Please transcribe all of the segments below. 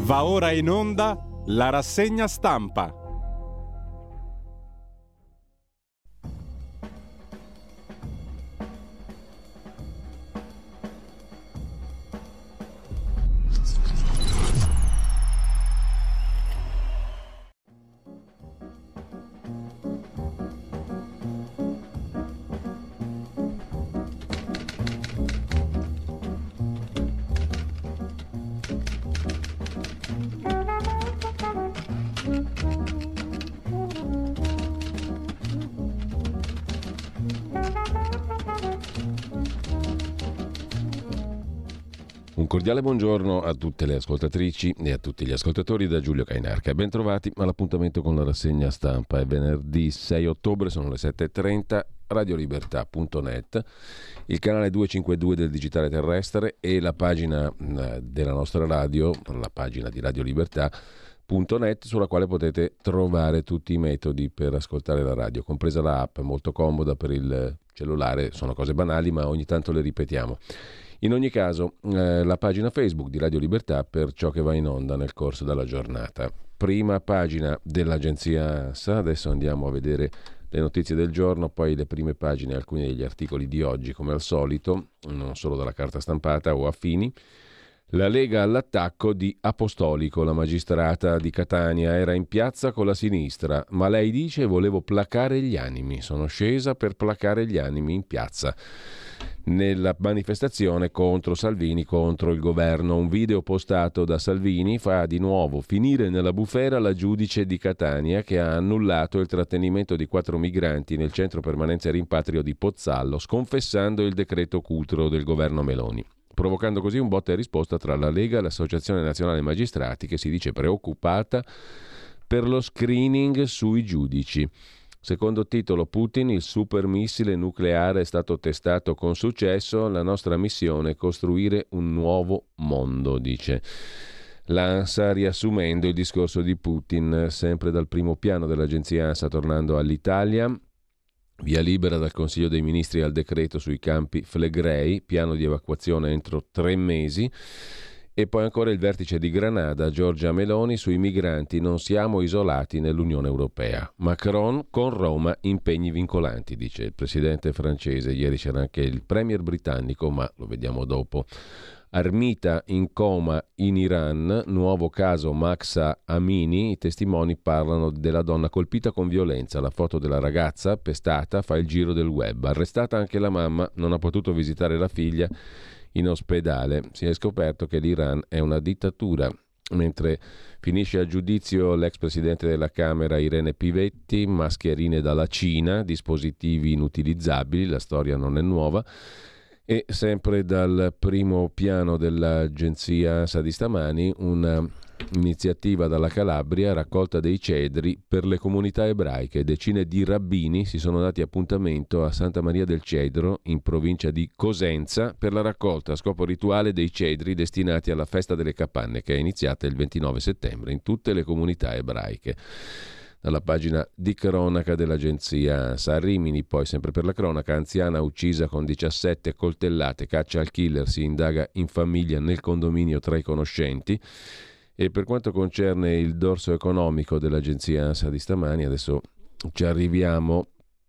Va ora in onda la rassegna stampa. Un cordiale buongiorno a tutte le ascoltatrici e a tutti gli ascoltatori da Giulio Cainarca. Ben trovati all'appuntamento con la rassegna stampa. È venerdì 6 ottobre, sono le 7.30, radiolibertà.net, il canale 252 del digitale terrestre e la pagina della nostra radio, la pagina di Radio Libertà.net, sulla quale potete trovare tutti i metodi per ascoltare la radio, compresa la app molto comoda per il cellulare. Sono cose banali ma ogni tanto le ripetiamo. In ogni caso, la pagina Facebook di Radio Libertà per ciò che va in onda nel corso della giornata. Prima pagina dell'agenzia ANSA, adesso andiamo a vedere le notizie del giorno, poi le prime pagine, alcuni degli articoli di oggi, come al solito, non solo dalla carta stampata o affini. La Lega all'attacco di Apostolico, la magistrata di Catania era in piazza con la sinistra, ma lei dice volevo placare gli animi, sono scesa per placare gli animi in piazza. Nella manifestazione contro Salvini, contro il governo, un video postato da Salvini fa di nuovo finire nella bufera la giudice di Catania che ha annullato il trattenimento di 4 migranti nel centro permanenza e rimpatrio di Pozzallo, sconfessando il decreto Cutro del governo Meloni, provocando così un botta e risposta tra la Lega e l'Associazione Nazionale Magistrati, che si dice preoccupata per lo screening sui giudici. Secondo titolo: Putin, il super missile nucleare è stato testato con successo, la nostra missione è costruire un nuovo mondo, dice l'ANSA, riassumendo il discorso di Putin, sempre dal primo piano dell'agenzia ANSA, tornando all'Italia. Via libera dal Consiglio dei Ministri al decreto sui campi Flegrei, piano di evacuazione entro 3 mesi. E poi ancora il vertice di Granada, Giorgia Meloni, sui migranti non siamo isolati nell'Unione Europea. Macron con Roma impegni vincolanti, dice il presidente francese. Ieri c'era anche il premier britannico, ma lo vediamo dopo. Armita in coma in Iran, nuovo caso Mahsa Amini, i testimoni parlano della donna colpita con violenza, la foto della ragazza pestata fa il giro del web, arrestata anche la mamma, non ha potuto visitare la figlia in ospedale. Si è scoperto che l'Iran è una dittatura. Mentre finisce a giudizio l'ex presidente della Camera Irene Pivetti, mascherine dalla Cina, dispositivi inutilizzabili, la storia non è nuova. E sempre dal primo piano dell'agenzia ANSA di stamani, un'iniziativa dalla Calabria, raccolta dei cedri per le comunità ebraiche. Decine di rabbini si sono dati appuntamento a Santa Maria del Cedro, in provincia di Cosenza, per la raccolta a scopo rituale dei cedri destinati alla festa delle capanne, che è iniziata il 29 settembre in tutte le comunità ebraiche. Dalla pagina di cronaca dell'agenzia ANSA. A Rimini, poi sempre per la cronaca, anziana uccisa con 17 coltellate, caccia al killer, si indaga in famiglia nel condominio tra i conoscenti. E per quanto concerne il dorso economico dell'agenzia ANSA di stamani, adesso ci arriviamo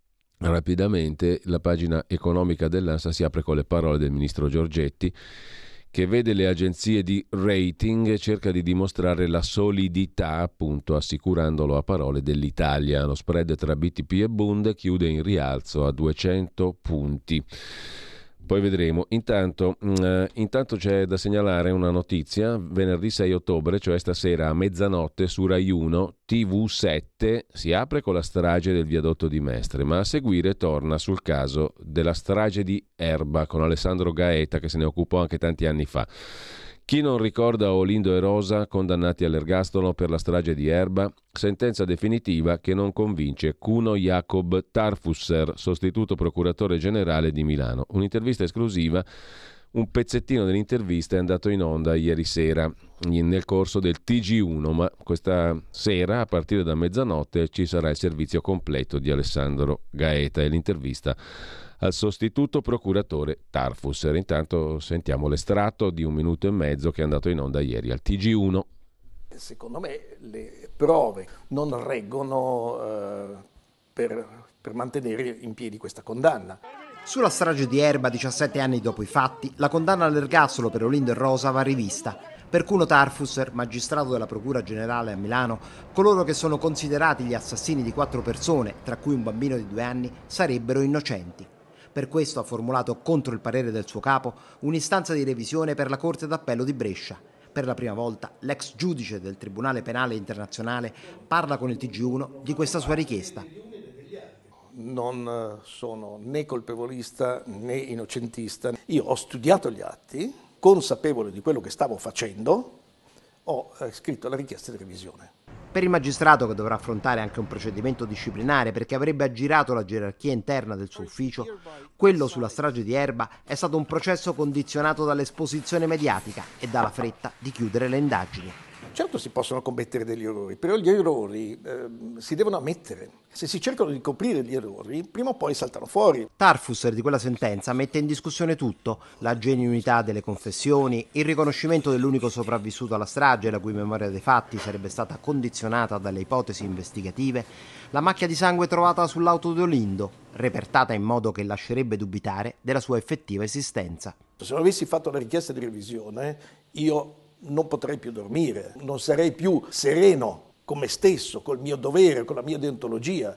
rapidamente. La pagina economica dell'ANSA si apre con le parole del ministro Giorgetti, che vede le agenzie di rating e cerca di dimostrare la solidità, appunto, assicurandolo a parole, dell'Italia. Lo spread tra BTP e Bund chiude in rialzo a 200 punti. Poi vedremo. Intanto c'è da segnalare una notizia. Venerdì 6 ottobre, cioè stasera a mezzanotte, su Rai 1, TV7 si apre con la strage del viadotto di Mestre, ma a seguire torna sul caso della strage di Erba con Alessandro Gaeta, che se ne occupò anche tanti anni fa. Chi non ricorda Olindo e Rosa, condannati all'ergastolo per la strage di Erba? Sentenza definitiva che non convince Kuno Jakob Tarfusser, sostituto procuratore generale di Milano. Un'intervista esclusiva, un pezzettino dell'intervista è andato in onda ieri sera nel corso del TG1, ma questa sera a partire da mezzanotte ci sarà il servizio completo di Alessandro Gaeta e l'intervista al sostituto procuratore Tarfusser. Intanto sentiamo l'estratto di 1 minuto e mezzo che è andato in onda ieri al TG1. secondo me le prove non reggono per mantenere in piedi questa condanna. Sulla strage di Erba, 17 anni dopo i fatti, la condanna all'ergastolo per Olindo e Rosa va rivista. Per Cuno Tarfusser, magistrato della Procura Generale a Milano, coloro che sono considerati gli assassini di 4 persone, tra cui un bambino di 2 anni, sarebbero innocenti. Per questo ha formulato, contro il parere del suo capo, un'istanza di revisione per la Corte d'Appello di Brescia. Per la prima volta l'ex giudice del Tribunale Penale Internazionale parla con il TG1 di questa sua richiesta. Non sono né colpevolista né innocentista. Io ho studiato gli atti, consapevole di quello che stavo facendo, ho scritto la richiesta di revisione. Per il magistrato, che dovrà affrontare anche un procedimento disciplinare perché avrebbe aggirato la gerarchia interna del suo ufficio, quello sulla strage di Erba è stato un processo condizionato dall'esposizione mediatica e dalla fretta di chiudere le indagini. Certo si possono commettere degli errori, però gli errori si devono ammettere. Se si cercano di coprire gli errori, prima o poi saltano fuori. Tarfusser di quella sentenza mette in discussione tutto: la genuinità delle confessioni, il riconoscimento dell'unico sopravvissuto alla strage, la cui memoria dei fatti sarebbe stata condizionata dalle ipotesi investigative, la macchia di sangue trovata sull'auto di Olindo, repertata in modo che lascerebbe dubitare della sua effettiva esistenza. Se non avessi fatto la richiesta di revisione, io non potrei più dormire, non sarei più sereno con me stesso, col mio dovere, con la mia deontologia.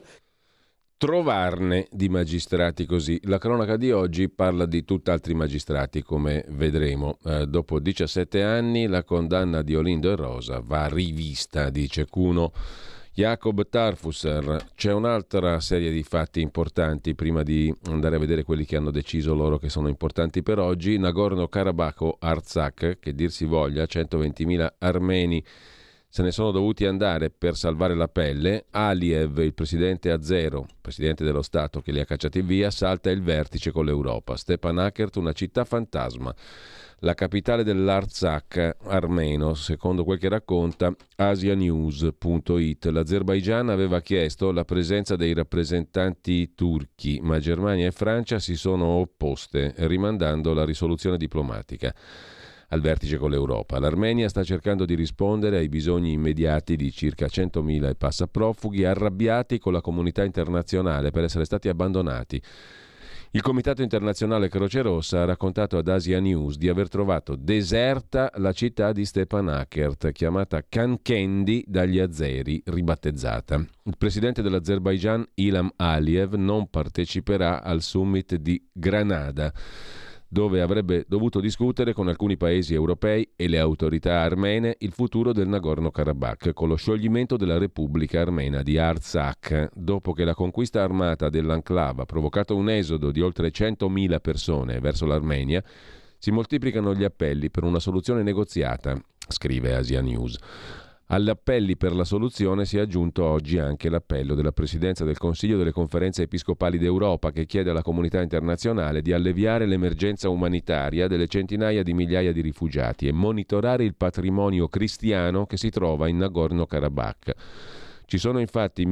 Trovarne di magistrati così. La cronaca di oggi parla di tutt'altri magistrati, come vedremo. Dopo 17 anni la condanna di Olindo e Rosa va rivista, dice Cuno Jakob Tarfusser. C'è un'altra serie di fatti importanti prima di andare a vedere quelli che hanno deciso loro che sono importanti per oggi. Nagorno-Karabakh, Artsakh, che dir si voglia, 120.000 armeni se ne sono dovuti andare per salvare la pelle. Aliyev, il presidente azero, presidente dello Stato che li ha cacciati via, salta il vertice con l'Europa. Stepanakert, una città fantasma, la capitale dell'Artsakh armeno, secondo quel che racconta asianews.it. L'Azerbaigian aveva chiesto la presenza dei rappresentanti turchi, ma Germania e Francia si sono opposte, rimandando la risoluzione diplomatica al vertice con l'Europa. L'Armenia sta cercando di rispondere ai bisogni immediati di circa 100.000 e passa profughi arrabbiati con la comunità internazionale per essere stati abbandonati. Il Comitato Internazionale Croce Rossa ha raccontato ad Asia News di aver trovato deserta la città di Stepanakert, chiamata Kankendi dagli azeri, ribattezzata. Il presidente dell'Azerbaigian, Ilham Aliyev, non parteciperà al summit di Granada, dove avrebbe dovuto discutere con alcuni paesi europei e le autorità armene il futuro del Nagorno-Karabakh, con lo scioglimento della Repubblica Armena di Artsakh, dopo che la conquista armata dell'enclave ha provocato un esodo di oltre 100.000 persone verso l'Armenia. Si moltiplicano gli appelli per una soluzione negoziata, scrive Asia News. Agli appelli per la soluzione si è aggiunto oggi anche l'appello della Presidenza del Consiglio delle Conferenze Episcopali d'Europa, che chiede alla comunità internazionale di alleviare l'emergenza umanitaria delle centinaia di migliaia di rifugiati e monitorare il patrimonio cristiano che si trova in Nagorno-Karabakh. Ci sono infatti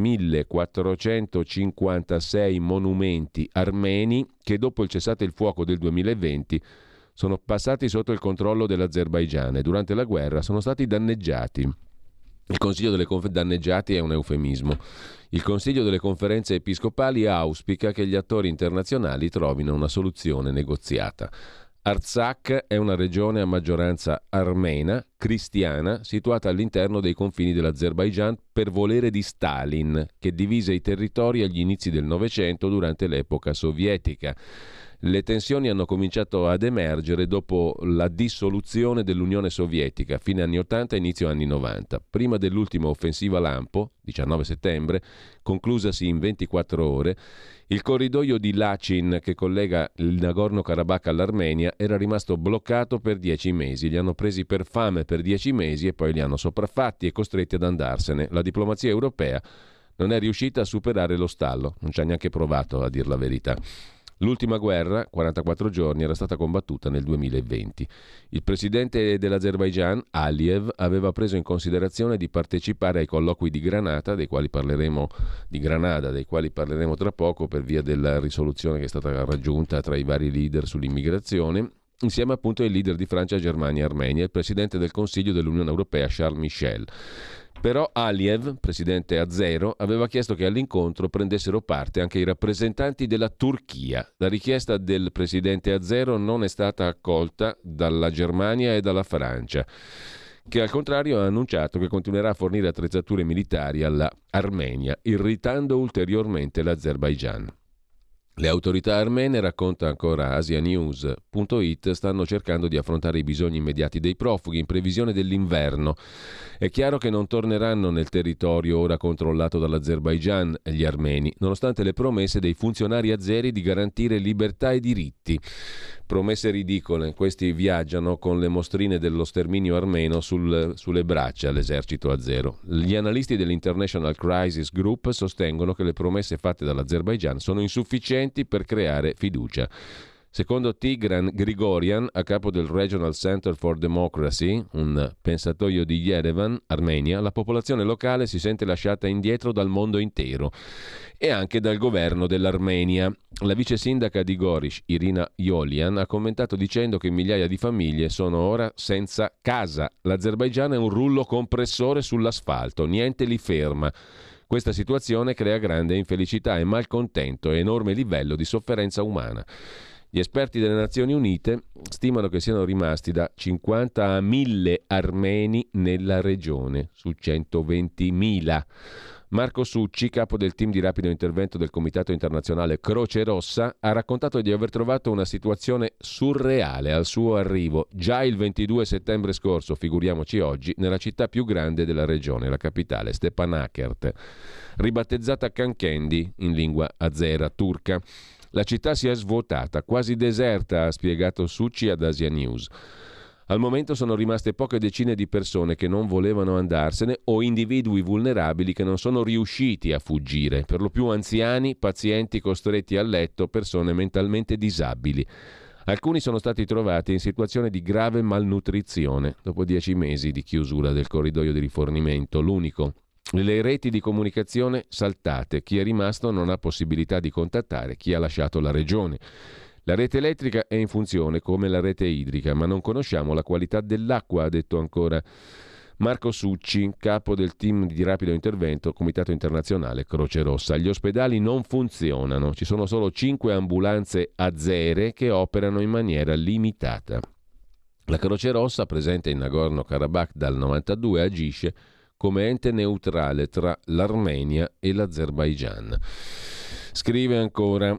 1456 monumenti armeni che dopo il cessate il fuoco del 2020 sono passati sotto il controllo dell'Azerbaigian e durante la guerra sono stati danneggiati. Il Consiglio delle danneggiati è un eufemismo. Il Consiglio delle Conferenze Episcopali auspica che gli attori internazionali trovino una soluzione negoziata. Artsakh è una regione a maggioranza armena, cristiana, situata all'interno dei confini dell'Azerbaigian per volere di Stalin, che divise i territori agli inizi del Novecento durante l'epoca sovietica. Le tensioni hanno cominciato ad emergere dopo la dissoluzione dell'Unione Sovietica, fine anni 80 e inizio anni 90. Prima dell'ultima offensiva lampo, 19 settembre, conclusasi in 24 ore, il corridoio di Lachin che collega il Nagorno-Karabakh all'Armenia era rimasto bloccato per 10 mesi. Li hanno presi per fame per 10 mesi e poi li hanno sopraffatti e costretti ad andarsene. La diplomazia europea non è riuscita a superare lo stallo, non ci ha neanche provato, a dir la verità. L'ultima guerra, 44 giorni, era stata combattuta nel 2020. Il presidente dell'Azerbaigian, Aliyev, aveva preso in considerazione di partecipare ai colloqui di Granada, dei quali parleremo tra poco per via della risoluzione che è stata raggiunta tra i vari leader sull'immigrazione, insieme appunto ai leader di Francia, Germania e Armenia e il presidente del Consiglio dell'Unione Europea Charles Michel. Però Aliyev, presidente azero, aveva chiesto che all'incontro prendessero parte anche i rappresentanti della Turchia. La richiesta del presidente azero non è stata accolta dalla Germania e dalla Francia, che al contrario ha annunciato che continuerà a fornire attrezzature militari alla Armenia, irritando ulteriormente l'Azerbaigian. Le autorità armene, racconta ancora asianews.it, stanno cercando di affrontare i bisogni immediati dei profughi in previsione dell'inverno. È chiaro che non torneranno nel territorio ora controllato dall'Azerbaigian gli armeni, nonostante le promesse dei funzionari azeri di garantire libertà e diritti. Promesse ridicole, questi viaggiano con le mostrine dello sterminio armeno sulle braccia l'esercito azero. Gli analisti dell'International Crisis Group sostengono che le promesse fatte dall'Azerbaigian sono insufficienti per creare fiducia. Secondo Tigran Grigorian, a capo del Regional Center for Democracy, un pensatoio di Yerevan, Armenia, la popolazione locale si sente lasciata indietro dal mondo intero e anche dal governo dell'Armenia. La vice sindaca di Gorish, Irina Iolian, ha commentato dicendo che migliaia di famiglie sono ora senza casa. L'Azerbaigian è un rullo compressore sull'asfalto, niente li ferma. Questa situazione crea grande infelicità e malcontento e enorme livello di sofferenza umana. Gli esperti delle Nazioni Unite stimano che siano rimasti da 50 a 1000 armeni nella regione, su 120.000. Marco Succi, capo del team di rapido intervento del Comitato Internazionale Croce Rossa, ha raccontato di aver trovato una situazione surreale al suo arrivo, già il 22 settembre scorso, figuriamoci oggi, nella città più grande della regione, la capitale, Stepanakert, ribattezzata Kankendi in lingua azera turca. La città si è svuotata, quasi deserta, ha spiegato Succi ad Asia News. Al momento sono rimaste poche decine di persone che non volevano andarsene o individui vulnerabili che non sono riusciti a fuggire, per lo più anziani, pazienti costretti a letto, persone mentalmente disabili. Alcuni sono stati trovati in situazione di grave malnutrizione dopo 10 mesi di chiusura del corridoio di rifornimento, l'unico. Le reti di comunicazione saltate, chi è rimasto non ha possibilità di contattare chi ha lasciato la regione. La rete elettrica è in funzione come la rete idrica, ma non conosciamo la qualità dell'acqua, ha detto ancora Marco Succi, capo del team di rapido intervento Comitato Internazionale Croce Rossa. Gli ospedali non funzionano, ci sono solo 5 ambulanze azere che operano in maniera limitata. La Croce Rossa, presente in Nagorno-Karabakh dal 1992, agisce come ente neutrale tra l'Armenia e l'Azerbaigian. Scrive ancora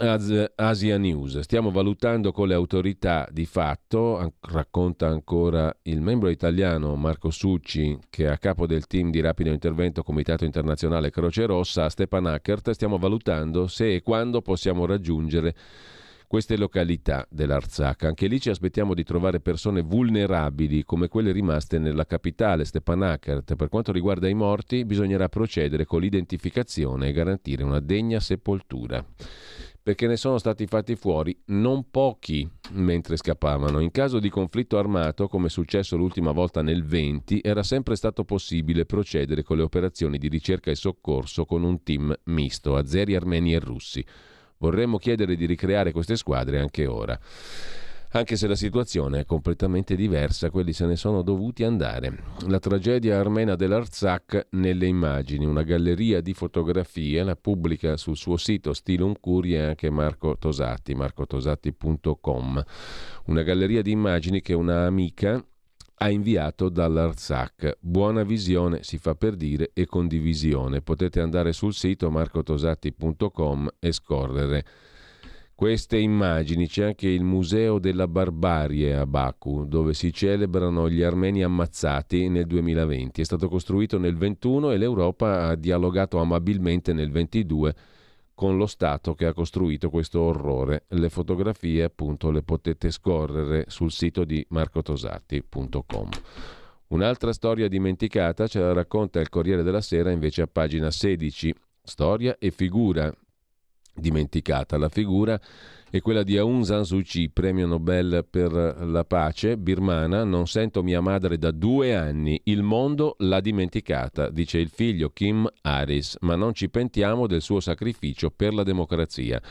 Asia News, stiamo valutando con le autorità di fatto, racconta ancora il membro italiano Marco Succi, che è a capo del team di rapido intervento Comitato Internazionale Croce Rossa a Stepanakert, stiamo valutando se e quando possiamo raggiungere queste località dell'Artsakh. Anche lì ci aspettiamo di trovare persone vulnerabili come quelle rimaste nella capitale Stepanakert. Per quanto riguarda i morti, bisognerà procedere con l'identificazione e garantire una degna sepoltura, perché ne sono stati fatti fuori non pochi mentre scappavano. In caso di conflitto armato, come è successo l'ultima volta nel 20, era sempre stato possibile procedere con le operazioni di ricerca e soccorso con un team misto, azeri, armeni e russi. Vorremmo chiedere di ricreare queste squadre anche ora. Anche se la situazione è completamente diversa, quelli se ne sono dovuti andare. La tragedia armena dell'Artsakh nelle immagini, una galleria di fotografie, la pubblica sul suo sito Stilum Curi e anche Marco Tosatti, marcotosatti.com. Una galleria di immagini che una amica ha inviato dall'Artsakh. Buona visione, si fa per dire, e condivisione. Potete andare sul sito marcotosatti.com e scorrere queste immagini. C'è anche il Museo della Barbarie a Baku, dove si celebrano gli armeni ammazzati nel 2020. È stato costruito nel 21 e l'Europa ha dialogato amabilmente nel 22 con lo Stato che ha costruito questo orrore. Le fotografie appunto le potete scorrere sul sito di marcotosatti.com. Un'altra storia dimenticata ce la racconta il Corriere della Sera invece a pagina 16. Storia e figura dimenticata. La figura è quella di Aung San Suu Kyi, premio Nobel per la pace, birmana. Non sento mia madre da 2 anni, il mondo l'ha dimenticata, dice il figlio Kim Aris, ma non ci pentiamo del suo sacrificio per la democrazia.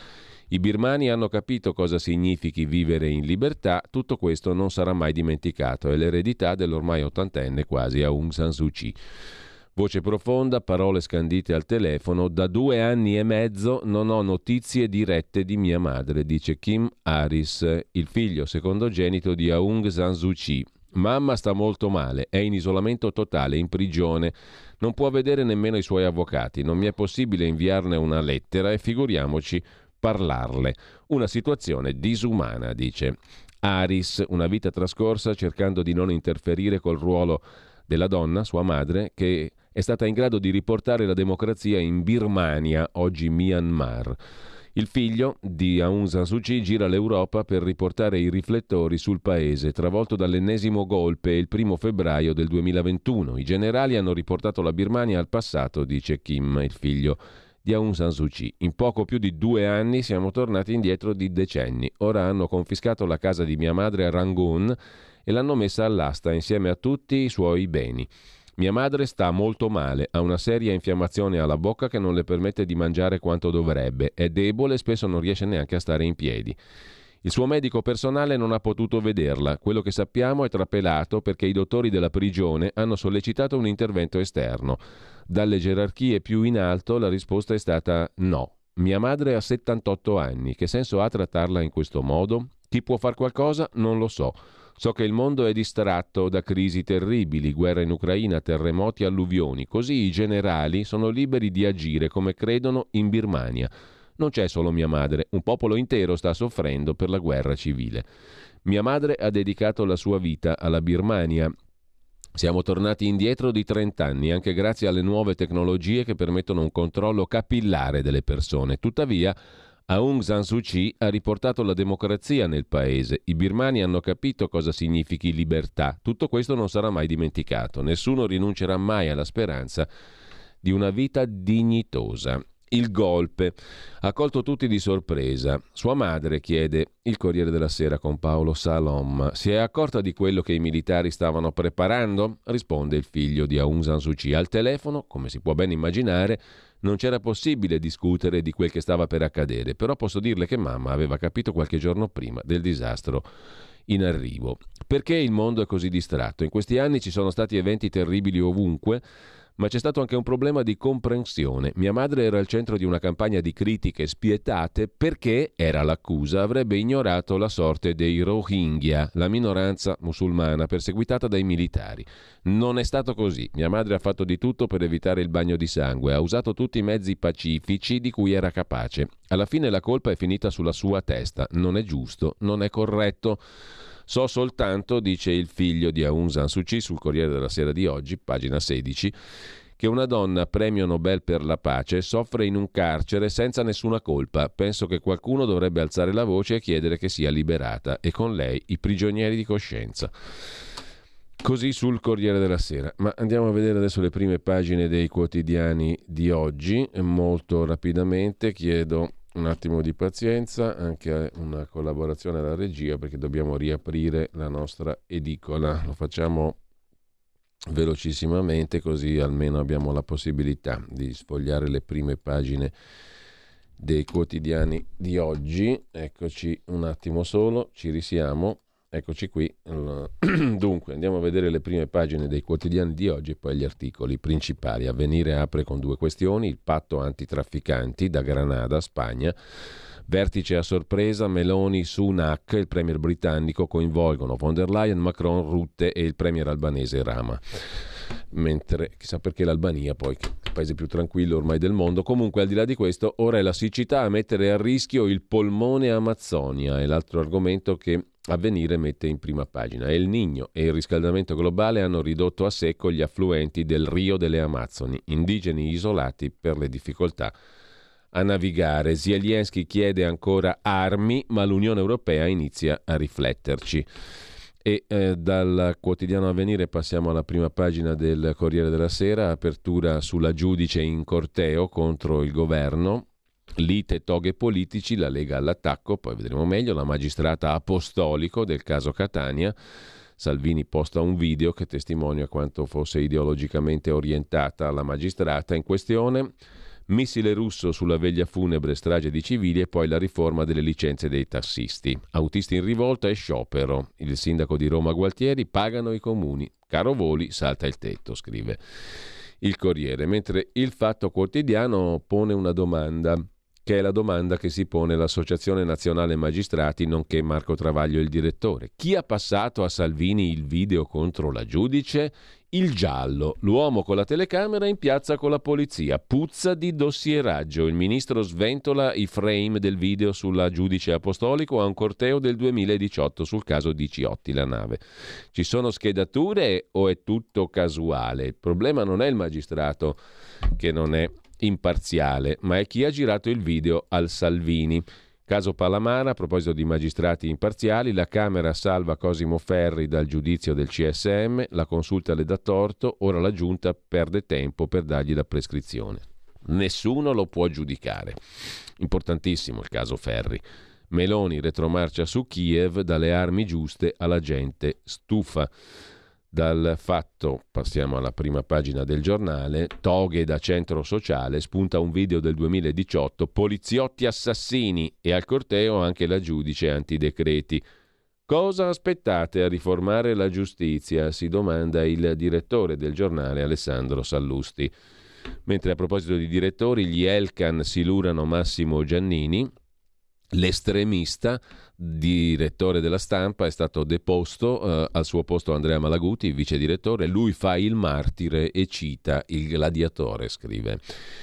I birmani hanno capito cosa significhi vivere in libertà, tutto questo non sarà mai dimenticato, è l'eredità dell'ormai ottantenne quasi Aung San Suu Kyi. Voce profonda, parole scandite al telefono. Da 2 anni e mezzo non ho notizie dirette di mia madre, dice Kim Aris, il figlio secondogenito di Aung San Suu Kyi. Mamma sta molto male, è in isolamento totale, in prigione, non può vedere nemmeno i suoi avvocati, non mi è possibile inviarne una lettera e figuriamoci parlarle. Una situazione disumana, dice Aris, una vita trascorsa cercando di non interferire col ruolo della donna, sua madre, che è stata in grado di riportare la democrazia in Birmania, oggi Myanmar. Il figlio di Aung San Suu Kyi gira l'Europa per riportare i riflettori sul paese, travolto dall'ennesimo golpe il 1 febbraio del 2021. I generali hanno riportato la Birmania al passato, dice Kim, il figlio di Aung San Suu Kyi. In poco più di 2 anni siamo tornati indietro di decenni. Ora hanno confiscato la casa di mia madre a Rangoon e l'hanno messa all'asta insieme a tutti i suoi beni. Mia madre sta molto male, ha una seria infiammazione alla bocca che non le permette di mangiare quanto dovrebbe, è debole e spesso non riesce neanche a stare in piedi. Il suo medico personale non ha potuto vederla, quello che sappiamo è trapelato perché i dottori della prigione hanno sollecitato un intervento esterno. Dalle gerarchie più in alto la risposta è stata no. Mia madre ha 78 anni, che senso ha trattarla in questo modo? Chi può far qualcosa? Non lo so. So che il mondo è distratto da crisi terribili, guerra in Ucraina, terremoti, alluvioni. Così i generali sono liberi di agire come credono in Birmania. Non c'è solo mia madre, un popolo intero sta soffrendo per la guerra civile. Mia madre ha dedicato la sua vita alla Birmania. Siamo tornati indietro di 30 anni, anche grazie alle nuove tecnologie che permettono un controllo capillare delle persone. Tuttavia, Aung San Suu Kyi ha riportato la democrazia nel paese. I birmani hanno capito cosa significhi libertà. Tutto questo non sarà mai dimenticato. Nessuno rinuncerà mai alla speranza di una vita dignitosa. Il golpe ha colto tutti di sorpresa. Sua madre, chiede il Corriere della Sera con Paolo Salom, si è accorta di quello che i militari stavano preparando? Risponde il figlio di Aung San Suu Kyi. Al telefono, come si può ben immaginare, non c'era possibile discutere di quel che stava per accadere, però posso dirle che mamma aveva capito qualche giorno prima del disastro in arrivo. Perché il mondo è così distratto? In questi anni ci sono stati eventi terribili ovunque, ma c'è stato anche un problema di comprensione. Mia madre era al centro di una campagna di critiche spietate perché, era l'accusa, avrebbe ignorato la sorte dei Rohingya, la minoranza musulmana perseguitata dai militari. Non è stato così. Mia madre ha fatto di tutto per evitare il bagno di sangue, ha usato tutti i mezzi pacifici di cui era capace. Alla fine la colpa è finita sulla sua testa. Non è giusto, non è corretto. So soltanto, dice il figlio di Aung San Suu Kyi sul Corriere della Sera di oggi, pagina 16, che una donna premio Nobel per la pace soffre in un carcere senza nessuna colpa. Penso che qualcuno dovrebbe alzare la voce e chiedere che sia liberata, e con lei i prigionieri di coscienza. Così sul Corriere della Sera. Ma andiamo a vedere adesso le prime pagine dei quotidiani di oggi, molto rapidamente. Chiedo un attimo di pazienza, anche una collaborazione alla regia, perché dobbiamo riaprire la nostra edicola. Lo facciamo velocissimamente, così almeno abbiamo la possibilità di sfogliare le prime pagine dei quotidiani di oggi. Eccoci un attimo solo, ci risiamo. Eccoci qui. Dunque, andiamo a vedere le prime pagine dei quotidiani di oggi e poi gli articoli principali. Avvenire apre con 2 questioni: il patto antitrafficanti da Granada, Spagna. Vertice a sorpresa, Meloni, Sunak, il premier britannico, coinvolgono von der Leyen, Macron, Rutte e il premier albanese Rama. Mentre chissà perché l'Albania, poi, che è il paese più tranquillo ormai del mondo. Comunque, al di là di questo, ora è la siccità a mettere a rischio il polmone Amazzonia, è l'altro argomento che Avvenire mette in prima pagina. El Niño e il riscaldamento globale hanno ridotto a secco gli affluenti del Rio delle Amazzoni, indigeni isolati per le difficoltà a navigare. Zelensky chiede ancora armi, ma l'Unione Europea inizia a rifletterci. E dal quotidiano Avvenire passiamo alla prima pagina del Corriere della Sera, apertura sulla giudice in corteo contro il governo. Lite, toghe politici, la Lega all'attacco, poi vedremo meglio. La magistrata apostolico del caso Catania. Salvini posta un video che testimonia quanto fosse ideologicamente orientata la magistrata in questione. missile russo sulla veglia funebre, strage di civili e poi la riforma delle licenze dei tassisti. Autisti in rivolta e sciopero. Il sindaco di Roma Gualtieri: pagano i comuni. Caro voli, salta il tetto, scrive il Corriere. Mentre il Fatto Quotidiano pone una domanda, che è la domanda che si pone l'Associazione Nazionale Magistrati, nonché Marco Travaglio, il direttore. Chi ha passato a Salvini il video contro la giudice? Il giallo, l'uomo con la telecamera in piazza con la polizia, puzza di dossieraggio. Il ministro sventola i frame del video sulla giudice apostolico a un corteo del 2018 sul caso di Ciotti, la nave. Ci sono schedature o è tutto casuale? Il problema non è il magistrato che non è imparziale, ma è chi ha girato il video al Salvini. Caso Palamara, a proposito di magistrati imparziali, la Camera salva Cosimo Ferri dal giudizio del CSM, la consulta le dà torto, ora la Giunta perde tempo per dargli la prescrizione. Nessuno lo può giudicare. Importantissimo il caso Ferri. Meloni retromarcia su Kiev, dalle armi giuste alla gente stufa. Dal Fatto passiamo alla prima pagina del giornale. Toghe da centro sociale, spunta un video del 2018, poliziotti assassini, e al corteo anche la giudice antidecreti. Cosa aspettate a riformare la giustizia? Si domanda il direttore del giornale Alessandro Sallusti. Mentre a proposito di direttori, gli Elkan silurano Massimo Giannini. L'estremista, direttore della Stampa, è stato deposto, al suo posto Andrea Malaguti, il vice direttore. Lui fa il martire e cita il gladiatore, scrive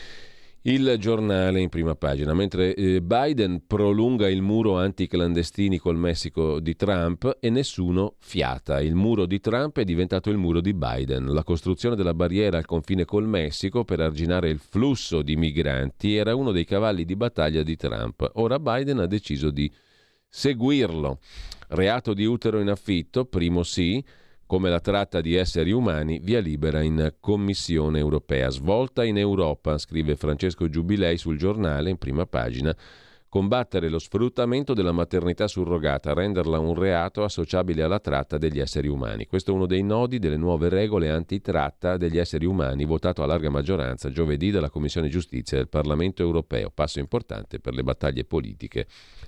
il giornale in prima pagina. Mentre Biden prolunga il muro anticlandestini col Messico di Trump e nessuno fiata. Il muro di Trump è diventato il muro di Biden. La costruzione della barriera al confine col Messico per arginare il flusso di migranti era uno dei cavalli di battaglia di Trump. Ora Biden ha deciso di seguirlo. Reato di utero in affitto, primo sì, come la tratta di esseri umani, via libera in Commissione europea. Svolta in Europa, scrive Francesco Giubilei sul giornale in prima pagina. Combattere lo sfruttamento della maternità surrogata, renderla un reato associabile alla tratta degli esseri umani. Questo è uno dei nodi delle nuove regole antitratta degli esseri umani, votato a larga maggioranza giovedì dalla Commissione Giustizia del Parlamento europeo. Passo importante per le battaglie politiche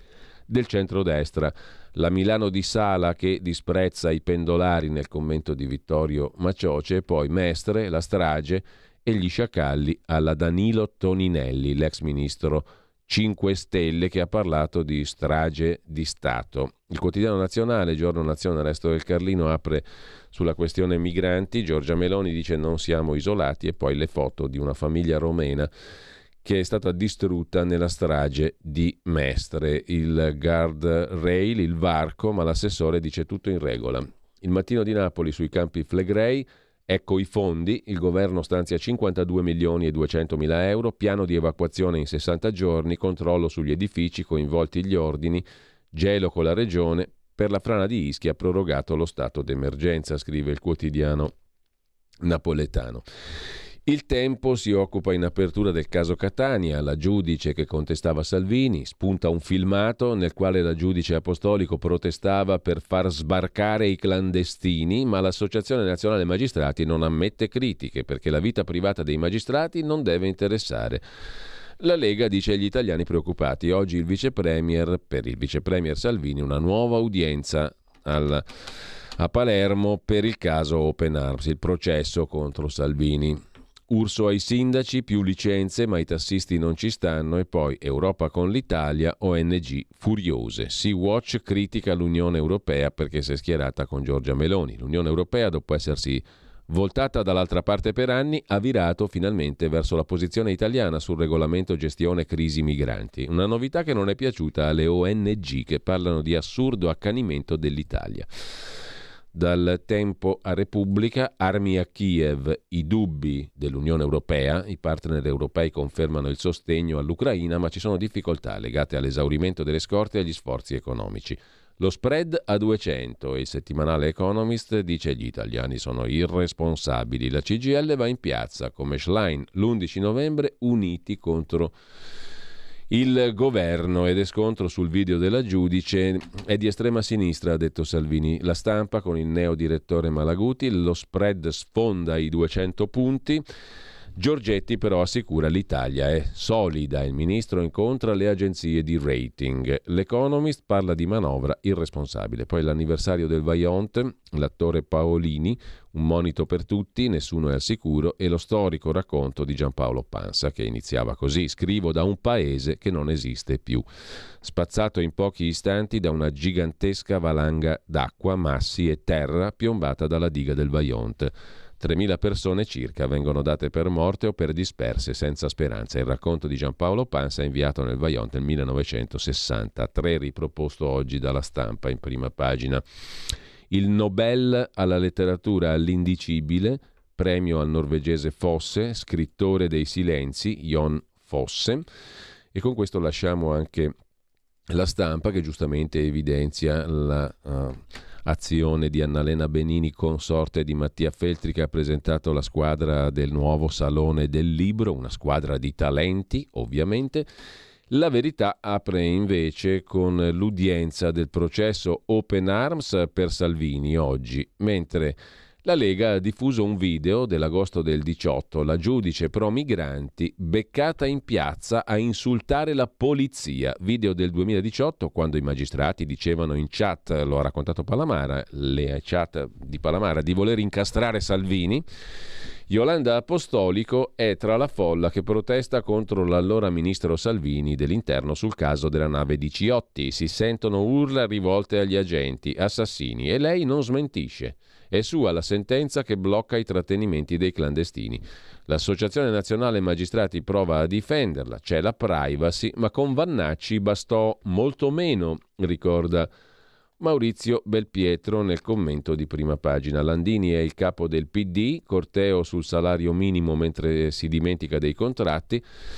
del centrodestra. La Milano di Sala che disprezza i pendolari nel commento di Vittorio Macioce, e poi Mestre, la strage e gli sciacalli alla Danilo Toninelli, l'ex ministro 5 Stelle, che ha parlato di strage di Stato. Il Quotidiano Nazionale, Giorno Nazione, Resto del Carlino, apre sulla questione migranti. Giorgia Meloni dice: non siamo isolati, e poi le foto di una famiglia romena che è stata distrutta nella strage di Mestre. Il guardrail, il varco, ma l'assessore dice tutto in regola. Il Mattino di Napoli sui campi Flegrei, ecco i fondi, il governo stanzia 52.200.000 euro, piano di evacuazione in 60 giorni, controllo sugli edifici, coinvolti gli ordini, gelo con la regione, per la frana di Ischia prorogato lo stato d'emergenza, scrive il quotidiano napoletano. Il Tempo si occupa in apertura del caso Catania, la giudice che contestava Salvini, spunta un filmato nel quale la giudice apostolico protestava per far sbarcare i clandestini, ma l'Associazione Nazionale Magistrati non ammette critiche perché la vita privata dei magistrati non deve interessare. La Lega dice agli italiani preoccupati: oggi per il vicepremier Salvini una nuova udienza a Palermo per il caso Open Arms, il processo contro Salvini. Urso ai sindaci, più licenze, ma i tassisti non ci stanno, e poi Europa con l'Italia, ONG furiose. Sea-Watch critica l'Unione Europea perché si è schierata con Giorgia Meloni. L'Unione Europea, dopo essersi voltata dall'altra parte per anni, ha virato finalmente verso la posizione italiana sul regolamento gestione crisi migranti. Una novità che non è piaciuta alle ONG, che parlano di assurdo accanimento dell'Italia. Dal Tempo a Repubblica, armi a Kiev, i dubbi dell'Unione Europea, i partner europei confermano il sostegno all'Ucraina, ma ci sono difficoltà legate all'esaurimento delle scorte e agli sforzi economici. Lo spread a 200 e il settimanale Economist dice: gli italiani sono irresponsabili. La CGIL va in piazza come Schlein l'11 novembre, uniti contro il governo, ed è scontro sul video della giudice, è di estrema sinistra, ha detto Salvini. La Stampa con il neo direttore Malaguti, lo spread sfonda i 200 punti. Giorgetti però assicura l'Italia è solida, il ministro incontra le agenzie di rating. L'Economist parla di manovra irresponsabile. Poi l'anniversario del Vajont, l'attore Paolini, un monito per tutti, nessuno è al sicuro, e lo storico racconto di Giampaolo Pansa che iniziava così: scrivo da un paese che non esiste più, spazzato in pochi istanti da una gigantesca valanga d'acqua, massi e terra piombata dalla diga del Vajont. 3.000 persone circa vengono date per morte o per disperse senza speranza. Il racconto di Giampaolo Pansa, inviato nel Vajont nel 1963, riproposto oggi dalla Stampa in prima pagina. Il Nobel alla letteratura all'indicibile, premio al norvegese Fosse, scrittore dei silenzi, Jon Fosse. E con questo lasciamo anche la Stampa, che giustamente evidenzia la azione di Annalena Benini, consorte di Mattia Feltri, che ha presentato la squadra del nuovo Salone del Libro, una squadra di talenti ovviamente. La Verità apre invece con l'udienza del processo Open Arms per Salvini oggi, mentre la Lega ha diffuso un video dell'agosto del 18, la giudice pro migranti beccata in piazza a insultare la polizia. Video del 2018, quando i magistrati dicevano in chat, lo ha raccontato Palamara, le chat di Palamara, di voler incastrare Salvini. Yolanda Apostolico è tra la folla che protesta contro l'allora ministro Salvini dell'Interno sul caso della nave di Ciotti. Si sentono urla rivolte agli agenti, assassini, e lei non smentisce. È sua la sentenza che blocca i trattenimenti dei clandestini. L'Associazione Nazionale Magistrati prova a difenderla, c'è la privacy, ma con Vannacci bastò molto meno, ricorda Maurizio Belpietro nel commento di prima pagina. Landini è il capo del PD, corteo sul salario minimo mentre si dimentica dei contratti.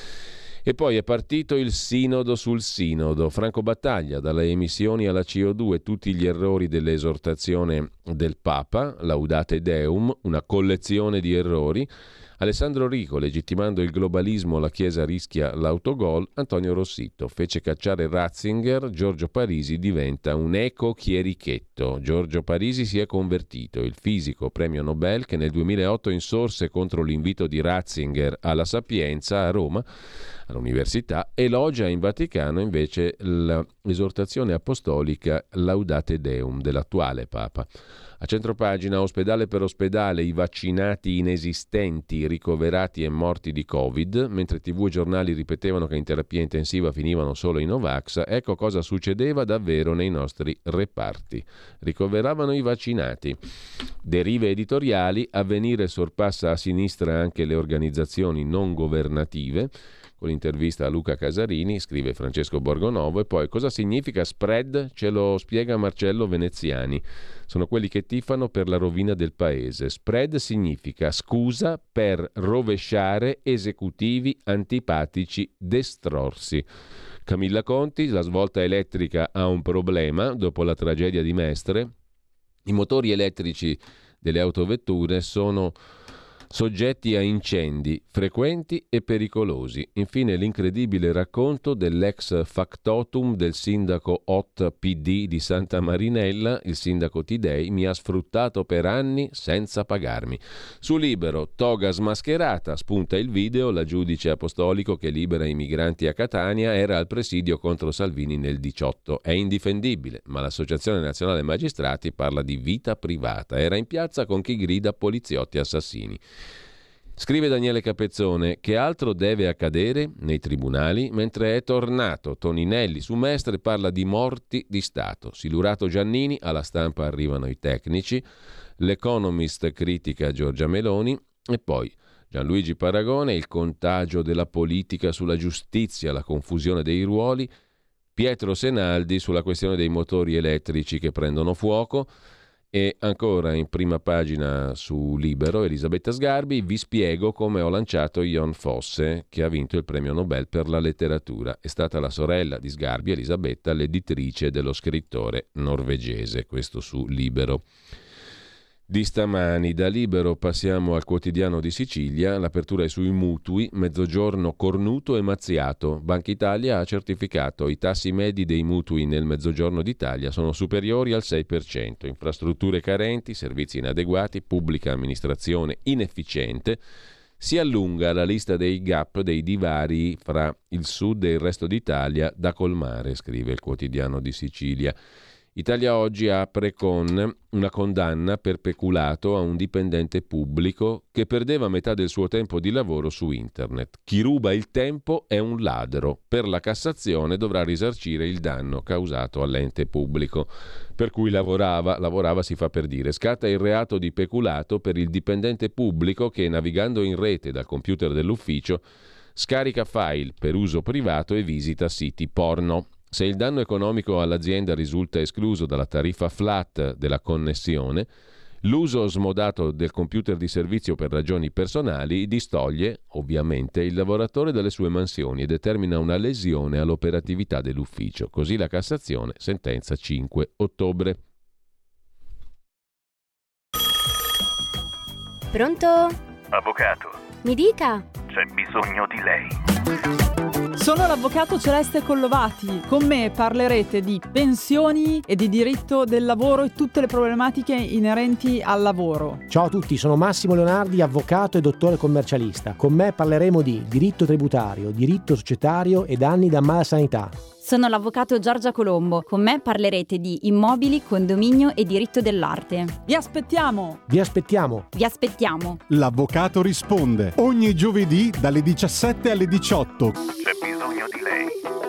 E poi è partito il sinodo sul sinodo. Franco Battaglia, dalle emissioni alla CO2, tutti gli errori dell'esortazione del Papa, Laudate Deum, una collezione di errori. Alessandro Rico, legittimando il globalismo, la Chiesa rischia l'autogol. Antonio Rossitto, fece cacciare Ratzinger, Giorgio Parisi diventa un eco-chierichetto. Giorgio Parisi si è convertito, il fisico premio Nobel che nel 2008 insorse contro l'invito di Ratzinger alla Sapienza a Roma, all'università, elogia in Vaticano invece l'esortazione apostolica Laudate Deum dell'attuale Papa. A centropagina, ospedale per ospedale, i vaccinati inesistenti, ricoverati e morti di Covid, mentre TV e giornali ripetevano che in terapia intensiva finivano solo i Novax. Ecco cosa succedeva davvero nei nostri reparti. Ricoveravano i vaccinati. Derive editoriali, Avvenire sorpassa a sinistra anche le organizzazioni non governative. Con l'intervista a Luca Casarini, scrive Francesco Borgonovo. E poi cosa significa spread? Ce lo spiega Marcello Veneziani. Sono quelli che tifano per la rovina del paese. Spread significa scusa per rovesciare esecutivi antipatici destrorsi. Camilla Conti, la svolta elettrica ha un problema dopo la tragedia di Mestre. I motori elettrici delle autovetture sono soggetti a incendi frequenti e pericolosi. Infine l'incredibile racconto dell'ex factotum del sindaco Hot PD di Santa Marinella. Il sindaco Tidei mi ha sfruttato per anni senza pagarmi. Su Libero, toga smascherata, spunta il video, la giudice apostolico che libera i migranti a Catania era al presidio contro Salvini nel 18. È indifendibile, ma l'Associazione Nazionale Magistrati parla di vita privata. Era in piazza con chi grida poliziotti assassini. Scrive Daniele Capezzone: che altro deve accadere nei tribunali? Mentre è tornato Toninelli su Mestre parla di morti di Stato. Silurato Giannini, alla Stampa arrivano i tecnici, l'Economist critica Giorgia Meloni e poi Gianluigi Paragone, il contagio della politica sulla giustizia, la confusione dei ruoli, Pietro Senaldi sulla questione dei motori elettrici che prendono fuoco. E ancora in prima pagina su Libero, Elisabetta Sgarbi, vi spiego come ho lanciato Jon Fosse, che ha vinto il premio Nobel per la letteratura. È stata la sorella di Sgarbi, Elisabetta, l'editrice dello scrittore norvegese. Questo su Libero. Di stamani, da Libero passiamo al Quotidiano di Sicilia. L'apertura è sui mutui, mezzogiorno cornuto e mazziato. Banca Italia ha certificato i tassi medi dei mutui nel mezzogiorno d'Italia sono superiori al 6%. Infrastrutture carenti, servizi inadeguati, pubblica amministrazione inefficiente. Si allunga la lista dei gap, dei divari fra il sud e il resto d'Italia da colmare, scrive il Quotidiano di Sicilia. Italia Oggi apre con una condanna per peculato a un dipendente pubblico che perdeva metà del suo tempo di lavoro su internet. Chi ruba il tempo è un ladro. Per la Cassazione dovrà risarcire il danno causato all'ente pubblico per cui lavorava si fa per dire. Scatta il reato di peculato per il dipendente pubblico che, navigando in rete dal computer dell'ufficio, scarica file per uso privato e visita siti porno. Se il danno economico all'azienda risulta escluso dalla tariffa flat della connessione, l'uso smodato del computer di servizio per ragioni personali distoglie, ovviamente, il lavoratore dalle sue mansioni e determina una lesione all'operatività dell'ufficio. Così la Cassazione, sentenza 5 ottobre. Pronto? Avvocato, Mi dica. c'è bisogno di lei. Sono l'avvocato Celeste Collovati. Con me parlerete di pensioni e di diritto del lavoro e tutte le problematiche inerenti al lavoro. Ciao a tutti, sono Massimo Leonardi, avvocato e dottore commercialista. Con me parleremo di diritto tributario, diritto societario e danni da malasanità. Sono l'avvocato Giorgia Colombo. Con me parlerete di immobili, condominio e diritto dell'arte. Vi aspettiamo! Vi aspettiamo! Vi aspettiamo! L'avvocato risponde ogni giovedì dalle 17 alle 18. C'è bisogno di lei.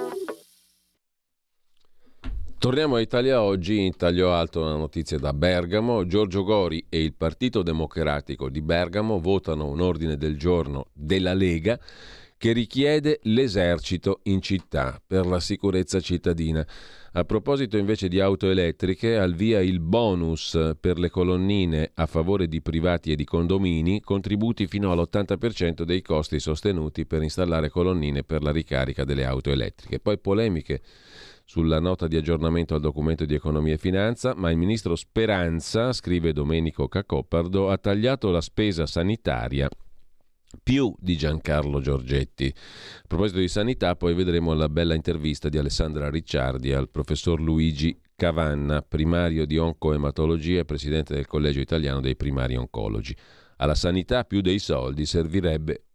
Torniamo a Italia Oggi, in taglio alto una notizia da Bergamo. Giorgio Gori e il Partito Democratico di Bergamo votano un ordine del giorno della Lega che richiede l'esercito in città per la sicurezza cittadina. A proposito invece di auto elettriche, al via il bonus per le colonnine a favore di privati e di condomini, contributi fino all'80% dei costi sostenuti per installare colonnine per la ricarica delle auto elettriche. Poi polemiche sulla nota di aggiornamento al documento di economia e finanza, ma il ministro Speranza, scrive Domenico Cacopardo, ha tagliato la spesa sanitaria più di Giancarlo Giorgetti. A proposito di sanità, poi vedremo la bella intervista di Alessandra Ricciardi al professor Luigi Cavanna, primario di oncoematologia e presidente del Collegio Italiano dei Primari Oncologi. Alla sanità più dei soldi servirebbe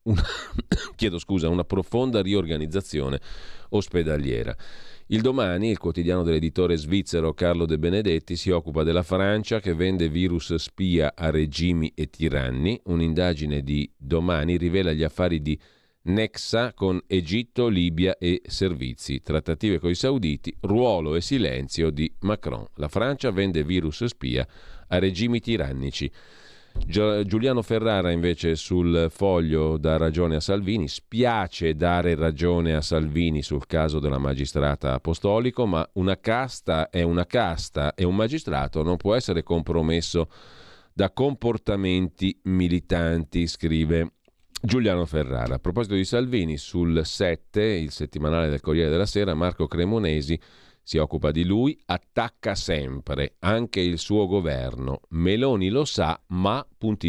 una profonda riorganizzazione ospedaliera. Il Domani, il quotidiano dell'editore svizzero Carlo De Benedetti, si occupa della Francia che vende virus spia a regimi e tiranni. Un'indagine di Domani rivela gli affari di Nexa con Egitto, Libia e servizi. Trattative coi sauditi, ruolo e silenzio di Macron. La Francia vende virus spia a regimi tirannici. Giuliano Ferrara invece sul Foglio dà ragione a Salvini, spiace dare ragione a Salvini sul caso della magistrata Apostolico, ma una casta è una casta e un magistrato non può essere compromesso da comportamenti militanti, scrive Giuliano Ferrara. A proposito di Salvini, sul 7, il settimanale del Corriere della Sera, Marco Cremonesi si occupa di lui, attacca sempre, anche il suo governo. Meloni lo sa, ma ...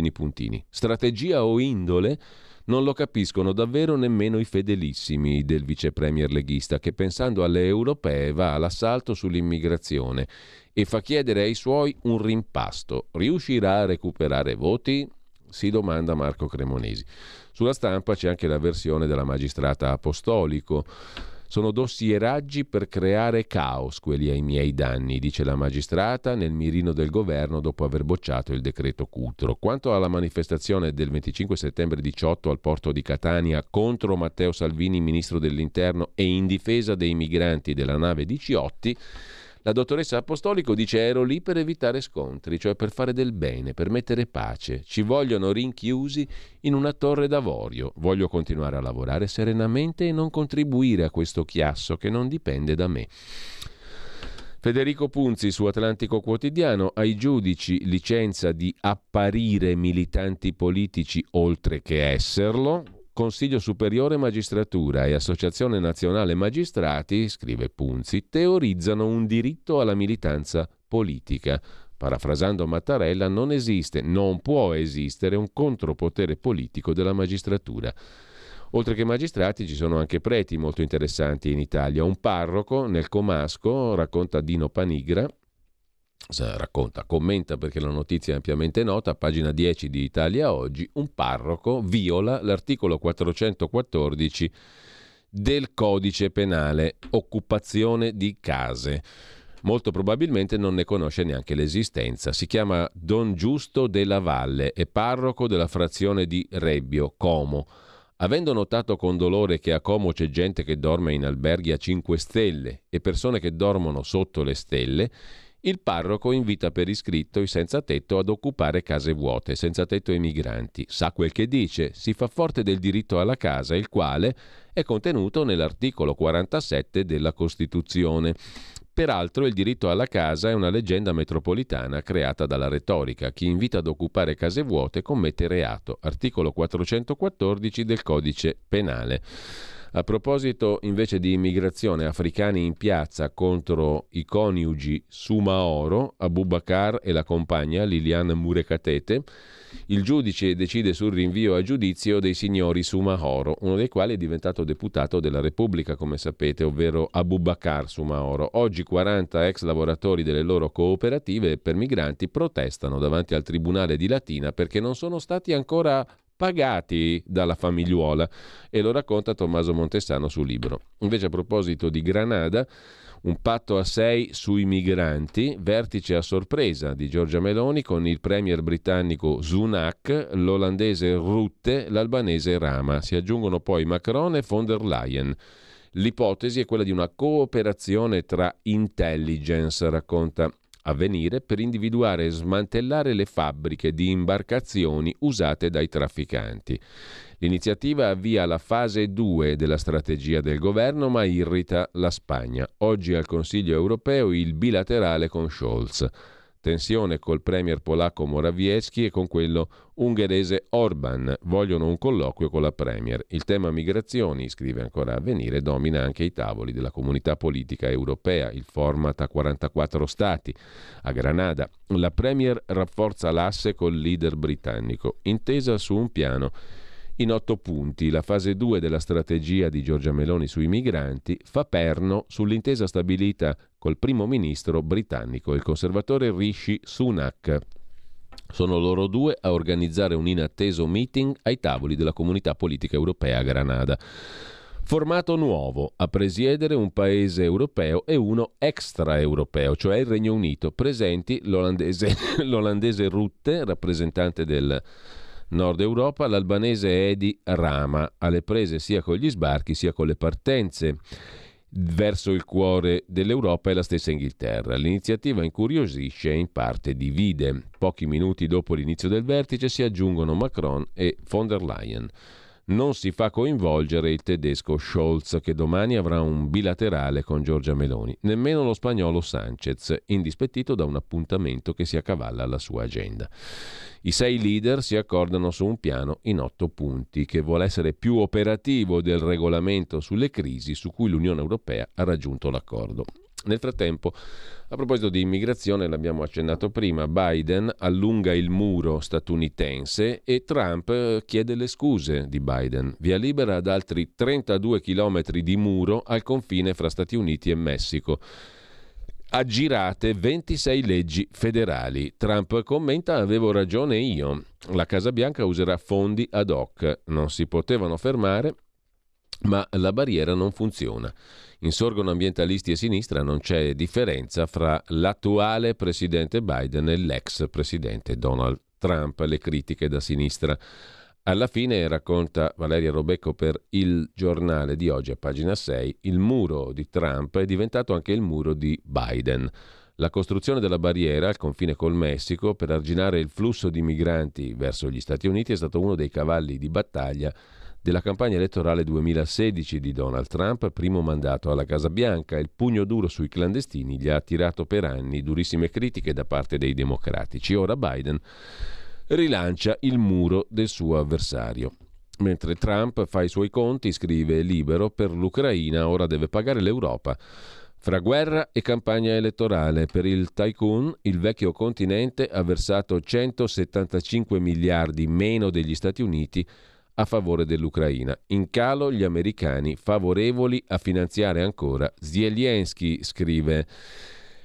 Strategia o indole? Non lo capiscono davvero nemmeno i fedelissimi del vice premier leghista che, pensando alle europee, va all'assalto sull'immigrazione e fa chiedere ai suoi un rimpasto. Riuscirà a recuperare voti? Si domanda Marco Cremonesi. Sulla Stampa c'è anche la versione della magistrata Apostolico. Sono dossieraggi per creare caos quelli ai miei danni, dice la magistrata nel mirino del governo dopo aver bocciato il decreto Cutro. Quanto alla manifestazione del 25 settembre 18 al porto di Catania contro Matteo Salvini, ministro dell'Interno, e in difesa dei migranti della nave di Ciotti, la dottoressa Apostolico dice: ero lì per evitare scontri, cioè per fare del bene, per mettere pace. Ci vogliono rinchiusi in una torre d'avorio. Voglio continuare a lavorare serenamente e non contribuire a questo chiasso che non dipende da me. Federico Punzi su Atlantico Quotidiano: ai giudici licenza di apparire militanti politici oltre che esserlo. Consiglio Superiore Magistratura e Associazione Nazionale Magistrati, scrive Punzi, teorizzano un diritto alla militanza politica. Parafrasando Mattarella, non esiste, non può esistere un contropotere politico della magistratura. Oltre che magistrati ci sono anche preti molto interessanti in Italia. Un parroco nel Comasco, racconta Dino Panigra, racconta, commenta perché la notizia è ampiamente nota, pagina 10 di Italia Oggi, un parroco viola l'articolo 414 del codice penale, occupazione di case. Molto probabilmente non ne conosce neanche l'esistenza. Si chiama Don Giusto della Valle, è parroco della frazione di Rebbio, Como. Avendo notato con dolore che a Como c'è gente che dorme in alberghi a 5 stelle e persone che dormono sotto le stelle, il parroco invita per iscritto i senza tetto ad occupare case vuote, senza tetto e migranti. Sa quel che dice, si fa forte del diritto alla casa, il quale è contenuto nell'articolo 47 della Costituzione. Peraltro il diritto alla casa è una leggenda metropolitana creata dalla retorica. Chi invita ad occupare case vuote commette reato. Articolo 414 del Codice Penale. A proposito invece di immigrazione, africani in piazza contro i coniugi Sumaoro, Abubakar e la compagna Liliane Murekatete, il giudice decide sul rinvio a giudizio dei signori Sumaoro, uno dei quali è diventato deputato della Repubblica, come sapete, ovvero Abubakar Sumaoro. Oggi 40 ex lavoratori delle loro cooperative per migranti protestano davanti al tribunale di Latina perché non sono stati ancora pagati dalla famigliuola, e lo racconta Tommaso Montesano su Libro. Invece, a proposito di Granada, un patto a 6 sui migranti, vertice a sorpresa di Giorgia Meloni con il premier britannico Sunak, l'olandese Rutte, l'albanese Rama. Si aggiungono poi Macron e von der Leyen. L'ipotesi è quella di una cooperazione tra intelligence, racconta Avvenire, per individuare e smantellare le fabbriche di imbarcazioni usate dai trafficanti. L'iniziativa avvia la fase 2 della strategia del governo, ma irrita la Spagna. Oggi al Consiglio europeo il bilaterale con Scholz. Tensione col premier polacco Morawiecki e con quello ungherese Orban. Vogliono un colloquio con la premier. Il tema migrazioni, scrive ancora Avvenire, domina anche i tavoli della comunità politica europea, il format a 44 stati. A Granada la premier rafforza l'asse col leader britannico, intesa su un piano in 8 punti. La fase 2 della strategia di Giorgia Meloni sui migranti fa perno sull'intesa stabilita col primo ministro britannico, il conservatore Rishi Sunak. Sono loro due a organizzare un inatteso meeting ai tavoli della comunità politica europea a Granada. Formato nuovo, a presiedere un paese europeo e uno extraeuropeo, cioè il Regno Unito. Presenti l'olandese Rutte, rappresentante del Nord Europa, l'albanese Edi Rama, alle prese sia con gli sbarchi sia con le partenze verso il cuore dell'Europa e la stessa Inghilterra. L'iniziativa incuriosisce e in parte divide. Pochi minuti dopo l'inizio del vertice si aggiungono Macron e von der Leyen. Non si fa coinvolgere il tedesco Scholz, che domani avrà un bilaterale con Giorgia Meloni. Nemmeno lo spagnolo Sanchez, indispettito da un appuntamento che si accavalla alla sua agenda. I 6 leader si accordano su un piano in 8 punti, che vuole essere più operativo del regolamento sulle crisi su cui l'Unione Europea ha raggiunto l'accordo. Nel frattempo, a proposito di immigrazione, l'abbiamo accennato prima, Biden allunga il muro statunitense e Trump chiede le scuse di Biden. Via libera ad altri 32 chilometri di muro al confine fra Stati Uniti e Messico. Aggirate 26 leggi federali. Trump commenta: avevo ragione io. La Casa Bianca userà fondi ad hoc. Non si potevano fermare, ma la barriera non funziona. Insorgono ambientalisti e sinistra, non c'è differenza fra l'attuale presidente Biden e l'ex presidente Donald Trump. Le critiche da sinistra. Alla fine, racconta Valeria Robecco per Il Giornale di oggi a pagina 6, il muro di Trump è diventato anche il muro di Biden. La costruzione della barriera al confine col Messico per arginare il flusso di migranti verso gli Stati Uniti è stato uno dei cavalli di battaglia della campagna elettorale 2016 di Donald Trump, primo mandato alla Casa Bianca. Il pugno duro sui clandestini gli ha attirato per anni durissime critiche da parte dei democratici. Ora Biden rilancia il muro del suo avversario. Mentre Trump fa i suoi conti, scrive Libero, per l'Ucraina ora deve pagare l'Europa. Fra guerra e campagna elettorale, per il tycoon il vecchio continente ha versato 175 miliardi meno degli Stati Uniti a favore dell'Ucraina. In calo gli americani favorevoli a finanziare ancora Zelensky, scrive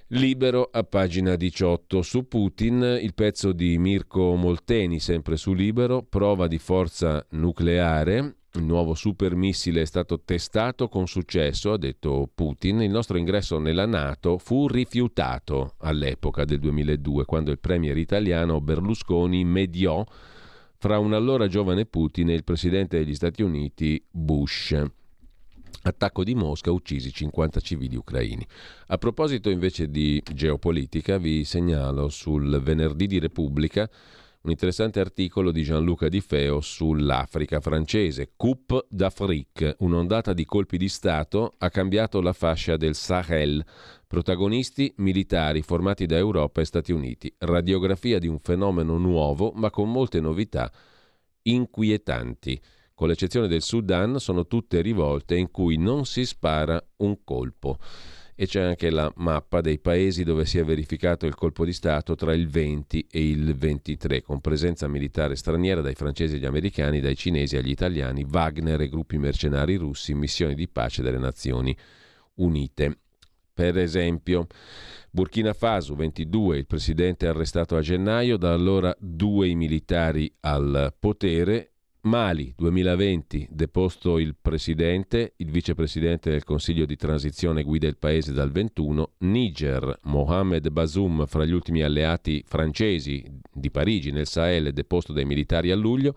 Libero a pagina 18. Su Putin il pezzo di Mirko Molteni, sempre su Libero, prova di forza nucleare. Il nuovo supermissile è stato testato con successo, ha detto Putin. Il nostro ingresso nella NATO fu rifiutato all'epoca del 2002, quando il premier italiano Berlusconi mediò fra un allora giovane Putin e il presidente degli Stati Uniti Bush. Attacco di Mosca, uccisi 50 civili ucraini. A proposito invece di geopolitica, vi segnalo sul Venerdì di Repubblica un interessante articolo di Gianluca Di Feo sull'Africa francese. Coup d'Afrique, un'ondata di colpi di Stato ha cambiato la fascia del Sahel. Protagonisti militari formati da Europa e Stati Uniti. Radiografia di un fenomeno nuovo, ma con molte novità inquietanti. Con l'eccezione del Sudan, sono tutte rivolte in cui non si spara un colpo. E c'è anche la mappa dei paesi dove si è verificato il colpo di Stato tra il 20 e il 23, con presenza militare straniera dai francesi agli americani, dai cinesi agli italiani, Wagner e gruppi mercenari russi, missioni di pace delle Nazioni Unite. Per esempio, Burkina Faso, 22, il presidente arrestato a gennaio, da allora 2 i militari al potere. Mali, 2020, deposto il presidente, il vicepresidente del Consiglio di transizione guida il paese dal 21. Niger, Mohamed Bazoum, fra gli ultimi alleati francesi di Parigi nel Sahel, deposto dai militari a luglio.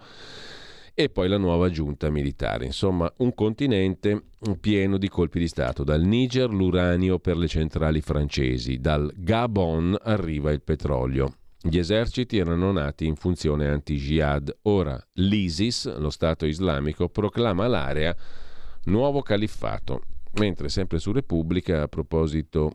E poi la nuova giunta militare. Insomma, un continente pieno di colpi di Stato. Dal Niger l'uranio per le centrali francesi, dal Gabon arriva il petrolio. Gli eserciti erano nati in funzione anti-jihad. Ora l'ISIS, lo Stato islamico, proclama l'area nuovo califfato. Mentre sempre su Repubblica, a proposito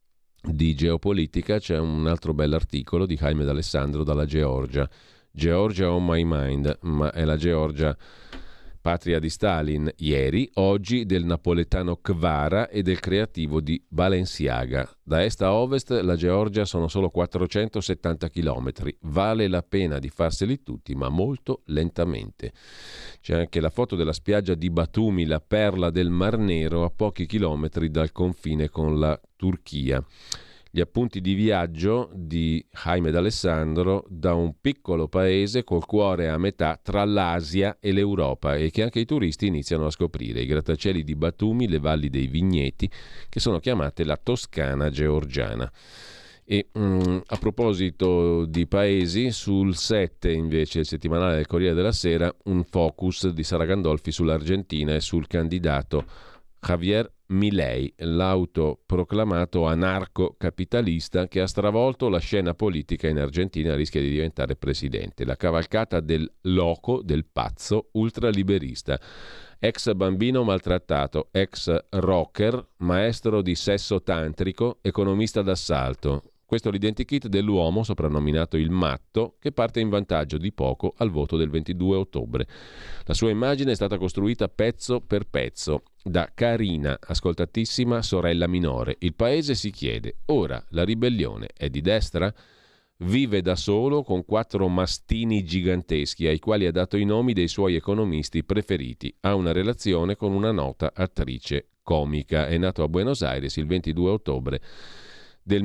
di geopolitica, c'è un altro bell'articolo di Jaime D'Alessandro dalla Georgia. Georgia on my mind, ma è la Georgia patria di Stalin ieri, oggi del napoletano Kvara e del creativo di Balenciaga. Da est a ovest la Georgia sono solo 470 chilometri. Vale la pena di farseli tutti, ma molto lentamente. C'è anche la foto della spiaggia di Batumi, la perla del Mar Nero, a pochi chilometri dal confine con la Turchia. Gli appunti di viaggio di Jaime D'Alessandro da un piccolo paese col cuore a metà tra l'Asia e l'Europa e che anche i turisti iniziano a scoprire. I grattacieli di Batumi, le valli dei vigneti, che sono chiamate la Toscana georgiana. E a proposito di paesi, sul 7 invece, il settimanale del Corriere della Sera, un focus di Sara Gandolfi sull'Argentina e sul candidato Javier Milei, l'autoproclamato anarco-capitalista che ha stravolto la scena politica in Argentina e rischia di diventare presidente. La cavalcata del loco, del pazzo ultraliberista, ex bambino maltrattato, ex rocker, maestro di sesso tantrico, economista d'assalto. Questo è l'identikit dell'uomo soprannominato il matto, che parte in vantaggio di poco al voto del 22 ottobre. La sua immagine è stata costruita pezzo per pezzo da carina, ascoltatissima sorella minore. Il paese si chiede: ora la ribellione è di destra? Vive da solo con 4 mastini giganteschi ai quali ha dato i nomi dei suoi economisti preferiti. Ha una relazione con una nota attrice comica. È nato a Buenos Aires il 22 ottobre del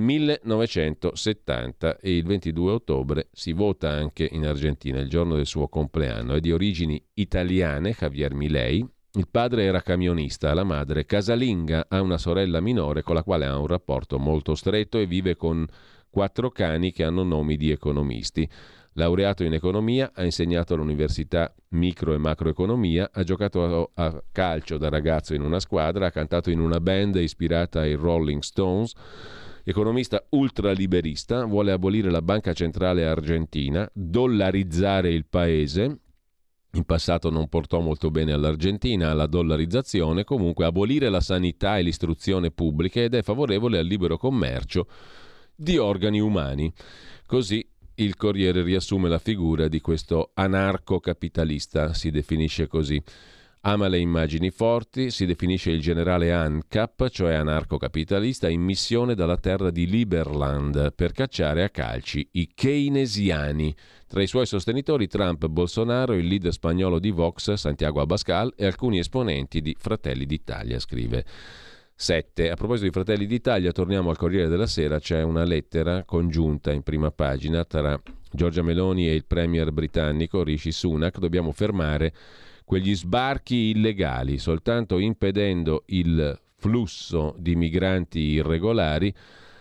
1970 e il 22 ottobre si vota anche in Argentina, il giorno del suo compleanno. È di origini italiane, Javier Milei. Il padre era camionista, la madre casalinga, ha una sorella minore con la quale ha un rapporto molto stretto e vive con 4 cani che hanno nomi di economisti. Laureato in economia, ha insegnato all'università micro e macroeconomia, ha giocato a calcio da ragazzo in una squadra, ha cantato in una band ispirata ai Rolling Stones. Economista ultraliberista, vuole abolire la banca centrale argentina, dollarizzare il paese. In passato non portò molto bene all'Argentina la dollarizzazione, comunque abolire la sanità e l'istruzione pubblica ed è favorevole al libero commercio di organi umani. Così il Corriere riassume la figura di questo anarco-capitalista, si definisce così. Ama le immagini forti, si definisce il generale ANCAP, cioè anarco-capitalista, in missione dalla terra di Liberland per cacciare a calci i keynesiani. Tra i suoi sostenitori Trump, Bolsonaro, il leader spagnolo di Vox, Santiago Abascal e alcuni esponenti di Fratelli d'Italia, scrive 7. A proposito di Fratelli d'Italia, torniamo al Corriere della Sera, c'è una lettera congiunta in prima pagina tra Giorgia Meloni e il premier britannico Rishi Sunak. Dobbiamo fermare quegli sbarchi illegali, soltanto impedendo il flusso di migranti irregolari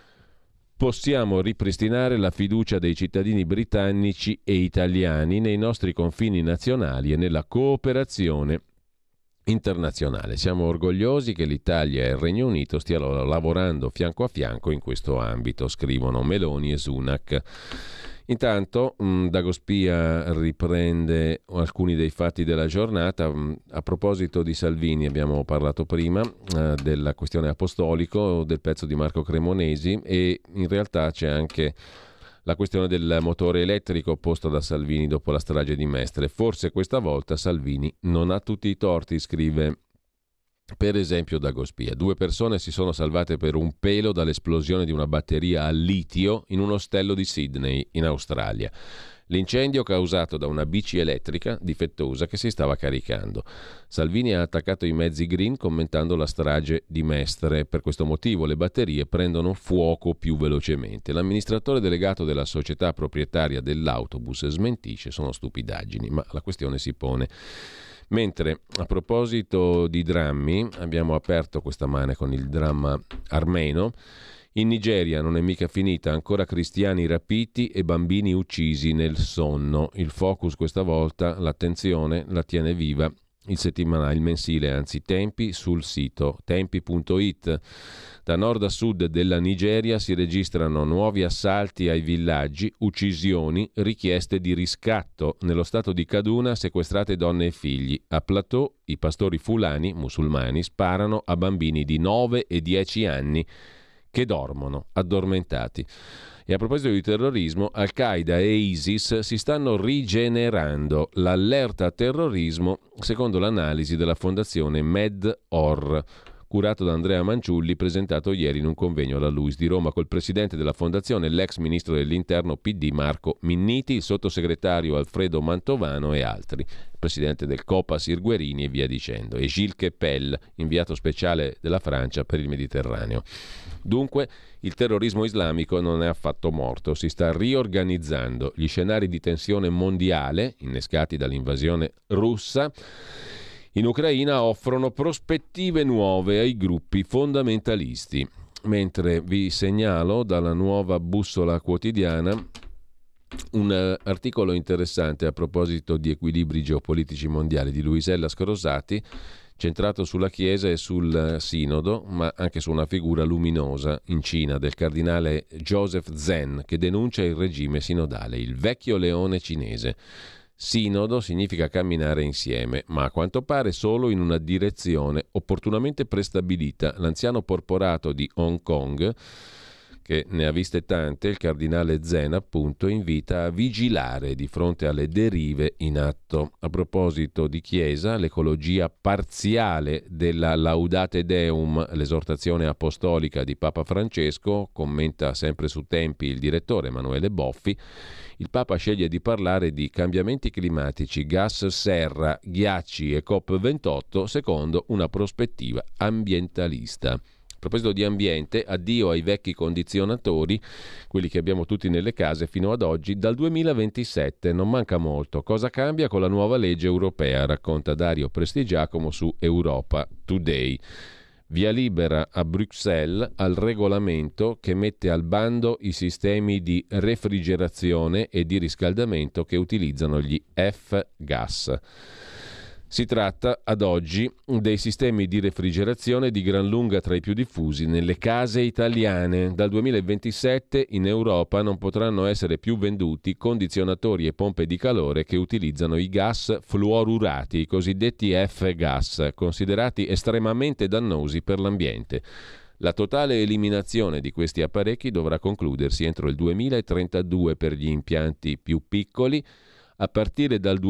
possiamo ripristinare la fiducia dei cittadini britannici e italiani nei nostri confini nazionali e nella cooperazione internazionale. Siamo orgogliosi che l'Italia e il Regno Unito stiano lavorando fianco a fianco in questo ambito, scrivono Meloni e Sunak. Intanto Dagospia riprende alcuni dei fatti della giornata. A proposito di Salvini, abbiamo parlato prima della questione apostolico, del pezzo di Marco Cremonesi, e in realtà c'è anche la questione del motore elettrico posta da Salvini dopo la strage di Mestre. Forse questa volta Salvini non ha tutti i torti, scrive per esempio Dagospia. 2 persone si sono salvate per un pelo dall'esplosione di una batteria a litio in un ostello di Sydney, in Australia. L'incendio causato da una bici elettrica difettosa che si stava caricando. Salvini ha attaccato i mezzi green commentando la strage di Mestre. Per questo motivo le batterie prendono fuoco più velocemente. L'amministratore delegato della società proprietaria dell'autobus smentisce: sono stupidaggini, ma la questione si pone. Mentre a proposito di drammi, abbiamo aperto questa mane con il dramma armeno. In Nigeria non è mica finita, ancora cristiani rapiti e bambini uccisi nel sonno. Il focus questa volta, l'attenzione, la tiene viva il mensile, anzi Tempi, sul sito tempi.it. Da nord a sud della Nigeria si registrano nuovi assalti ai villaggi, uccisioni, richieste di riscatto. Nello stato di Kaduna sequestrate donne e figli. A Plateau i pastori fulani, musulmani, sparano a bambini di 9 e 10 anni che dormono addormentati. E a proposito di terrorismo, Al-Qaeda e ISIS si stanno rigenerando. L'allerta a terrorismo secondo l'analisi della fondazione Med-Or, curato da Andrea Manciulli, presentato ieri in un convegno alla LUISS di Roma col presidente della fondazione, l'ex ministro dell'interno PD Marco Minniti, il sottosegretario Alfredo Mantovano e altri, il presidente del Copasir Guerini e via dicendo, e Gilles Kepel, inviato speciale della Francia per il Mediterraneo. Dunque il terrorismo islamico non è affatto morto, si sta riorganizzando. Gli scenari di tensione mondiale, innescati dall'invasione russa in Ucraina, offrono prospettive nuove ai gruppi fondamentalisti. Mentre vi segnalo dalla Nuova Bussola Quotidiana un articolo interessante a proposito di equilibri geopolitici mondiali di Luisella Scrosati, centrato sulla Chiesa e sul Sinodo, ma anche su una figura luminosa in Cina del cardinale Joseph Zen, che denuncia il regime sinodale, il vecchio leone cinese. Sinodo significa camminare insieme, ma a quanto pare solo in una direzione opportunamente prestabilita. L'anziano porporato di Hong Kong, che ne ha viste tante, il cardinale Zen appunto, invita a vigilare di fronte alle derive in atto. A proposito di Chiesa, l'ecologia parziale della Laudate Deum, l'esortazione apostolica di Papa Francesco, commenta sempre su Tempi il direttore Emanuele Boffi. Il Papa sceglie di parlare di cambiamenti climatici, gas serra, ghiacci e COP28 secondo una prospettiva ambientalista. A proposito di ambiente, addio ai vecchi condizionatori, quelli che abbiamo tutti nelle case fino ad oggi. Dal 2027 non manca molto. Cosa cambia con la nuova legge europea? Racconta Dario Prestigiacomo su Europa Today. Via libera a Bruxelles al regolamento che mette al bando i sistemi di refrigerazione e di riscaldamento che utilizzano gli F-gas. Si tratta ad oggi dei sistemi di refrigerazione di gran lunga tra i più diffusi nelle case italiane. Dal 2027 in Europa non potranno essere più venduti condizionatori e pompe di calore che utilizzano i gas fluorurati, i cosiddetti F-gas, considerati estremamente dannosi per l'ambiente. La totale eliminazione di questi apparecchi dovrà concludersi entro il 2032 per gli impianti più piccoli, a partire dal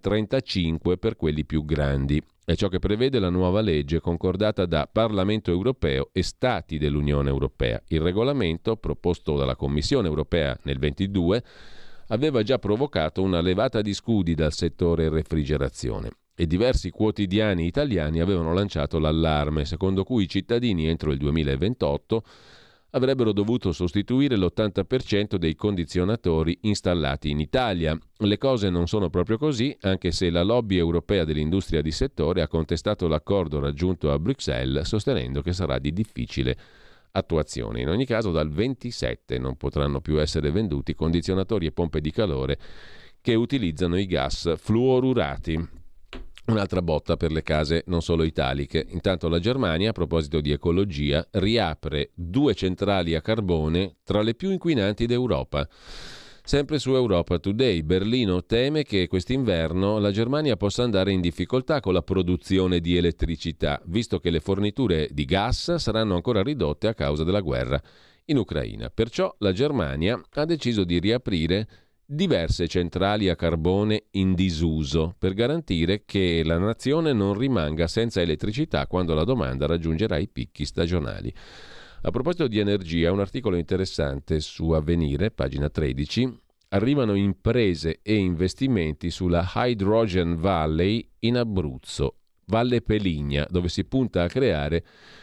2035 per quelli più grandi. È ciò che prevede la nuova legge concordata da Parlamento europeo e Stati dell'Unione Europea. Il regolamento, proposto dalla Commissione europea nel 2022, aveva già provocato una levata di scudi dal settore refrigerazione. e diversi quotidiani italiani avevano lanciato l'allarme, secondo cui i cittadini entro il 2028 avrebbero dovuto sostituire l'80% dei condizionatori installati in Italia. Le cose non sono proprio così, anche se la lobby europea dell'industria di settore ha contestato l'accordo raggiunto a Bruxelles, sostenendo che sarà di difficile attuazione. In ogni caso, dal 27 non potranno più essere venduti condizionatori e pompe di calore che utilizzano i gas fluorurati. Un'altra botta per le case non solo italiche. Intanto la Germania, a proposito di ecologia, riapre 2 centrali a carbone tra le più inquinanti d'Europa. Sempre su Europa Today, Berlino teme che quest'inverno la Germania possa andare in difficoltà con la produzione di elettricità, visto che le forniture di gas saranno ancora ridotte a causa della guerra in Ucraina. Perciò la Germania ha deciso di riaprire diverse centrali a carbone in disuso per garantire che la nazione non rimanga senza elettricità quando la domanda raggiungerà i picchi stagionali. A proposito di energia, un articolo interessante su Avvenire, pagina 13, arrivano imprese e investimenti sulla Hydrogen Valley in Abruzzo, Valle Peligna, dove si punta a creare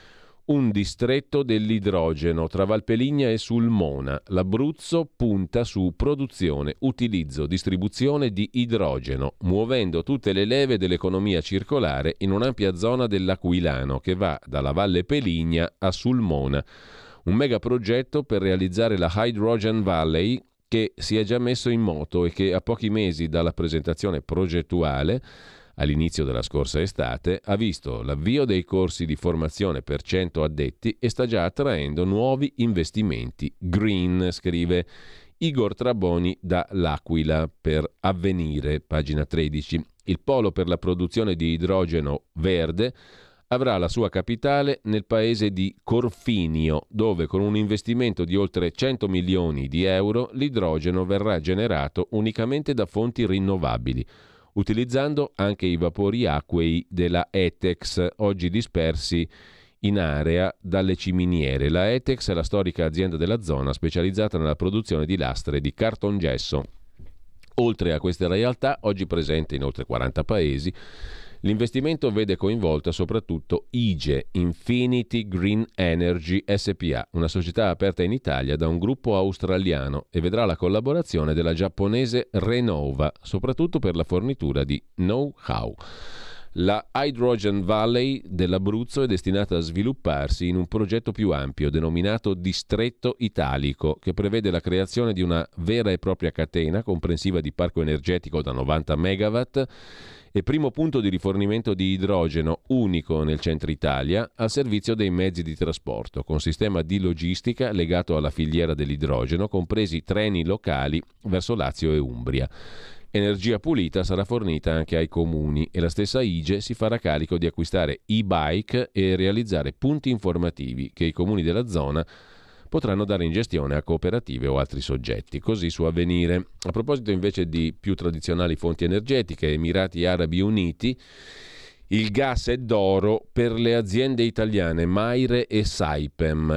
un distretto dell'idrogeno tra Valpeligna e Sulmona. L'Abruzzo punta su produzione, utilizzo, distribuzione di idrogeno, muovendo tutte le leve dell'economia circolare in un'ampia zona dell'Aquilano che va dalla Valle Peligna a Sulmona. Un megaprogetto per realizzare la Hydrogen Valley che si è già messo in moto e che a pochi mesi dalla presentazione progettuale all'inizio della scorsa estate, ha visto l'avvio dei corsi di formazione per 100 addetti e sta già attraendo nuovi investimenti green, scrive Igor Traboni da L'Aquila per Avvenire, pagina 13. Il polo per la produzione di idrogeno verde avrà la sua capitale nel paese di Corfinio, dove con un investimento di oltre 100 milioni di euro l'idrogeno verrà generato unicamente da fonti rinnovabili, utilizzando anche i vapori acquei della Etex, oggi dispersi in area dalle ciminiere. La Etex è la storica azienda della zona specializzata nella produzione di lastre di cartongesso. Oltre a queste realtà, oggi presente in oltre 40 paesi, l'investimento vede coinvolta soprattutto IGE, Infinity Green Energy SPA, una società aperta in Italia da un gruppo australiano, e vedrà la collaborazione della giapponese Renova, soprattutto per la fornitura di know-how. La Hydrogen Valley dell'Abruzzo è destinata a svilupparsi in un progetto più ampio denominato Distretto Italico, che prevede la creazione di una vera e propria catena comprensiva di parco energetico da 90 megawatt e primo punto di rifornimento di idrogeno unico nel centro Italia al servizio dei mezzi di trasporto, con sistema di logistica legato alla filiera dell'idrogeno, compresi treni locali verso Lazio e Umbria. Energia pulita sarà fornita anche ai comuni e la stessa IGE si farà carico di acquistare e-bike e realizzare punti informativi che i comuni della zona potranno dare in gestione a cooperative o altri soggetti. Così su Avvenire. A proposito invece di più tradizionali fonti energetiche, Emirati Arabi Uniti, il gas è d'oro per le aziende italiane Maire e Saipem,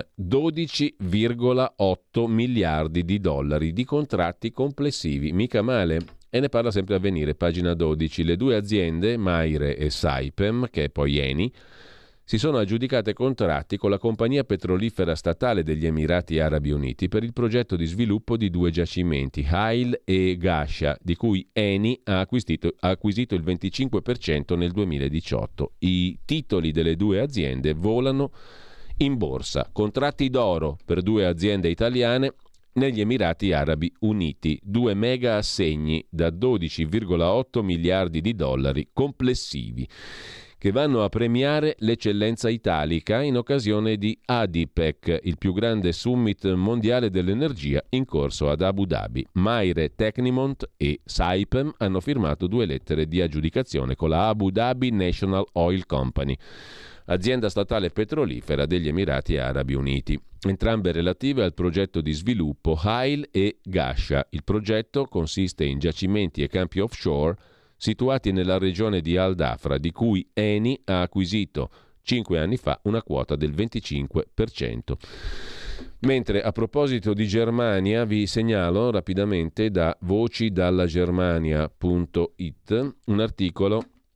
12,8 miliardi di dollari di contratti complessivi, mica male. E ne parla sempre Avvenire, pagina 12. Le due aziende, Maire e Saipem, che è poi Eni, si sono aggiudicate contratti con la compagnia petrolifera statale degli Emirati Arabi Uniti per il progetto di sviluppo di 2 giacimenti, Hail e Ghasha, di cui Eni ha acquisito il 25% nel 2018. I titoli delle due aziende volano in borsa. Contratti d'oro per 2 aziende italiane negli Emirati Arabi Uniti, 2 mega assegni da 12,8 miliardi di dollari complessivi, che vanno a premiare l'eccellenza italica in occasione di ADIPEC, il più grande summit mondiale dell'energia in corso ad Abu Dhabi. Maire, Tecnimont e Saipem hanno firmato 2 lettere di aggiudicazione con la Abu Dhabi National Oil Company, azienda statale petrolifera degli Emirati Arabi Uniti, entrambe relative al progetto di sviluppo Hail e Ghasha. Il progetto consiste in giacimenti e campi offshore situati nella regione di Al Dhafra, di cui Eni ha acquisito 5 anni fa una quota del 25%. Mentre a proposito di Germania vi segnalo rapidamente da voci dalla Germania.it un articolo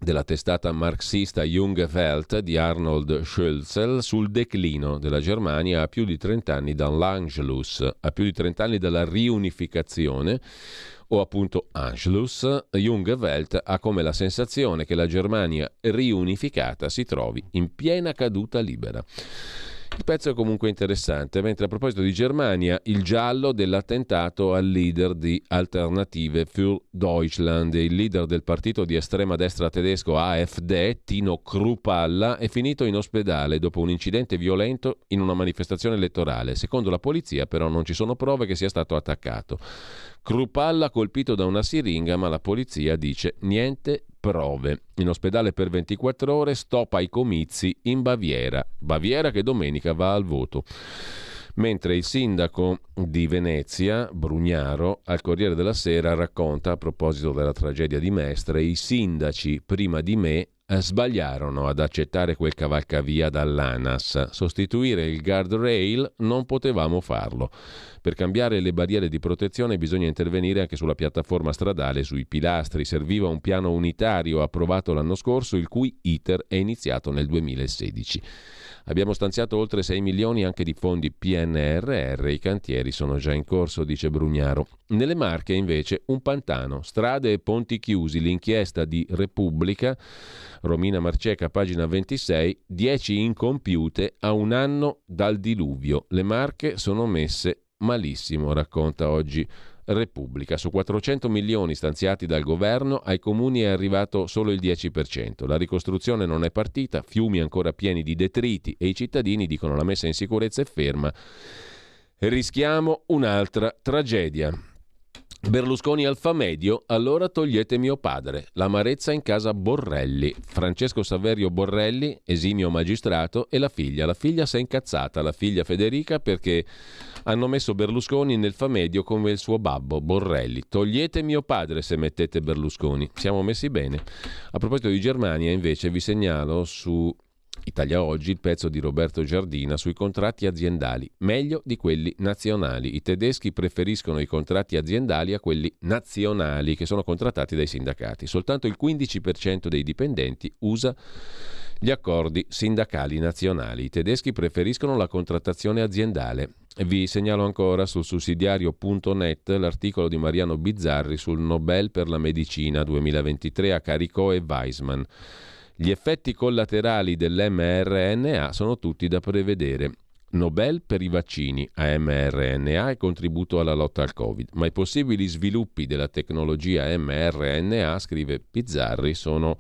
della testata marxista Junge Welt di Arnold Schölzel sul declino della Germania a più di 30 anni dall'Anschluss, a più di 30 anni dalla riunificazione, o appunto Anschluss. Junge Welt ha come la sensazione che la Germania riunificata si trovi in piena caduta libera. Il pezzo è comunque interessante, mentre a proposito di Germania, il giallo dell'attentato al leader di Alternative für Deutschland, il leader del partito di estrema destra tedesco AfD, Tino Kruppalla, è finito in ospedale dopo un incidente violento in una manifestazione elettorale. Secondo la polizia però non ci sono prove che sia stato attaccato. Kruppalla colpito da una siringa, ma la polizia dice niente prove. In ospedale per 24 ore, stop ai comizi in Baviera. Baviera che domenica va al voto. Mentre il sindaco di Venezia, Brugnaro, al Corriere della Sera racconta, a proposito della tragedia di Mestre, i sindaci prima di me sbagliarono ad accettare quel cavalcavia dall'ANAS. Sostituire il guardrail non potevamo farlo. Per cambiare le barriere di protezione bisogna intervenire anche sulla piattaforma stradale, sui pilastri. Serviva un piano unitario approvato l'anno scorso, il cui iter è iniziato nel 2016. Abbiamo stanziato oltre 6 milioni anche di fondi PNRR, i cantieri sono già in corso, dice Brugnaro. Nelle Marche invece un pantano, strade e ponti chiusi, l'inchiesta di Repubblica, Romina Marceca, pagina 26, 10 incompiute a un anno dal diluvio. Le Marche sono messe malissimo, racconta oggi Repubblica. Su 400 milioni stanziati dal governo, ai comuni è arrivato solo il 10%. La ricostruzione non è partita, fiumi ancora pieni di detriti e i cittadini dicono la messa in sicurezza è ferma. Rischiamo un'altra tragedia. Berlusconi al Famedio, allora togliete mio padre. L'amarezza in casa Borrelli. Francesco Saverio Borrelli, esimio magistrato, e la figlia. La figlia si è incazzata, la figlia Federica, perché hanno messo Berlusconi nel Famedio come il suo babbo, Borrelli. Togliete mio padre se mettete Berlusconi. Siamo messi bene. A proposito di Germania, invece, vi segnalo su Italia Oggi il pezzo di Roberto Giardina sui contratti aziendali, meglio di quelli nazionali. I tedeschi preferiscono i contratti aziendali a quelli nazionali che sono contrattati dai sindacati. Soltanto il 15% dei dipendenti usa gli accordi sindacali nazionali. I tedeschi preferiscono la contrattazione aziendale. Vi segnalo ancora sul sussidiario.net l'articolo di Mariano Bizzarri sul Nobel per la medicina 2023 a Caricò e Weissman. Gli effetti collaterali dell'mRNA sono tutti da prevedere. Nobel per i vaccini a mRNA e contributo alla lotta al Covid. Ma i possibili sviluppi della tecnologia mRNA, scrive Bizzarri, sono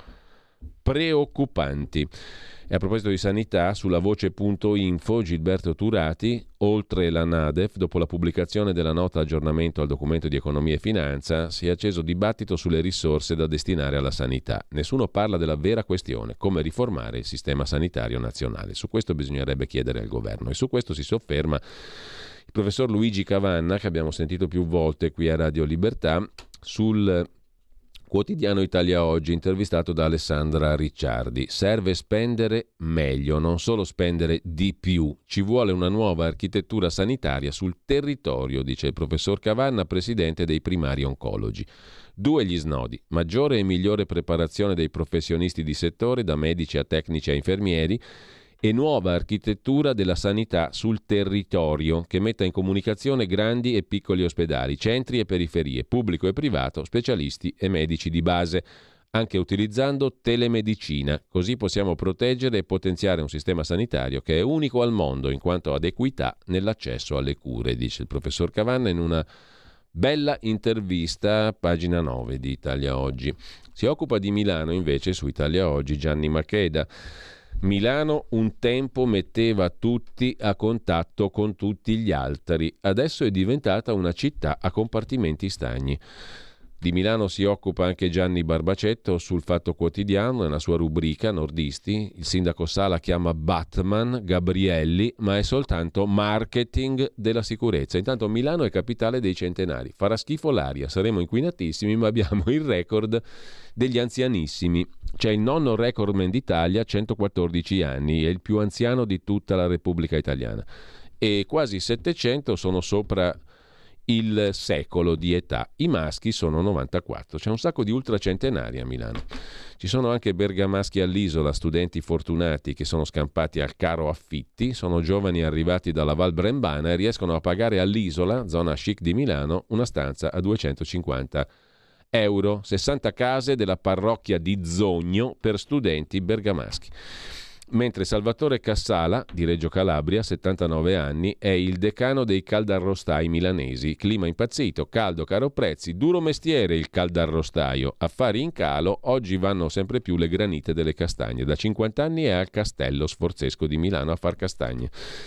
preoccupanti. E a proposito di sanità, sulla voce.info Gilberto Turati, oltre la NADEF, dopo la pubblicazione della nota aggiornamento al documento di economia e finanza, si è acceso dibattito sulle risorse da destinare alla sanità. Nessuno parla della vera questione, come riformare il sistema sanitario nazionale. Su questo bisognerebbe chiedere al governo e su questo si sofferma il professor Luigi Cavanna, che abbiamo sentito più volte qui a Radio Libertà, sul Quotidiano Italia Oggi, intervistato da Alessandra Ricciardi. Serve spendere meglio, non solo spendere di più. Ci vuole una nuova architettura sanitaria sul territorio, dice il professor Cavanna, presidente dei primari oncologi. 2 gli snodi: maggiore e migliore preparazione dei professionisti di settore, da medici a tecnici a infermieri, e nuova architettura della sanità sul territorio che metta in comunicazione grandi e piccoli ospedali, centri e periferie, pubblico e privato, specialisti e medici di base, anche utilizzando telemedicina. Così possiamo proteggere e potenziare un sistema sanitario che è unico al mondo in quanto ad equità nell'accesso alle cure, dice il professor Cavanna in una bella intervista, pagina 9 di Italia Oggi. Si occupa di Milano invece su Italia Oggi Gianni Macheda. Milano un tempo metteva tutti a contatto con tutti gli altri, adesso è diventata una città a compartimenti stagni. Di Milano si occupa anche Gianni Barbacetto sul Fatto Quotidiano, nella sua rubrica Nordisti. Il sindaco Sala chiama Batman Gabrielli, ma è soltanto marketing della sicurezza. Intanto Milano è capitale dei centenari. Farà schifo l'aria, saremo inquinatissimi, ma abbiamo il record degli anzianissimi. C'è il nonno recordman d'Italia, 114 anni, è il più anziano di tutta la Repubblica Italiana. E quasi 700 sono sopra il secolo di età. I maschi sono 94. C'è un sacco di ultracentenari a Milano. Ci sono anche bergamaschi all'Isola, studenti fortunati che sono scampati al caro affitti, sono giovani arrivati dalla Val Brembana e riescono a pagare all'Isola, zona chic di Milano, una stanza a 250 euro. 60 case della parrocchia di Zogno per studenti bergamaschi. Mentre Salvatore Cassala, di Reggio Calabria, 79 anni, è il decano dei caldarrostai milanesi. Clima impazzito, caldo, caro prezzi, duro mestiere il caldarrostaio. Affari in calo, oggi vanno sempre più le granite delle castagne. Da 50 anni è al Castello Sforzesco di Milano a far castagne.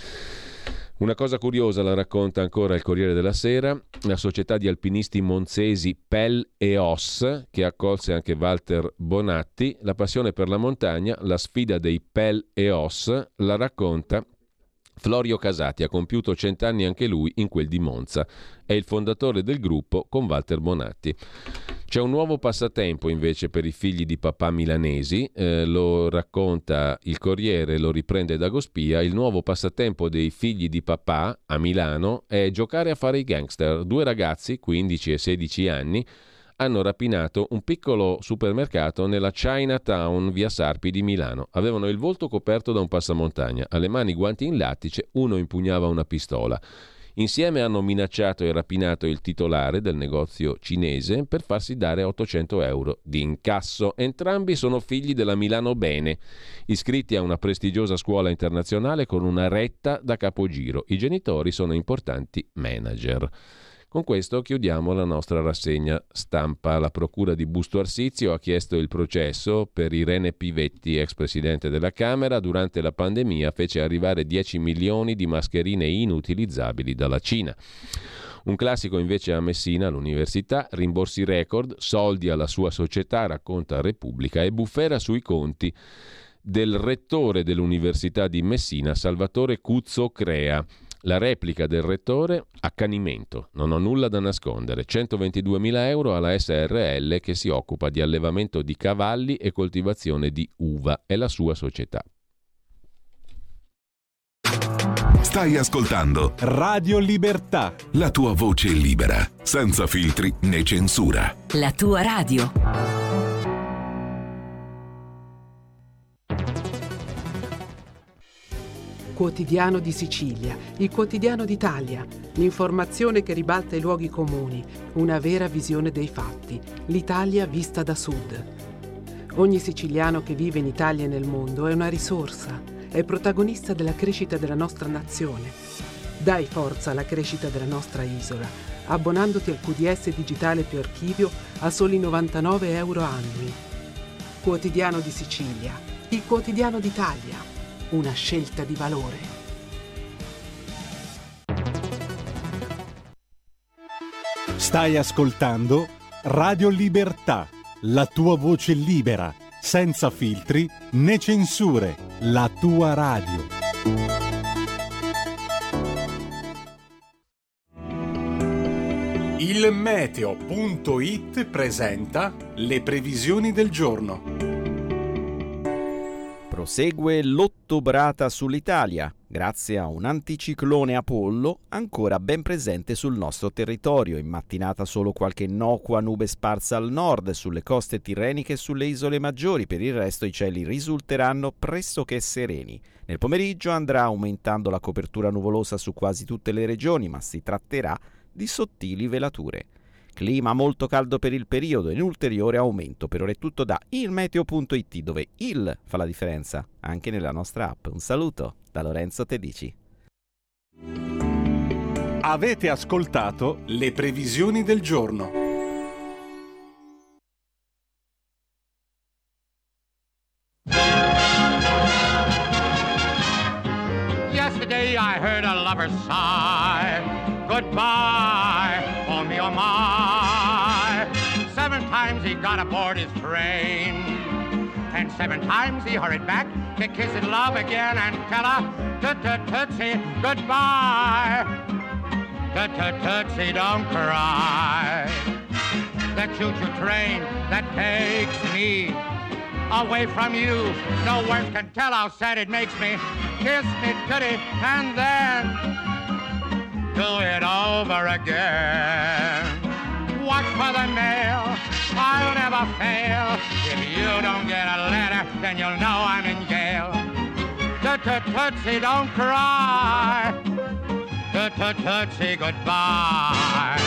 Una cosa curiosa la racconta ancora il Corriere della Sera, la società di alpinisti monzesi Pel e Os, che accolse anche Walter Bonatti. La passione per la montagna, la sfida dei Pel e Os, la racconta Florio Casati, ha compiuto 100 anni anche lui in quel di Monza. È il fondatore del gruppo con Walter Bonatti. C'è un nuovo passatempo invece per i figli di papà milanesi, lo racconta il Corriere, lo riprende da Gospia. Il nuovo passatempo dei figli di papà a Milano è giocare a fare i gangster. 2 ragazzi, 15 e 16 anni, hanno rapinato un piccolo supermercato nella Chinatown, via Sarpi di Milano. Avevano il volto coperto da un passamontagna, alle mani guanti in lattice, uno impugnava una pistola. Insieme hanno minacciato e rapinato il titolare del negozio cinese per farsi dare 800 euro di incasso. Entrambi sono figli della Milano Bene, iscritti a una prestigiosa scuola internazionale con una retta da capogiro. I genitori sono importanti manager. Con questo chiudiamo la nostra rassegna stampa. La procura di Busto Arsizio ha chiesto il processo per Irene Pivetti, ex presidente della Camera. Durante la pandemia fece arrivare 10 milioni di mascherine inutilizzabili dalla Cina. Un classico invece a Messina, all'università, rimborsi record, soldi alla sua società, racconta Repubblica, e bufera sui conti del rettore dell'Università di Messina, Salvatore Cuzzo Crea. La replica del rettore, accanimento, non ho nulla da nascondere, 122.000 euro alla SRL che si occupa di allevamento di cavalli e coltivazione di uva, è la sua società. Stai ascoltando Radio Libertà, la tua voce libera, senza filtri né censura. La tua radio. Quotidiano di Sicilia, il quotidiano d'Italia, l'informazione che ribalta i luoghi comuni, una vera visione dei fatti, l'Italia vista da sud. Ogni siciliano che vive in Italia e nel mondo è una risorsa, è protagonista della crescita della nostra nazione. Dai forza alla crescita della nostra isola, abbonandoti al QDS digitale più archivio a soli 99 euro annui. Quotidiano di Sicilia, il quotidiano d'Italia. Una scelta di valore. Stai ascoltando Radio Libertà, la tua voce libera, senza filtri né censure, la tua radio. Il meteo.it presenta le previsioni del giorno. Prosegue l'ottobrata sull'Italia, grazie a un anticiclone Apollo ancora ben presente sul nostro territorio. In mattinata solo qualche innocua nube sparsa al nord, sulle coste tirreniche e sulle isole maggiori. Per il resto i cieli risulteranno pressoché sereni. Nel pomeriggio andrà aumentando la copertura nuvolosa su quasi tutte le regioni, ma si tratterà di sottili velature. Clima molto caldo per il periodo e in ulteriore aumento. Per ora è tutto da ilmeteo.it, dove il fa la differenza anche nella nostra app. Un saluto da Lorenzo Tedici. Avete ascoltato le previsioni del giorno. Yesterday I heard a lover sigh, goodbye, oh me, oh my. 7 times he got aboard his train, and 7 times he hurried back to kiss his love again and tell her, tut-tut-tootsie, goodbye. Tut-tut-tootsie, don't cry. The choo-choo train that takes me away from you, no words can tell how sad it makes me. Kiss me, tootie, and then do it over again. Watch for the mail, I'll never fail. If you don't get a letter, then you'll know I'm in jail. Tootsie, don't cry. Tootsie, goodbye.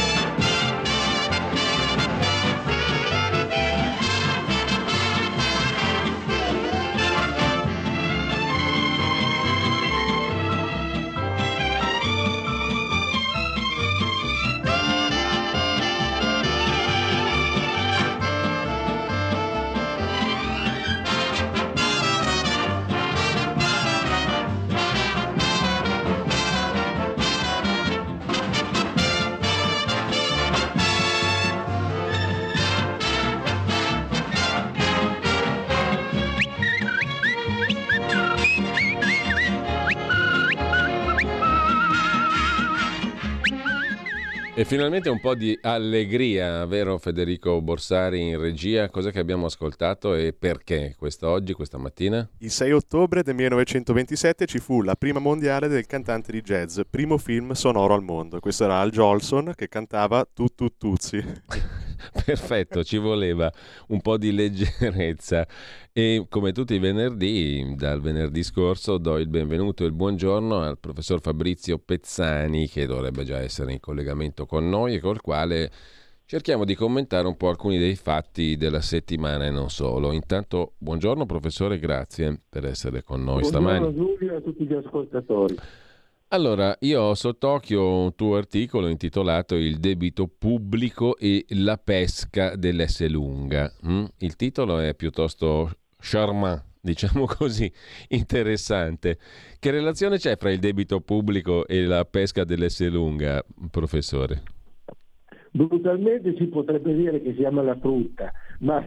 E finalmente un po' di allegria, vero Federico Borsari in regia? Cos'è che abbiamo ascoltato e perché questa mattina? Il 6 ottobre del 1927 ci fu la prima mondiale del cantante di jazz, primo film sonoro al mondo. Questo era Al Jolson che cantava Tuzzi. Perfetto, ci voleva un po' di leggerezza e come tutti i venerdì, dal venerdì scorso do il benvenuto e il buongiorno al professor Fabrizio Pezzani, che dovrebbe già essere in collegamento con noi e col quale cerchiamo di commentare un po' alcuni dei fatti della settimana e non solo. Intanto buongiorno professore, grazie per essere con noi stamani. Buongiorno Giulio e a tutti gli ascoltatori. Allora, io ho sott'occhio un tuo articolo intitolato Il debito pubblico e la pesca dell'Esselunga. Il titolo è piuttosto charmant, diciamo così, interessante. Che relazione c'è fra il debito pubblico e la pesca dell'Esselunga, professore? Brutalmente si potrebbe dire che siamo alla frutta, ma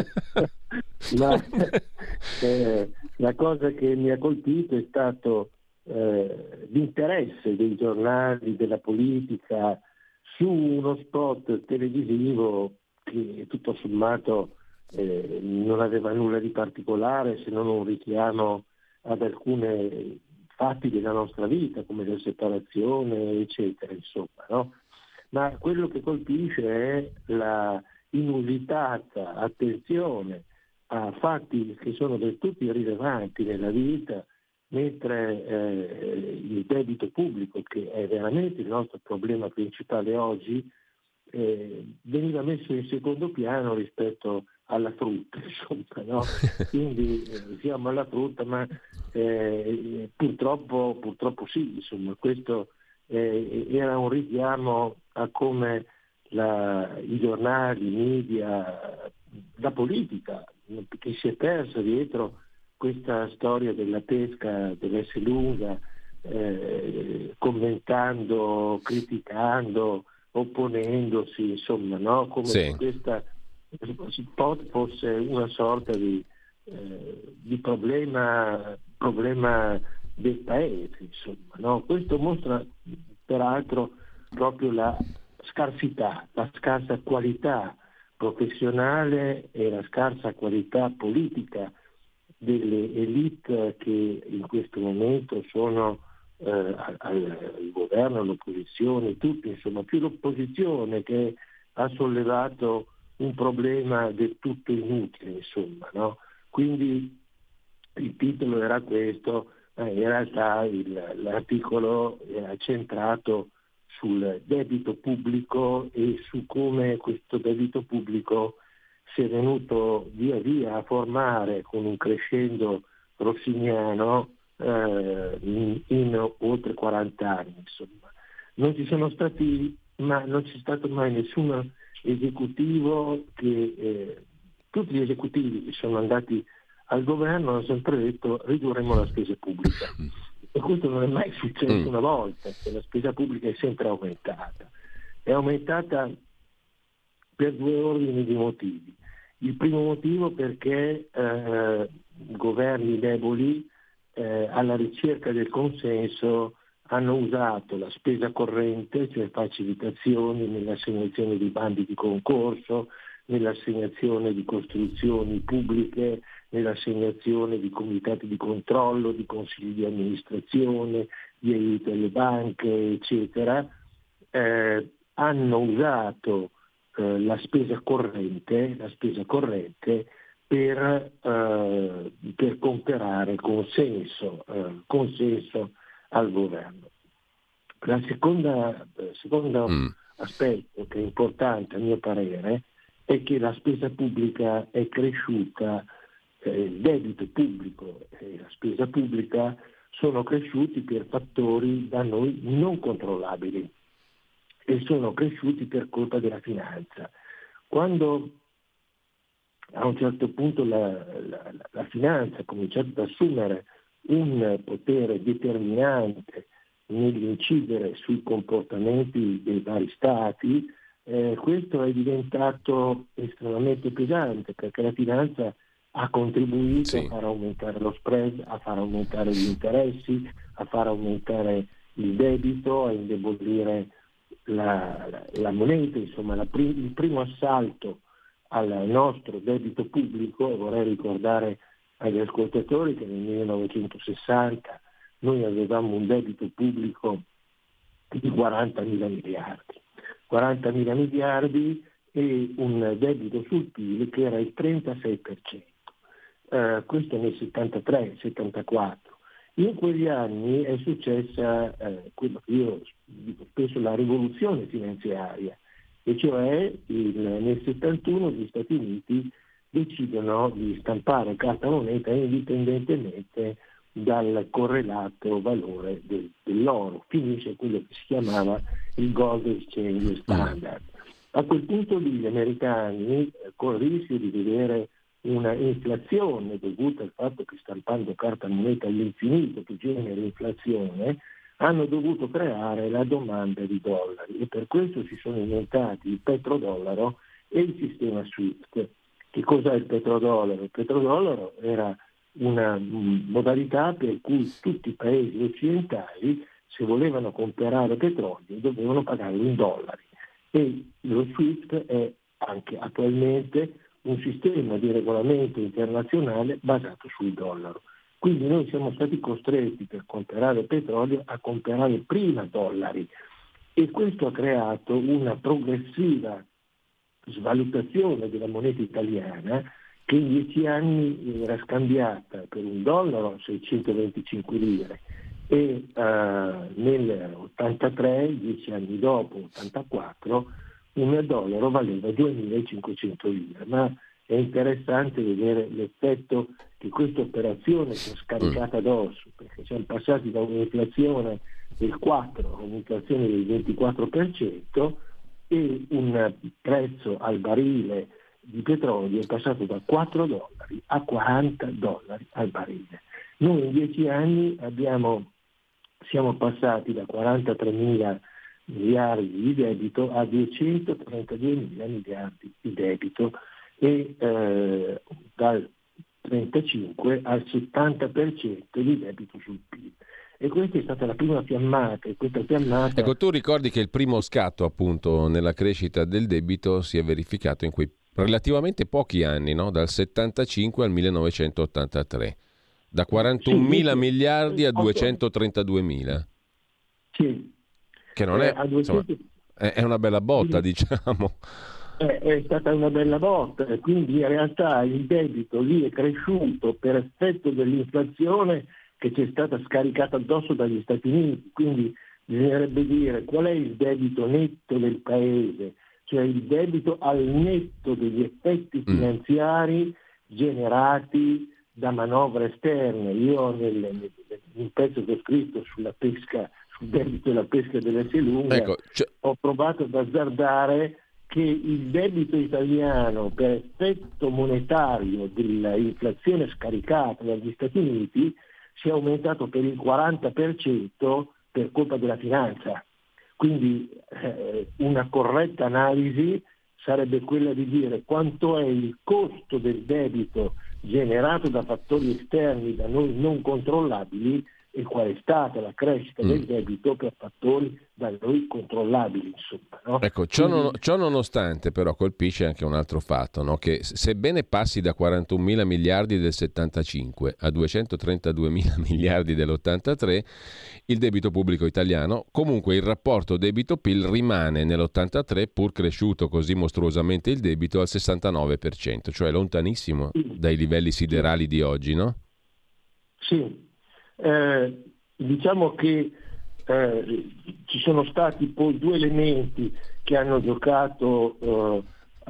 la cosa che mi ha colpito è stato l'interesse dei giornali, della politica su uno spot televisivo che tutto sommato non aveva nulla di particolare se non un richiamo ad alcuni fatti della nostra vita come la separazione eccetera, insomma, no? Ma quello che colpisce è la inusitata attenzione a fatti che sono del tutto irrilevanti nella vita, mentre il debito pubblico, che è veramente il nostro problema principale oggi, veniva messo in secondo piano rispetto alla frutta, insomma, no? Quindi siamo alla frutta, ma purtroppo sì, insomma, questo era un richiamo a come i giornali, i media, la politica, che si è persa dietro questa storia della pesca dell'Esselunga, commentando, criticando, opponendosi, insomma, no? Come se questa spot fosse una sorta di problema del paese, insomma, no? Questo mostra peraltro proprio la scarsità, la scarsa qualità professionale e la scarsa qualità politica delle elite che in questo momento sono al governo, all'opposizione, tutti, insomma, più l'opposizione che ha sollevato un problema del tutto inutile, insomma, no? Quindi il titolo era questo, in realtà l'articolo era centrato sul debito pubblico e su come questo debito pubblico si è venuto via via a formare con un crescendo rossiniano in oltre 40 anni. Insomma. Non c'è stato mai nessun esecutivo tutti gli esecutivi che sono andati al governo hanno sempre detto ridurremo la spesa pubblica. E questo non è mai successo una volta, che la spesa pubblica è sempre aumentata. È aumentata per due ordini di motivi. Il primo motivo perché governi deboli alla ricerca del consenso hanno usato la spesa corrente, cioè facilitazioni nell'assegnazione di bandi di concorso, nell'assegnazione di costruzioni pubbliche, nell'assegnazione di comitati di controllo, di consigli di amministrazione, di aiuto alle banche, eccetera, hanno usato la spesa corrente per comprare consenso al governo. Il secondo aspetto che è importante a mio parere è che la spesa pubblica è cresciuta, il debito pubblico e la spesa pubblica sono cresciuti per fattori da noi non controllabili e sono cresciuti per colpa della finanza. Quando a un certo punto la finanza ha cominciato ad assumere un potere determinante nell'incidere sui comportamenti dei vari stati, questo è diventato estremamente pesante, perché la finanza ha contribuito a far aumentare lo spread, a far aumentare gli interessi, a far aumentare il debito, a indebolire la moneta, insomma il primo assalto al nostro debito pubblico. Vorrei ricordare agli ascoltatori che nel 1960 noi avevamo un debito pubblico di 40.000 miliardi e un debito sul PIL che era il 36%. Questo nel 73-74. In quegli anni è successa quello che io dico spesso la rivoluzione finanziaria, e cioè nel 71 gli Stati Uniti decidono di stampare carta moneta indipendentemente dal correlato valore dell'oro. Finisce quello che si chiamava il Gold Exchange Standard. A quel punto lì gli americani, con il rischio di vedere una inflazione dovuta al fatto che stampando carta moneta all'infinito che genera inflazione, hanno dovuto creare la domanda di dollari e per questo si sono inventati il petrodollaro e il sistema SWIFT. Che cos'è il petrodollaro? Il petrodollaro era una modalità per cui tutti i paesi occidentali, se volevano comprare petrolio, dovevano pagarlo in dollari, e lo SWIFT è anche attualmente un sistema di regolamento internazionale basato sul dollaro. Quindi noi siamo stati costretti per comprare petrolio a comprare prima dollari, e questo ha creato una progressiva svalutazione della moneta italiana che in 10 anni era scambiata per un dollaro 625 lire e nel 83, 10 anni dopo, 84, un dollaro valeva 2.500 lire. Ma è interessante vedere l'effetto che questa operazione si è scaricata addosso, perché siamo passati da un'inflazione del 4 a un'inflazione del 24% e un prezzo al barile di petrolio è passato da 4 dollari a 40 dollari al barile. Noi in 10 anni siamo passati da 43.000 miliardi di debito a 232.000 miliardi di debito e dal 35 al 70% di debito sul PIL. E questa è stata la prima fiammata. E questa fiammata... Ecco, tu ricordi che il primo scatto appunto nella crescita del debito si è verificato in quei relativamente pochi anni, no? Dal 75 al 1983, da 41.000 miliardi a 232.000. Sì. Che non è, insomma, è una bella botta, diciamo. È stata una bella botta, e quindi in realtà il debito lì è cresciuto per effetto dell'inflazione che ci è stata scaricata addosso dagli Stati Uniti. Quindi bisognerebbe dire qual è il debito netto del paese, cioè il debito al netto degli effetti finanziari generati da manovre esterne. Io nel pezzo che ho scritto sulla pesca, sul debito della pesca dell'S lunga, ho provato ad azzardare che il debito italiano per effetto monetario dell'inflazione scaricata dagli Stati Uniti si è aumentato per il 40% per colpa della finanza. Quindi una corretta analisi sarebbe quella di dire quanto è il costo del debito generato da fattori esterni da noi non controllabili e qual è stata la crescita del debito per fattori da noi controllabili, insomma, no? Ecco, ciò nonostante però colpisce anche un altro fatto, no? Che sebbene passi da 41 mila miliardi del 75 a 232 mila miliardi dell'83, il debito pubblico italiano, comunque il rapporto debito-PIL rimane nell'83, pur cresciuto così mostruosamente il debito, al 69%, cioè lontanissimo dai livelli siderali di oggi, no? Sì, diciamo che ci sono stati poi due elementi che hanno giocato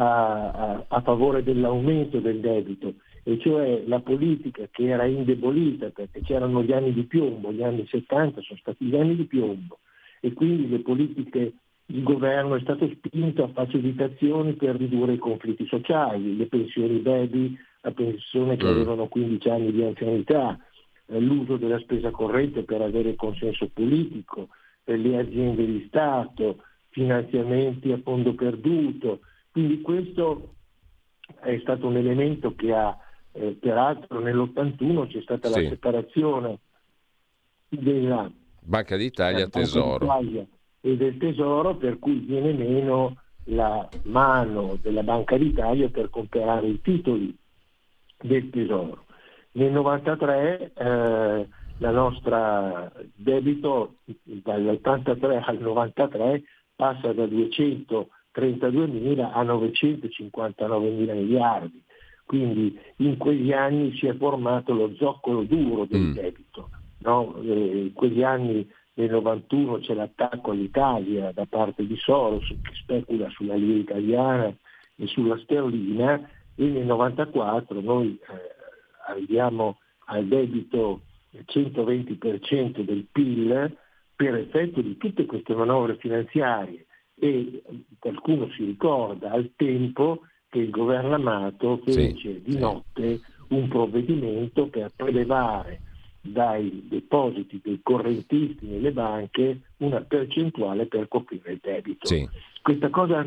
a favore dell'aumento del debito, e cioè la politica che era indebolita perché c'erano gli anni di piombo, gli anni 70 sono stati gli anni di piombo, e quindi le politiche, il governo è stato spinto a facilitazioni per ridurre i conflitti sociali, le pensioni baby a persone che avevano 15 anni di anzianità, l'uso della spesa corrente per avere consenso politico, per le aziende di Stato, finanziamenti a fondo perduto. Quindi questo è stato un elemento che ha, peraltro nell'81 c'è stata la separazione della Banca d'Italia Tesoro e del Tesoro, per cui viene meno la mano della Banca d'Italia per comprare i del Tesoro. Nel 93 la nostra debito dall'83 al 93 passa da 232.000 a 959.000 miliardi, quindi in quegli anni si è formato lo zoccolo duro del debito, no? In quegli anni nel 91 c'è l'attacco all'Italia da parte di Soros, che specula sulla lira italiana e sulla sterlina, e nel 94 noi arriviamo al debito del 120% del PIL per effetto di tutte queste manovre finanziarie, e qualcuno si ricorda al tempo che il governo Amato fece di notte un provvedimento per prelevare dai depositi dei correntisti nelle banche una percentuale per coprire il debito. Questa cosa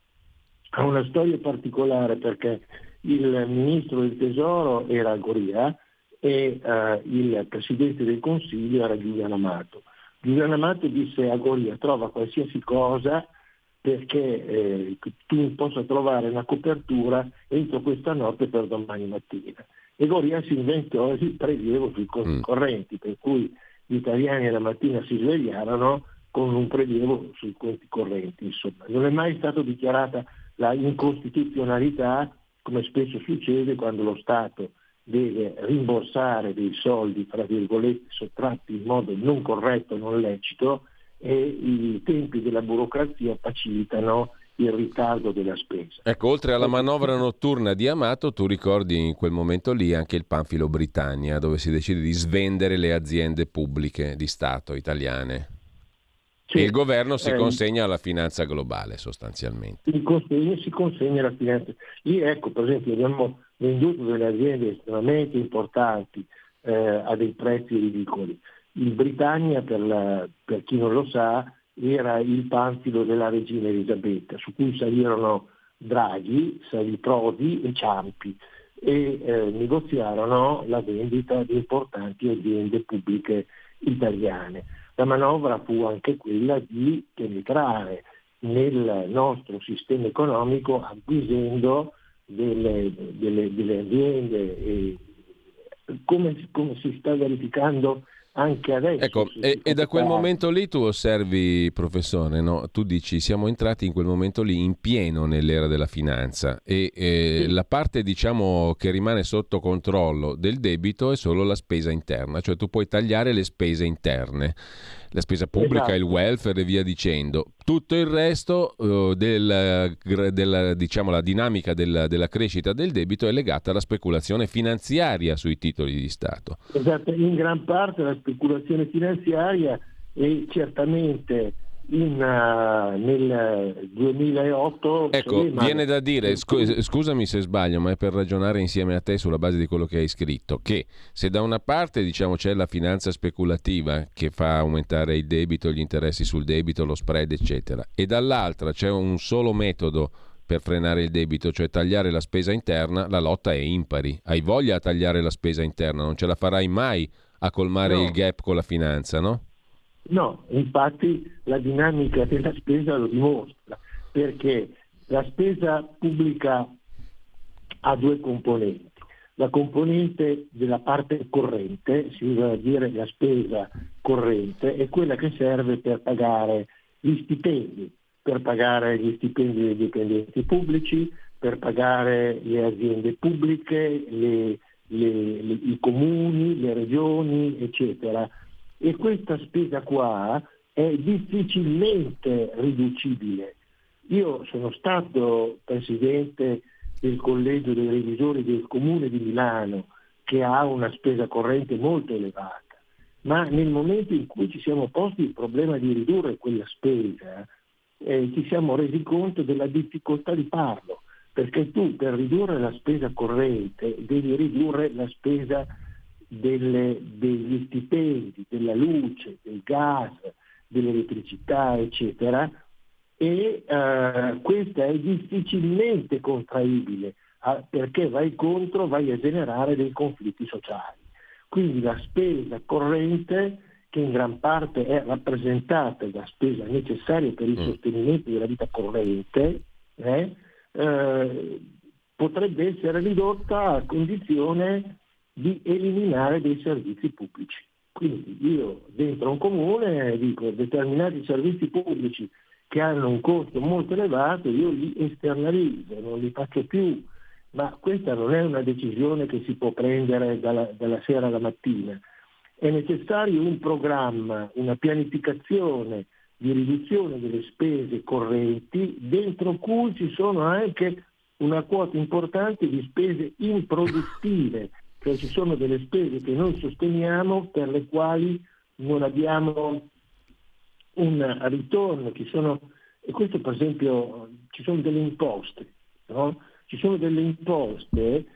ha una storia particolare perché il ministro del Tesoro era Goria e il presidente del Consiglio era Giuliano Amato. Giuliano Amato disse a Goria: trova qualsiasi cosa perché tu possa trovare una copertura entro questa notte per domani mattina. E Goria si inventò il prelievo sui conti correnti, per cui gli italiani la mattina si svegliarono con un prelievo sui conti correnti. Insomma, non è mai stata dichiarata la incostituzionalità, come spesso succede quando lo Stato deve rimborsare dei soldi, tra virgolette, sottratti in modo non corretto, non lecito, e i tempi della burocrazia facilitano il ritardo della spesa. Ecco, oltre alla manovra notturna di Amato, tu ricordi in quel momento lì anche il Panfilo Britannia, dove si decide di svendere le aziende pubbliche di Stato italiane. E il governo si consegna alla finanza globale, sostanzialmente. Si consegna alla finanza. Lì, ecco, per esempio, abbiamo venduto delle aziende estremamente importanti a dei prezzi ridicoli. Il Britannia, per chi non lo sa, era il panfilo della regina Elisabetta, su cui salirono Draghi, salì Prodi e Ciampi, e negoziarono la vendita di importanti aziende pubbliche italiane. La manovra fu anche quella di penetrare nel nostro sistema economico acquisendo delle aziende, e come si sta verificando anche adesso. Ecco, e da quel momento lì tu osservi, professore, no? Tu dici siamo entrati in quel momento lì in pieno nell'era della finanza e la parte, diciamo, che rimane sotto controllo del debito è solo la spesa interna, cioè tu puoi tagliare le spese interne, la spesa pubblica, il welfare e via dicendo. Tutto il resto diciamo, la dinamica della crescita del debito è legata alla speculazione finanziaria sui titoli di Stato. Esatto, in gran parte la speculazione finanziaria, e certamente nel 2008... Ecco, viene da dire, scusami se sbaglio, ma è per ragionare insieme a te sulla base di quello che hai scritto, che se da una parte, diciamo, c'è la finanza speculativa che fa aumentare il debito, gli interessi sul debito, lo spread, eccetera, e dall'altra c'è un solo metodo per frenare il debito, cioè tagliare la spesa interna, la lotta è impari. Hai voglia a tagliare la spesa interna, non ce la farai mai a colmare il gap con la finanza, no? No, infatti la dinamica della spesa lo dimostra, perché la spesa pubblica ha due componenti. La componente della parte corrente, si usa dire la spesa corrente, è quella che serve per pagare gli stipendi, dei dipendenti pubblici, per pagare le aziende pubbliche, i comuni, le regioni, eccetera. E questa spesa qua è difficilmente riducibile. Io sono stato presidente del collegio dei revisori del Comune di Milano, che ha una spesa corrente molto elevata, ma nel momento in cui ci siamo posti il problema di ridurre quella spesa, ci siamo resi conto della difficoltà di farlo, perché tu per ridurre la spesa corrente devi ridurre la spesa degli stipendi, della luce, del gas, dell'elettricità, eccetera, e questa è difficilmente contraibile, perché vai a generare dei conflitti sociali. Quindi la spesa corrente, che in gran parte è rappresentata da spesa necessaria per il sostenimento della vita corrente, potrebbe essere ridotta a condizione di eliminare dei servizi pubblici. Quindi io dentro un comune dico determinati servizi pubblici che hanno un costo molto elevato, io li esternalizzo, non li faccio più, ma questa non è una decisione che si può prendere dalla sera alla mattina. È necessario un programma, una pianificazione di riduzione delle spese correnti, dentro cui ci sono anche una quota importante di spese improduttive, cioè ci sono delle spese che noi sosteniamo per le quali non abbiamo un ritorno, e questo per esempio ci sono delle imposte, no? Ci sono delle imposte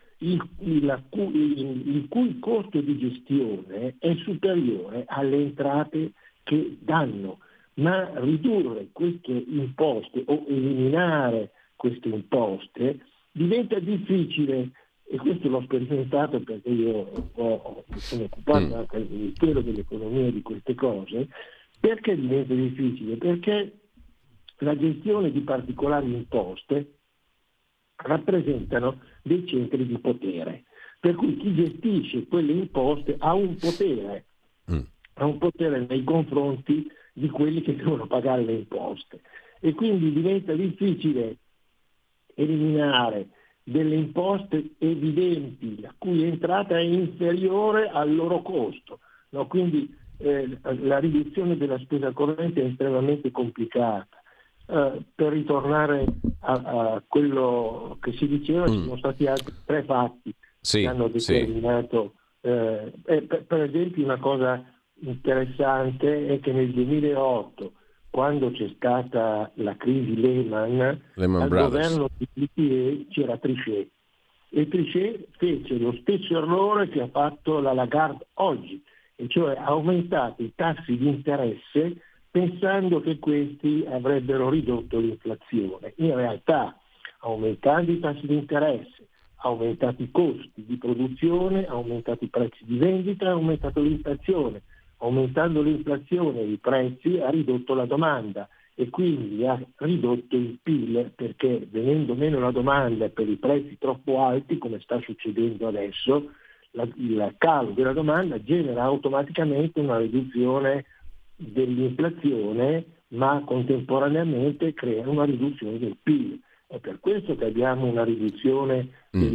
il cui costo di gestione è superiore alle entrate che danno, ma ridurre queste imposte o eliminare queste imposte diventa difficile, e questo l'ho sperimentato perché io sono occupato anche al Ministero dell'Economia di queste cose. Perché diventa difficile? Perché la gestione di particolari imposte rappresentano dei centri di potere, per cui chi gestisce quelle imposte ha un potere nei confronti di quelli che devono pagare le imposte, e quindi diventa difficile eliminare delle imposte evidenti la cui entrata è inferiore al loro costo, no? Quindi la riduzione della spesa corrente è estremamente complicata. Per ritornare a quello che si diceva, ci sono stati altri 3 fatti che hanno determinato, per esempio una cosa interessante è che nel 2008, quando c'è stata la crisi Lehman al governo di BCE c'era Trichet, e Trichet fece lo stesso errore che ha fatto la Lagarde oggi, e cioè ha aumentato i tassi di interesse pensando che questi avrebbero ridotto l'inflazione. In realtà, aumentando i tassi di interesse, ha aumentato i costi di produzione, ha aumentato i prezzi di vendita, ha aumentato l'inflazione. Aumentando l'inflazione e i prezzi ha ridotto la domanda, e quindi ha ridotto il PIL, perché venendo meno la domanda per i prezzi troppo alti, come sta succedendo adesso, il calo della domanda genera automaticamente una riduzione dell'inflazione, ma contemporaneamente crea una riduzione del PIL. È per questo che abbiamo una riduzione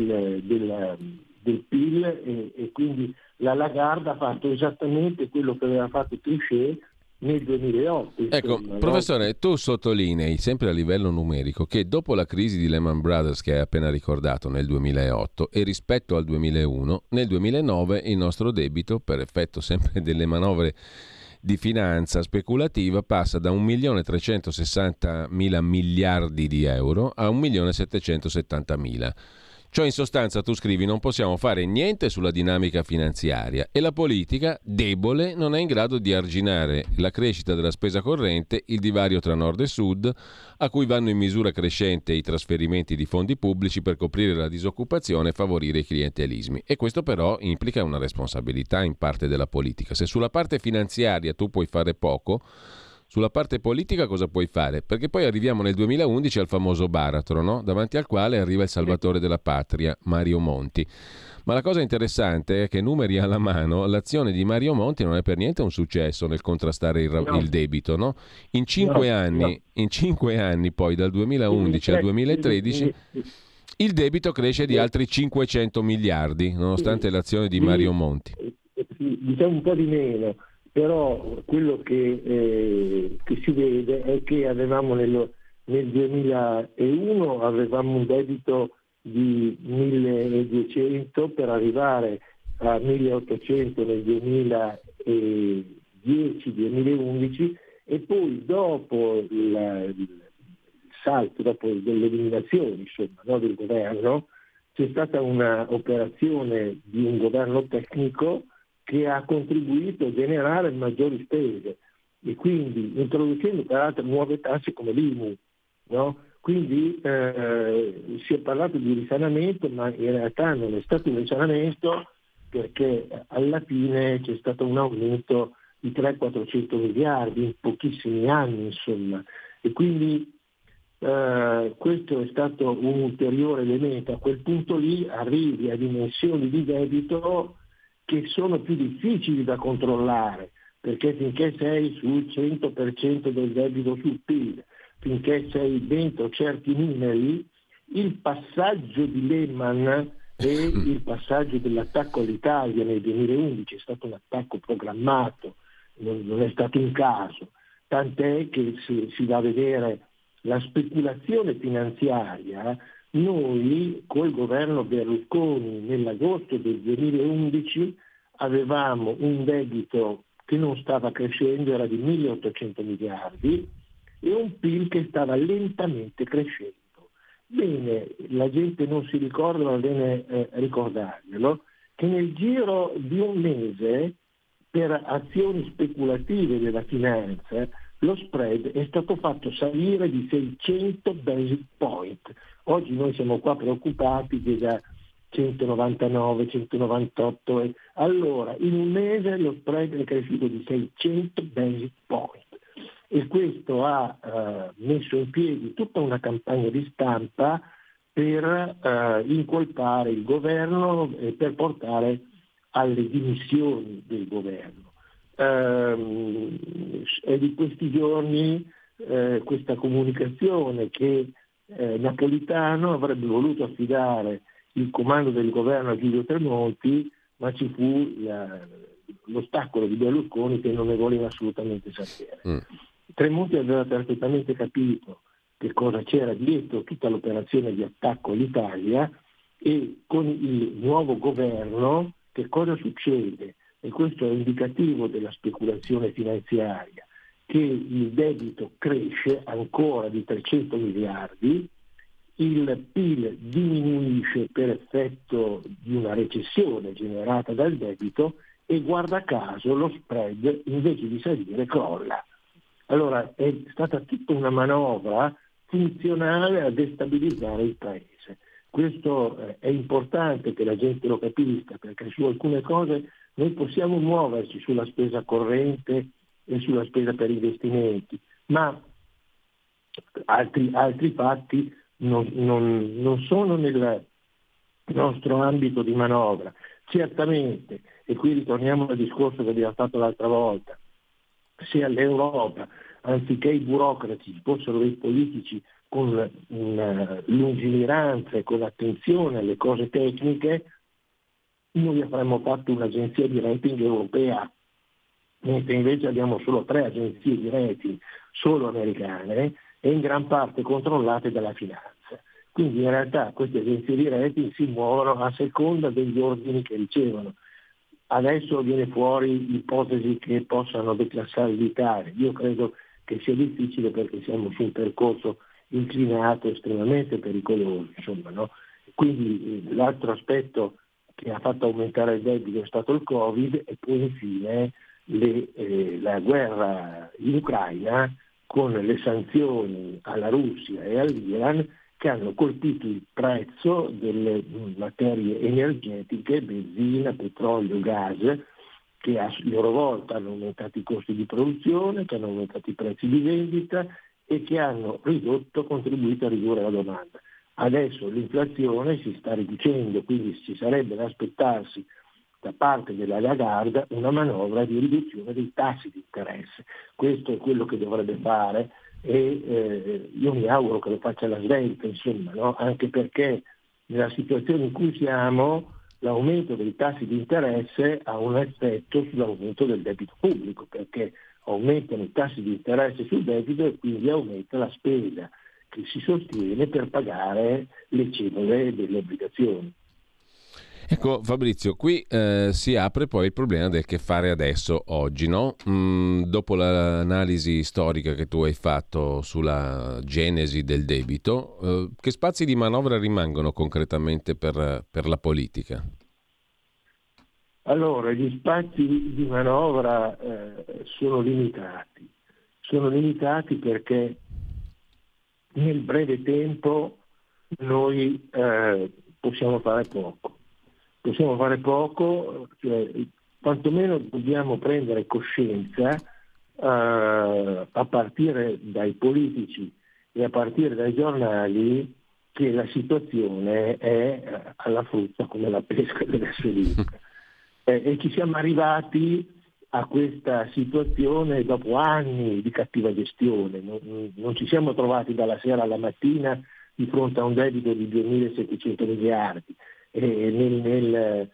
del PIL, e quindi la Lagarde ha fatto esattamente quello che aveva fatto Trichet nel 2008. Ecco, professore, tu sottolinei sempre a livello numerico che dopo la crisi di Lehman Brothers che hai appena ricordato nel 2008 e rispetto al 2001, nel 2009 il nostro debito, per effetto sempre delle manovre di finanza speculativa, passa da 1.360.000 miliardi di euro a 1.770.000. Cioè in sostanza tu scrivi non possiamo fare niente sulla dinamica finanziaria e la politica, debole, non è in grado di arginare la crescita della spesa corrente, il divario tra nord e sud, a cui vanno in misura crescente i trasferimenti di fondi pubblici per coprire la disoccupazione e favorire i clientelismi. E questo però implica una responsabilità in parte della politica. Se sulla parte finanziaria tu puoi fare poco, sulla parte politica cosa puoi fare? Perché poi arriviamo nel 2011 al famoso baratro, no? Davanti al quale arriva il salvatore della patria, Mario Monti. Ma la cosa interessante è che, numeri alla mano, l'azione di Mario Monti non è per niente un successo nel contrastare il debito, no? In 5 anni poi, dal 2011 al 2013, il debito cresce di altri 500 miliardi, nonostante l'azione di Mario Monti. Diciamo un po' di meno. Però quello che si vede è che avevamo nel 2001 avevamo un debito di 1.200 per arrivare a 1.800 nel 2010-2011 e poi dopo il salto, dopo delle eliminazioni insomma, del governo, c'è stata una operazione di un governo tecnico che ha contribuito a generare maggiori spese e quindi introducendo peraltro nuove tasse come l'IMU, no? Quindi si è parlato di risanamento, ma in realtà non è stato un risanamento perché alla fine c'è stato un aumento di 300-400 miliardi in pochissimi anni, insomma, e quindi questo è stato un ulteriore elemento. A quel punto lì arrivi a dimensioni di debito che sono più difficili da controllare, perché finché sei sul 100% del debito sul PIL, finché sei dentro certi numeri, il passaggio di Lehman e il passaggio dell'attacco all'Italia nel 2011 è stato un attacco programmato, non è stato un caso, tant'è che si va a vedere la speculazione finanziaria. Noi col governo Berlusconi nell'agosto del 2011 avevamo un debito che non stava crescendo, era di 1.800 miliardi e un PIL che stava lentamente crescendo. Bene, la gente non si ricorda, ma bene ricordarglielo, che nel giro di un mese per azioni speculative della finanza lo spread è stato fatto salire di 600 basic point. Oggi noi siamo qua preoccupati che da 199, 198, allora in un mese lo spread è cresciuto di 600 basic point e questo ha messo in piedi tutta una campagna di stampa per incolpare il governo e per portare alle dimissioni del governo. È di questi giorni questa comunicazione che Napolitano avrebbe voluto affidare il comando del governo a Giulio Tremonti, ma ci fu l'ostacolo di Berlusconi che non ne voleva assolutamente sapere. Tremonti aveva perfettamente capito che cosa c'era dietro tutta l'operazione di attacco all'Italia e con il nuovo governo che cosa succede? E questo è indicativo della speculazione finanziaria, che il debito cresce ancora di 300 miliardi, il PIL diminuisce per effetto di una recessione generata dal debito e guarda caso lo spread invece di salire crolla. Allora è stata tutta una manovra funzionale a destabilizzare il paese. Questo è importante che la gente lo capisca, perché su alcune cose noi possiamo muoverci sulla spesa corrente e sulla spesa per investimenti, ma altri fatti non sono nel nostro ambito di manovra. Certamente, e qui ritorniamo al discorso che abbiamo fatto l'altra volta, se all'Europa, anziché i burocrati, fossero dei politici con lungimiranza e con attenzione alle cose tecniche, noi avremmo fatto un'agenzia di rating europea, mentre invece abbiamo solo 3 agenzie di rating, solo americane, e in gran parte controllate dalla finanza. Quindi in realtà queste agenzie di rating si muovono a seconda degli ordini che ricevono. Adesso viene fuori l'ipotesi che possano declassare l'Italia. Io credo che sia difficile perché siamo su un percorso inclinato estremamente pericoloso, insomma, no? Quindi l'altro aspetto che ha fatto aumentare il debito è stato il Covid, e poi infine la guerra in Ucraina con le sanzioni alla Russia e all'Iran, che hanno colpito il prezzo delle materie energetiche, benzina, petrolio, gas, che a loro volta hanno aumentato i costi di produzione, che hanno aumentato i prezzi di vendita e che hanno contribuito a ridurre la domanda. Adesso l'inflazione si sta riducendo, quindi ci sarebbe da aspettarsi da parte della Lagarde una manovra di riduzione dei tassi di interesse. Questo è quello che dovrebbe fare, e io mi auguro che lo faccia la svelta, insomma, no? Anche perché nella situazione in cui siamo l'aumento dei tassi di interesse ha un effetto sull'aumento del debito pubblico, perché aumentano i tassi di interesse sul debito e quindi aumenta la spesa che si sostiene per pagare le cedole delle obbligazioni. Ecco Fabrizio, qui si apre poi il problema del che fare adesso, oggi, no? Dopo l'analisi storica che tu hai fatto sulla genesi del debito, che spazi di manovra rimangono concretamente per la politica? Allora, gli spazi di manovra sono limitati perché nel breve tempo noi possiamo fare poco, cioè, quantomeno dobbiamo prendere coscienza a partire dai politici e a partire dai giornali che la situazione è alla frutta come la pesca delle salive. E ci siamo arrivati a questa situazione dopo anni di cattiva gestione. Non ci siamo trovati dalla sera alla mattina di fronte a un debito di 2.700 miliardi. Nel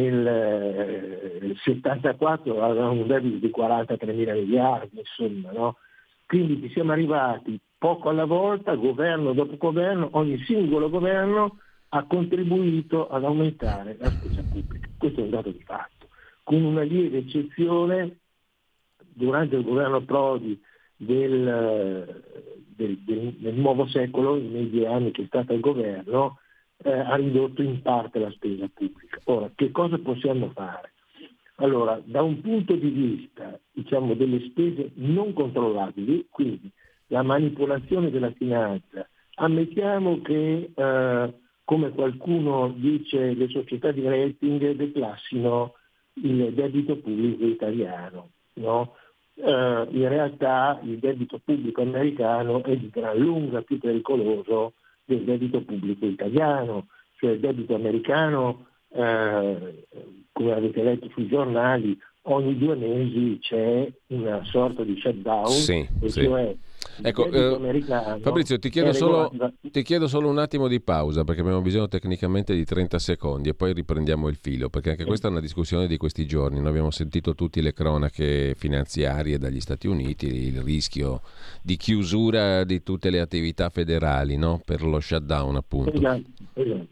74 avevamo un debito di 43.000 miliardi, insomma, no? Quindi ci siamo arrivati poco alla volta, governo dopo governo, ogni singolo governo ha contribuito ad aumentare la spesa pubblica. Questo è un dato di fatto, con una lieve eccezione durante il governo Prodi del nuovo secolo, nei 10 anni che è stato al governo, ha ridotto in parte la spesa pubblica. Ora, che cosa possiamo fare? Allora, da un punto di vista, diciamo, delle spese non controllabili, quindi la manipolazione della finanza, ammettiamo che, come qualcuno dice, le società di rating declassino il debito pubblico italiano, no? In realtà il debito pubblico americano è di gran lunga più pericoloso del debito pubblico italiano, cioè il debito americano, come avete letto sui giornali, ogni 2 mesi c'è una sorta di shutdown, cioè ecco, Fabrizio, ti chiedo solo un attimo di pausa, perché abbiamo bisogno tecnicamente di 30 secondi e poi riprendiamo il filo, perché anche questa è una discussione di questi giorni. Noi abbiamo sentito tutte le cronache finanziarie dagli Stati Uniti, il rischio di chiusura di tutte le attività federali, no? Per lo shutdown, appunto. Esatto.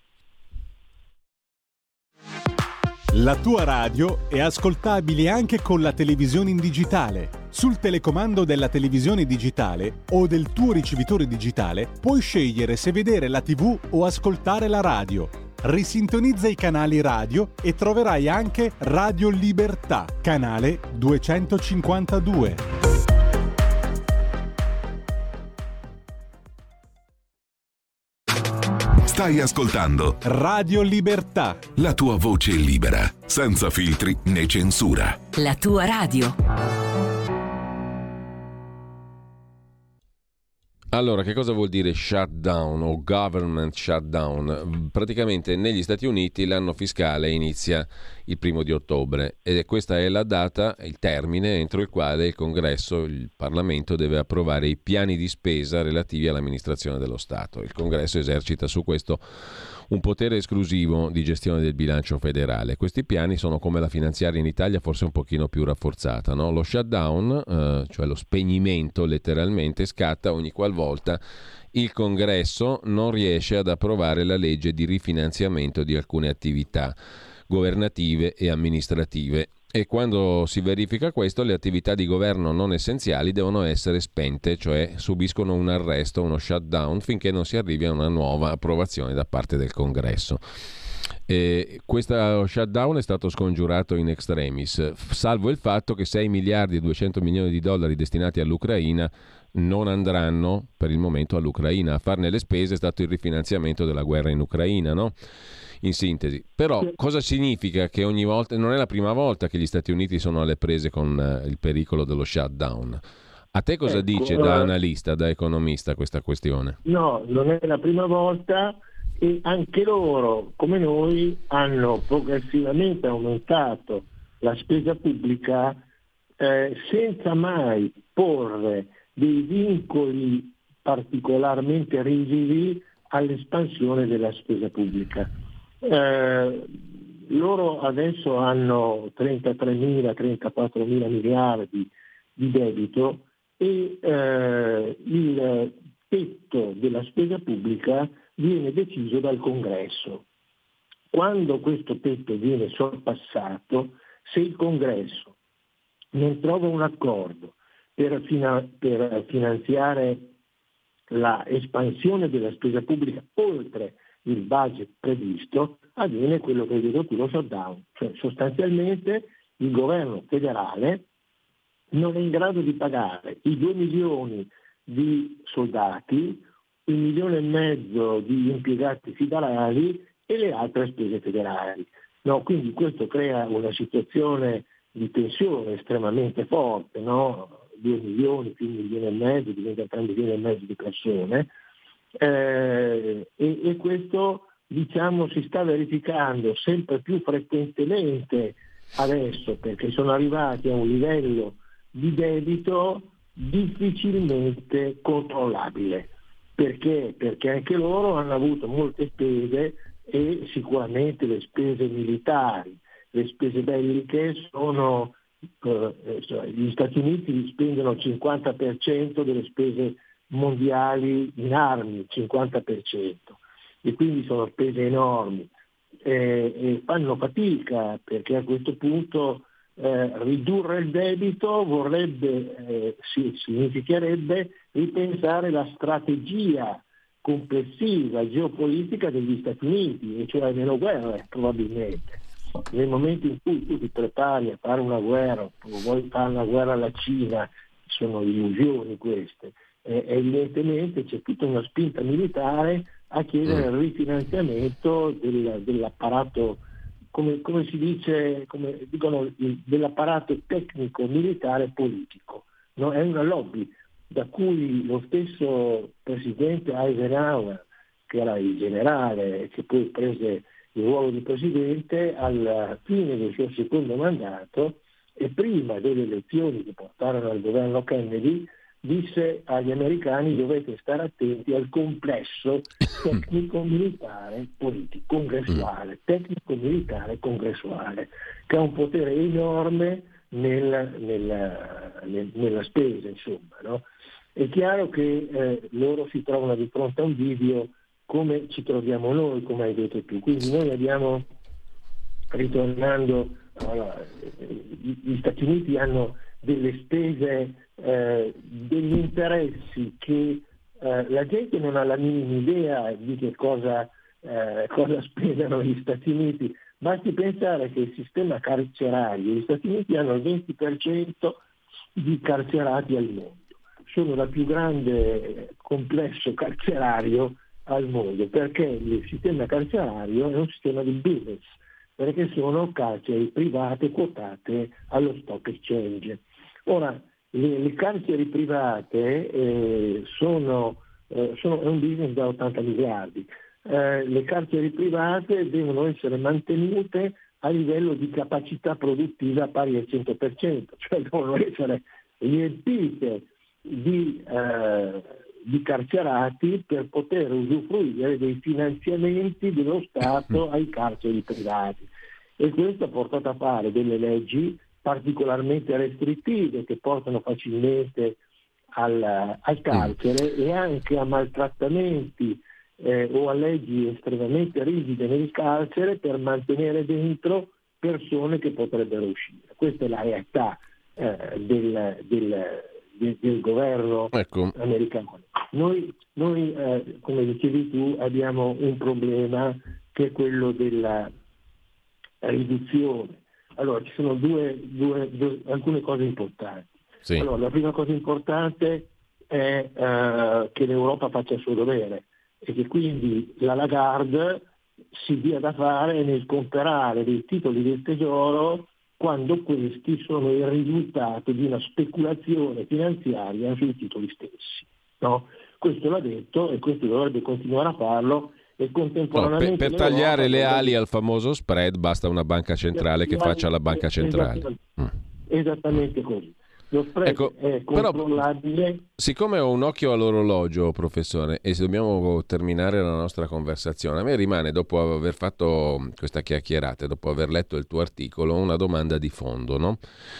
La tua radio è ascoltabile anche con la televisione in digitale. Sul telecomando della televisione digitale o del tuo ricevitore digitale puoi scegliere se vedere la TV o ascoltare la radio. Risintonizza i canali radio e troverai anche Radio Libertà, canale 252. Stai ascoltando Radio Libertà, la tua voce libera, senza filtri né censura. La tua radio. Allora, che cosa vuol dire shutdown o government shutdown? Praticamente negli Stati Uniti l'anno fiscale inizia il 1 di ottobre e questa è la data, il termine entro il quale il Congresso, il Parlamento deve approvare i piani di spesa relativi all'amministrazione dello Stato. Il Congresso esercita su questo un potere esclusivo di gestione del bilancio federale. Questi piani sono come la finanziaria in Italia, forse un pochino più rafforzata, no? Lo shutdown, cioè lo spegnimento letteralmente, scatta ogni qualvolta il Congresso non riesce ad approvare la legge di rifinanziamento di alcune attività governative e amministrative. E quando si verifica questo, le attività di governo non essenziali devono essere spente, cioè subiscono un arresto, uno shutdown, finché non si arrivi a una nuova approvazione da parte del Congresso. Questo shutdown è stato scongiurato in extremis, salvo il fatto che 6 miliardi e 200 milioni di dollari destinati all'Ucraina non andranno per il momento all'Ucraina. A farne le spese è stato il rifinanziamento della guerra in Ucraina, no? In sintesi. Però cosa significa che ogni volta, non è la prima volta che gli Stati Uniti sono alle prese con il pericolo dello shutdown? A te cosa dice da analista, da economista questa questione? No, non è la prima volta, e anche loro, come noi, hanno progressivamente aumentato la spesa pubblica senza mai porre dei vincoli particolarmente rigidi all'espansione della spesa pubblica. Loro adesso hanno 34 mila miliardi di debito e il tetto della spesa pubblica viene deciso dal Congresso. Quando questo tetto viene sorpassato, se il Congresso non trova un accordo per finanziare la espansione della spesa pubblica oltre il budget previsto, avviene quello che hai detto tu, lo shutdown. Cioè sostanzialmente il governo federale non è in grado di pagare i 2 milioni di soldati, 1,5 milioni di impiegati federali e le altre spese federali. No, quindi questo crea una situazione di tensione estremamente forte, no? 2 milioni più 1,5 milioni, diventa 3,5 milioni di persone. E questo, diciamo, si sta verificando sempre più frequentemente adesso, perché sono arrivati a un livello di debito difficilmente controllabile. Perché? Perché anche loro hanno avuto molte spese, e sicuramente le spese militari, le spese belliche sono gli Stati Uniti spendono il 50% delle spese mondiali in armi, il 50%, e quindi sono spese enormi, e fanno fatica, perché a questo punto ridurre il debito significherebbe ripensare la strategia complessiva geopolitica degli Stati Uniti, e cioè meno guerre probabilmente. Nel momento in cui tu ti prepari a fare una guerra, o vuoi fare una guerra alla Cina, sono illusioni queste, evidentemente c'è tutta una spinta militare a chiedere il rifinanziamento dell'apparato, come si dice, come dicono, dell'apparato tecnico militare politico. No? È una lobby da cui lo stesso presidente Eisenhower, che era il generale che poi prese il ruolo di presidente alla fine del suo secondo mandato e prima delle elezioni che portarono al governo Kennedy, disse agli americani: dovete stare attenti al complesso tecnico-militare politico congressuale, tecnico-militare congressuale, che ha un potere enorme nella spesa, insomma, no? È chiaro che loro si trovano di fronte a un bivio come ci troviamo noi, come hai detto tu. Quindi noi abbiamo, ritornando, gli Stati Uniti hanno delle spese, degli interessi che la gente non ha la minima idea di che cosa spendano gli Stati Uniti. Basti pensare che il sistema carcerario, gli Stati Uniti hanno il 20% di carcerati al mondo, sono la più grande complesso carcerario al mondo, perché il sistema carcerario è un sistema di business, perché sono carceri private quotate allo stock exchange. Ora, le carceri private sono un business da 80 miliardi. Le carceri private devono essere mantenute a livello di capacità produttiva pari al 100%, cioè devono essere riempite di carcerati per poter usufruire dei finanziamenti dello Stato ai carceri privati, e questo ha portato a fare delle leggi particolarmente restrittive che portano facilmente al carcere e anche a maltrattamenti o a leggi estremamente rigide nel carcere per mantenere dentro persone che potrebbero uscire. Questa è la realtà del governo americano. Noi come dicevi tu, abbiamo un problema che è quello della riduzione. Allora, ci sono alcune cose importanti. Sì. Allora, la prima cosa importante è che l'Europa faccia il suo dovere e che quindi la Lagarde si dia da fare nel comprare dei titoli del tesoro quando questi sono il risultato di una speculazione finanziaria sui titoli stessi. No? Questo l'ha detto e questo dovrebbe continuare a farlo e contemporaneamente... per tagliare le ali al famoso spread basta una banca centrale che faccia la banca centrale. Esattamente così. Lo spread è controllabile. Però, siccome ho un occhio all'orologio, professore, e se dobbiamo terminare la nostra conversazione, a me rimane, dopo aver fatto questa chiacchierata, dopo aver letto il tuo articolo, una domanda di fondo, no?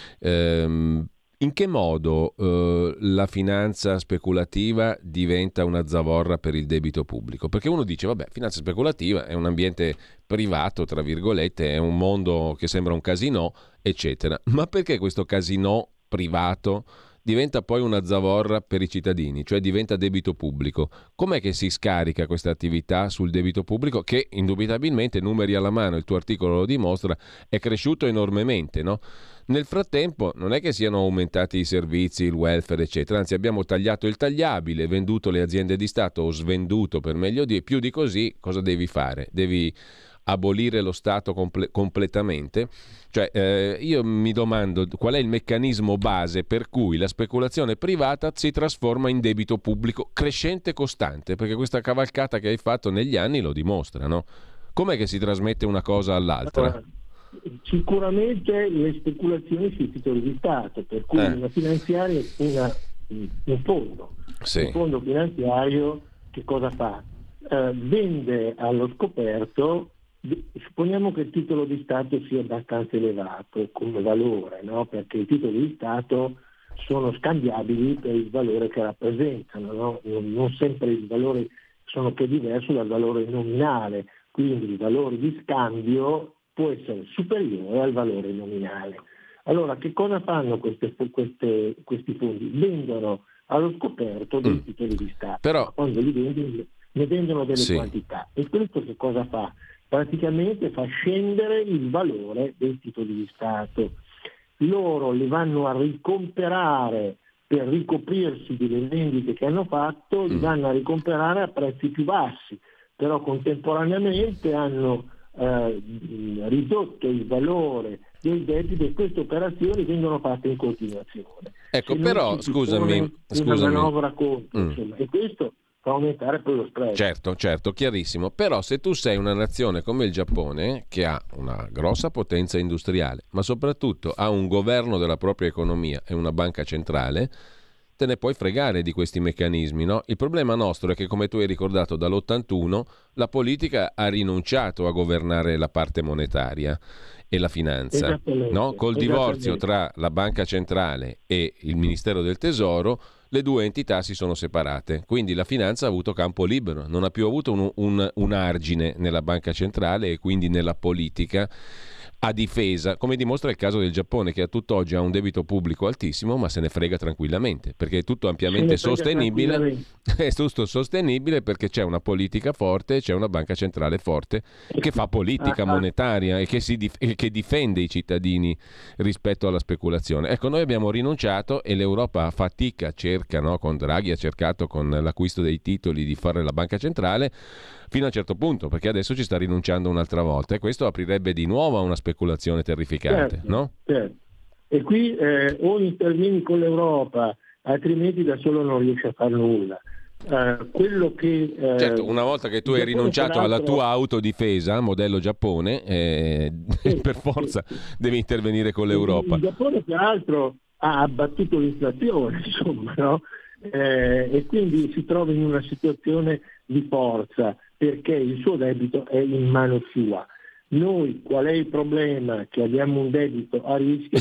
In che modo la finanza speculativa diventa una zavorra per il debito pubblico? Perché uno dice, vabbè, finanza speculativa è un ambiente privato, tra virgolette, è un mondo che sembra un casinò, eccetera. Ma perché questo casinò privato diventa poi una zavorra per i cittadini, cioè diventa debito pubblico? Com'è che si scarica questa attività sul debito pubblico che indubitabilmente, numeri alla mano, il tuo articolo lo dimostra, è cresciuto enormemente, no? Nel frattempo non è che siano aumentati i servizi, il welfare, eccetera, anzi abbiamo tagliato il tagliabile, venduto le aziende di Stato o svenduto, per meglio dire, più di così cosa devi fare? Devi abolire lo Stato completamente? Cioè, io mi domando qual è il meccanismo base per cui la speculazione privata si trasforma in debito pubblico crescente e costante, perché questa cavalcata che hai fatto negli anni lo dimostra, no? Com'è che si trasmette una cosa all'altra? Allora, sicuramente le speculazioni sui titoli di Stato, per cui una finanziaria è un fondo. Sì. Un fondo finanziario che cosa fa? Vende allo scoperto. Supponiamo che il titolo di Stato sia abbastanza elevato come valore, no? Perché i titoli di Stato sono scambiabili per il valore che rappresentano, no? Non sempre il valore sono che diverso dal valore nominale, quindi il valore di scambio può essere superiore al valore nominale. Allora, che cosa fanno questi fondi? Vendono allo scoperto dei titoli di Stato. Però... Quando li vendono, ne vendono delle quantità. E questo che cosa fa? Praticamente fa scendere il valore dei titoli di Stato. Loro li vanno a ricomperare per ricoprirsi delle vendite che hanno fatto, li vanno a ricomperare a prezzi più bassi, però contemporaneamente hanno ridotto il valore del debito e queste operazioni vengono fatte in continuazione. Ecco, però scusami. Una manovra contro, insomma, e questo fa aumentare poi lo spread. Certo, chiarissimo. Però se tu sei una nazione come il Giappone, che ha una grossa potenza industriale, ma soprattutto ha un governo della propria economia e una banca centrale, te ne puoi fregare di questi meccanismi, no? Il problema nostro è che, come tu hai ricordato, dall'81 la politica ha rinunciato a governare la parte monetaria e la finanza, no? Col divorzio tra la banca centrale e il Ministero del Tesoro, le due entità si sono separate, quindi la finanza ha avuto campo libero, non ha più avuto un argine nella banca centrale e quindi nella politica a difesa, come dimostra il caso del Giappone, che a tutt'oggi ha un debito pubblico altissimo ma se ne frega tranquillamente, perché è tutto ampiamente sostenibile, è tutto sostenibile perché c'è una politica forte, c'è una banca centrale forte che fa politica monetaria e che difende i cittadini rispetto alla speculazione. Ecco, noi abbiamo rinunciato e l'Europa a fatica cerca, no? Con Draghi ha cercato con l'acquisto dei titoli di fare la banca centrale fino a un certo punto, perché adesso ci sta rinunciando un'altra volta e questo aprirebbe di nuovo a una speculazione terrificante, no? Certo. E qui o intervieni con l'Europa, altrimenti da solo non riesci a fare nulla. Quello che certo, una volta che tu hai rinunciato alla tua autodifesa modello Giappone, per forza devi intervenire con l'Europa. Il Giappone peraltro ha abbattuto l'inflazione, insomma, no? E quindi si trova in una situazione di forza perché il suo debito è in mano sua. Noi qual è il problema? Che abbiamo un debito a rischio,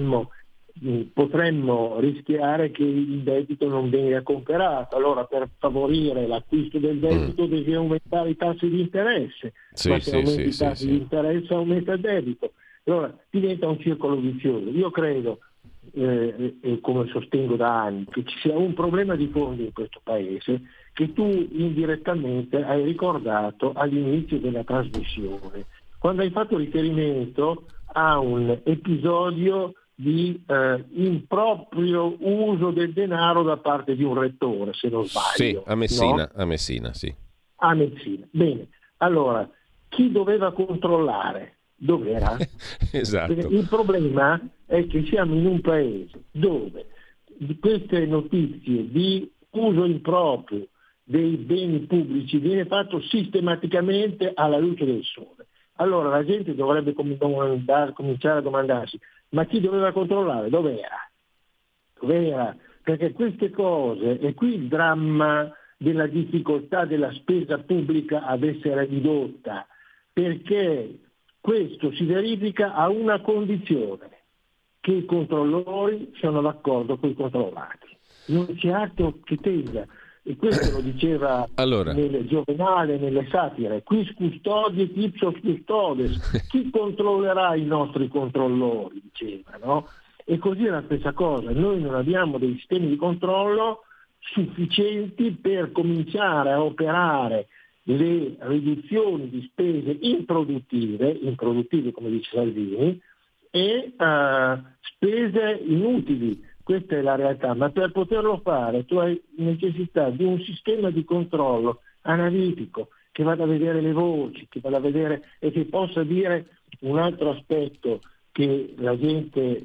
potremmo rischiare che il debito non venga comperato. Allora, per favorire l'acquisto del debito devi aumentare i tassi di interesse, ma se aumenti i tassi di interesse aumenta il debito. Allora diventa un circolo vizioso. Io credo, come sostengo da anni, che ci sia un problema di fondo in questo Paese che tu indirettamente hai ricordato all'inizio della trasmissione, quando hai fatto riferimento a un episodio di improprio uso del denaro da parte di un rettore, se non sbaglio. Sì, a Messina, no? a Messina, sì. A Messina. Bene, allora, chi doveva controllare? Dov'era? Esatto. Il problema è che siamo in un paese dove queste notizie di uso improprio dei beni pubblici viene fatto sistematicamente alla luce del sole. Allora la gente dovrebbe cominciare a domandarsi: ma chi doveva controllare? Dov'era? Perché queste cose, e qui il dramma della difficoltà della spesa pubblica ad essere ridotta, perché questo si verifica a una condizione: che i controllori sono d'accordo con i controllati. Non c'è atto che tenga, e questo lo diceva nel Giovenale, nelle satire: quis custodiet ipsos custodes, chi controllerà i nostri controllori, diceva, no? E così è la stessa cosa, noi non abbiamo dei sistemi di controllo sufficienti per cominciare a operare le riduzioni di spese improduttive come dice Salvini, e spese inutili. Questa è la realtà, ma per poterlo fare tu hai necessità di un sistema di controllo analitico che vada a vedere le voci, che vada a vedere e che possa dire un altro aspetto che la gente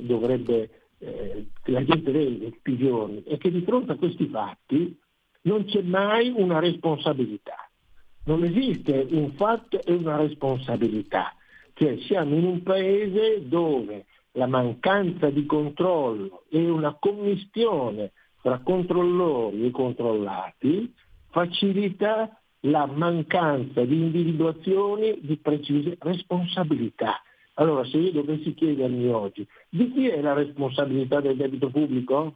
vede tutti i giorni, è che di fronte a questi fatti non c'è mai una responsabilità. Non esiste un fatto e una responsabilità, cioè siamo in un paese dove la mancanza di controllo e una commistione tra controllori e controllati facilita la mancanza di individuazione di precise responsabilità. Allora, se io dovessi chiedermi oggi di chi è la responsabilità del debito pubblico?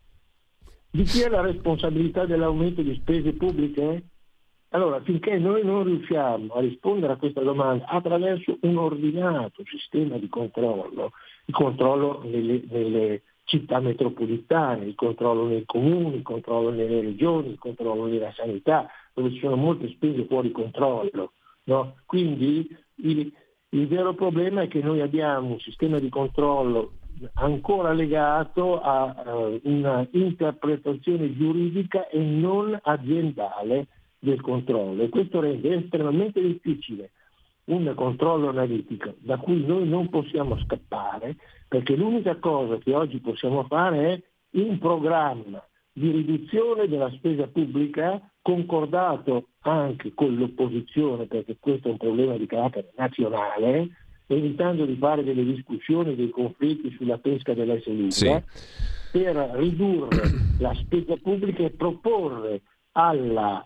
Di chi è la responsabilità dell'aumento di spese pubbliche? Allora, finché noi non riusciamo a rispondere a questa domanda attraverso un ordinato sistema di controllo, il controllo nelle città metropolitane, il controllo nei comuni, il controllo nelle regioni, il controllo nella sanità, dove ci sono molte spese fuori controllo, no? Quindi il vero problema è che noi abbiamo un sistema di controllo ancora legato a una interpretazione giuridica e non aziendale del controllo, e questo rende estremamente difficile un controllo analitico da cui noi non possiamo scappare, perché l'unica cosa che oggi possiamo fare è un programma di riduzione della spesa pubblica concordato anche con l'opposizione, perché questo è un problema di carattere nazionale, evitando di fare delle discussioni, dei conflitti sulla pesca dell'S lunga, sì, per ridurre la spesa pubblica e proporre alla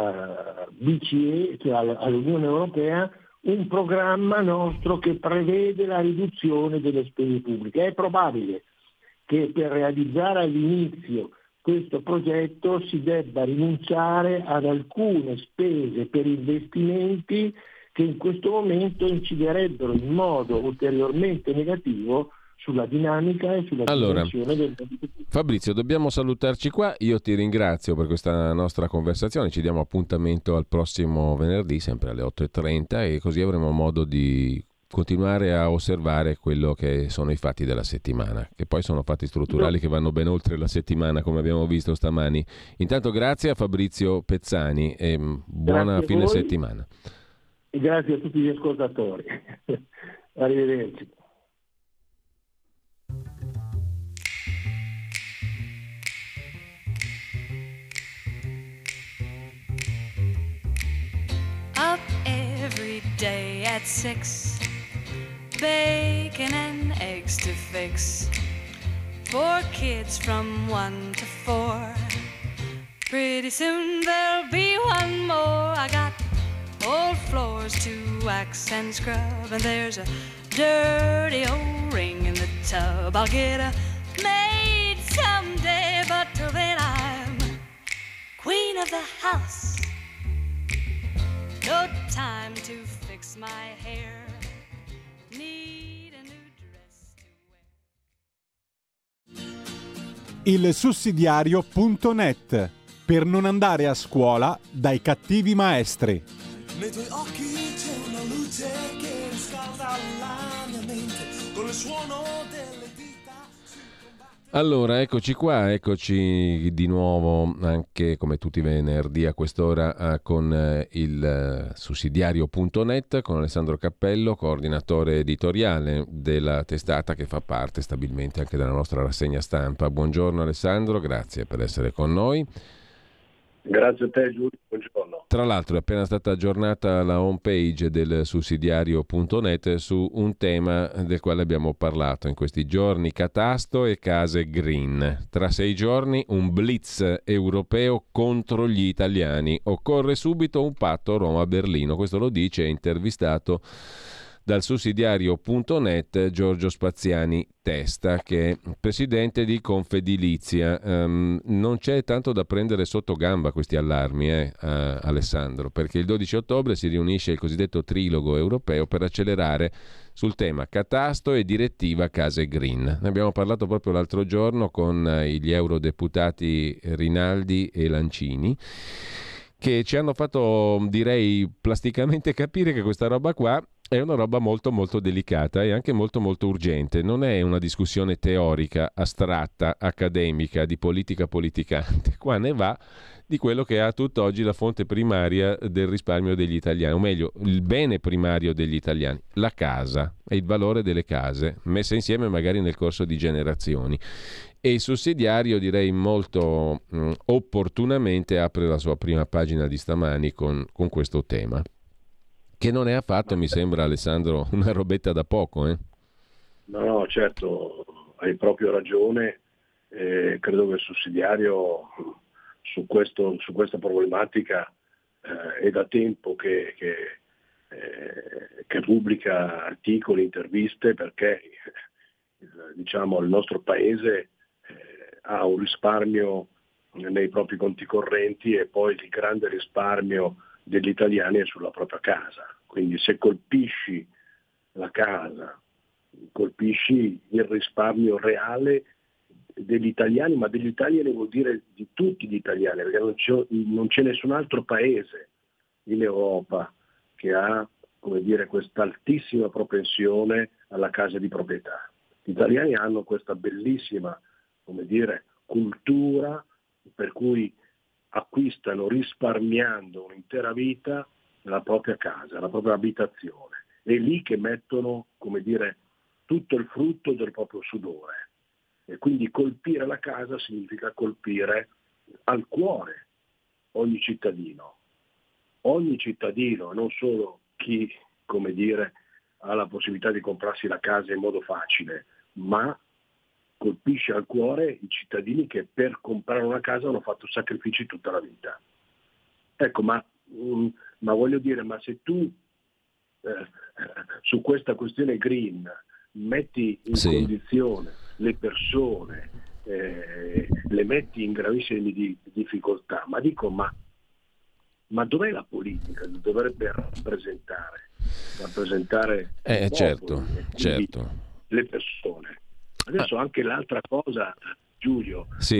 BCE, cioè all'Unione Europea, un programma nostro che prevede la riduzione delle spese pubbliche. È probabile che per realizzare all'inizio questo progetto si debba rinunciare ad alcune spese per investimenti che in questo momento inciderebbero in modo ulteriormente negativo sulla dinamica e sulla dimensione del debito pubblico. Fabrizio, dobbiamo salutarci qua. Io ti ringrazio per questa nostra conversazione. Ci diamo appuntamento al prossimo venerdì, sempre alle 8:30, e così avremo modo di continuare a osservare quello che sono i fatti della settimana, che poi sono fatti strutturali che vanno ben oltre la settimana, come abbiamo visto stamani. Intanto grazie a Fabrizio Pezzani e buona fine settimana. E grazie a tutti gli ascoltatori. Arrivederci. Up every day at 6, bacon and eggs to fix, 4 kids from 1 to 4. Pretty soon there'll be one more. I got old floors to wax and scrub, and there's a dirty old ring in the tub. I'll get a maid someday, but till then I'm queen of the house. No time to fix my hair. Need a new Il sussidiario.net, per non andare a scuola dai cattivi maestri. Nei tuoi occhi c'è una luce che riscalda la mia mente con il suono delle dita. Allora, eccoci di nuovo, anche come tutti i venerdì a quest'ora, con il sussidiario.net, con Alessandro Cappello, coordinatore editoriale della testata che fa parte stabilmente anche della nostra rassegna stampa. Buongiorno Alessandro, grazie per essere con noi. Grazie a te Giulio, buongiorno. Tra l'altro è appena stata aggiornata la homepage del sussidiario.net su un tema del quale abbiamo parlato in questi giorni, catasto e case green. Tra 6 giorni un blitz europeo contro gli italiani. Occorre subito un patto Roma-Berlino. Questo lo dice intervistato dal sussidiario.net Giorgio Spaziani Testa, che è presidente di Confedilizia. Non c'è tanto da prendere sotto gamba questi allarmi, Alessandro, perché il 12 ottobre si riunisce il cosiddetto trilogo europeo per accelerare sul tema catasto e direttiva case green. Ne abbiamo parlato proprio l'altro giorno con gli eurodeputati Rinaldi e Lancini, che ci hanno fatto, direi, plasticamente capire che questa roba qua è una roba molto molto delicata e anche molto molto urgente. Non è una discussione teorica, astratta, accademica, di politica politicante. Qua ne va di quello che è a tutt'oggi la fonte primaria del risparmio degli italiani, o meglio, il bene primario degli italiani, la casa e il valore delle case, messe insieme magari nel corso di generazioni. E il sussidiario, direi molto opportunamente, apre la sua prima pagina di stamani con questo tema, che non è affatto, mi sembra, Alessandro, una robetta da poco. No, certo, hai proprio ragione. Credo che il sussidiario su questa problematica è da tempo che pubblica articoli, interviste, perché diciamo il nostro paese ha un risparmio nei propri conti correnti e poi il grande risparmio degli italiani è sulla propria casa. Quindi se colpisci la casa, colpisci il risparmio reale degli italiani, ma degli italiani vuol dire di tutti gli italiani, perché non c'è nessun altro paese in Europa che ha, come dire, questa altissima propensione alla casa di proprietà. Gli italiani hanno questa bellissima, come dire, cultura per cui acquistano risparmiando un'intera vita la propria casa, la propria abitazione. È lì che mettono, come dire, tutto il frutto del proprio sudore. E quindi colpire la casa significa colpire al cuore ogni cittadino, non solo chi, come dire, ha la possibilità di comprarsi la casa in modo facile, ma colpisce al cuore i cittadini che per comprare una casa hanno fatto sacrifici tutta la vita. Ecco, ma voglio dire, ma se tu su questa questione green metti in condizione le persone, le metti in gravissime difficoltà, ma dico, ma dov'è la politica? Dovrebbe rappresentare certo. le persone. Adesso anche l'altra cosa, Giulio, sì.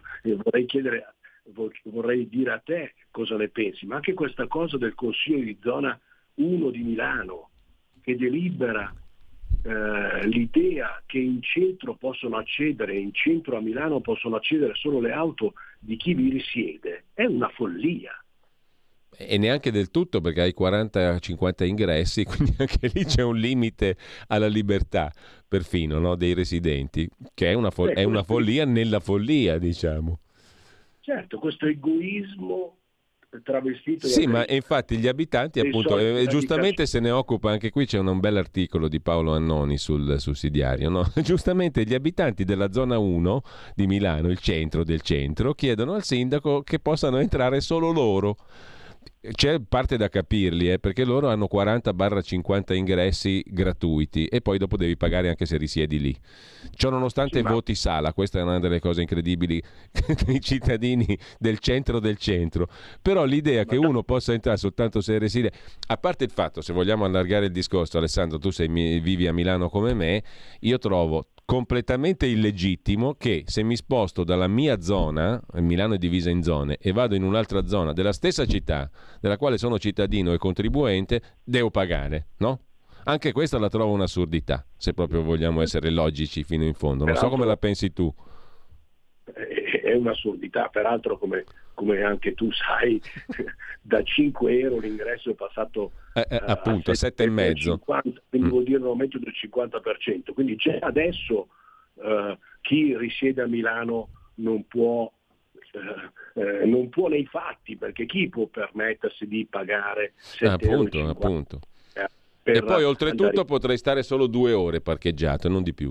vorrei dire a te cosa ne pensi, ma anche questa cosa del Consiglio di zona 1 di Milano che delibera l'idea che in centro a Milano possono accedere solo le auto di chi vi risiede, è una follia. E neanche del tutto, perché hai 40-50 ingressi, quindi anche lì c'è un limite alla libertà perfino, no, dei residenti, che è una follia nella follia, diciamo. Certo, questo egoismo travestito. Sì, ma infatti gli abitanti, appunto, giustamente se ne occupa, anche qui c'è un bel articolo di Paolo Annoni sul sussidiario, no? Giustamente gli abitanti della zona 1 di Milano, il centro del centro, chiedono al sindaco che possano entrare solo loro. C'è parte da capirli, perché loro hanno 40-50 ingressi gratuiti e poi dopo devi pagare anche se risiedi lì. Ciò nonostante voti sala, questa è una delle cose incredibili dei cittadini del centro. Però l'idea che uno possa entrare soltanto se risiede, a parte il fatto, se vogliamo allargare il discorso, Alessandro, tu vivi a Milano come me, io trovo completamente illegittimo che se mi sposto dalla mia zona, Milano è divisa in zone, e vado in un'altra zona della stessa città della quale sono cittadino e contribuente, devo pagare, no? Anche questa la trovo un'assurdità, se proprio vogliamo essere logici fino in fondo. Non so come la pensi tu. È un'assurdità, peraltro come anche tu sai, da 5 euro l'ingresso è passato appunto a 7,5. Quindi vuol dire un aumento del 50%. Quindi già adesso chi risiede a Milano non può nei fatti, perché chi può permettersi di pagare 7,50 euro? Appunto. E poi oltretutto potrei stare solo 2 ore parcheggiato, non di più.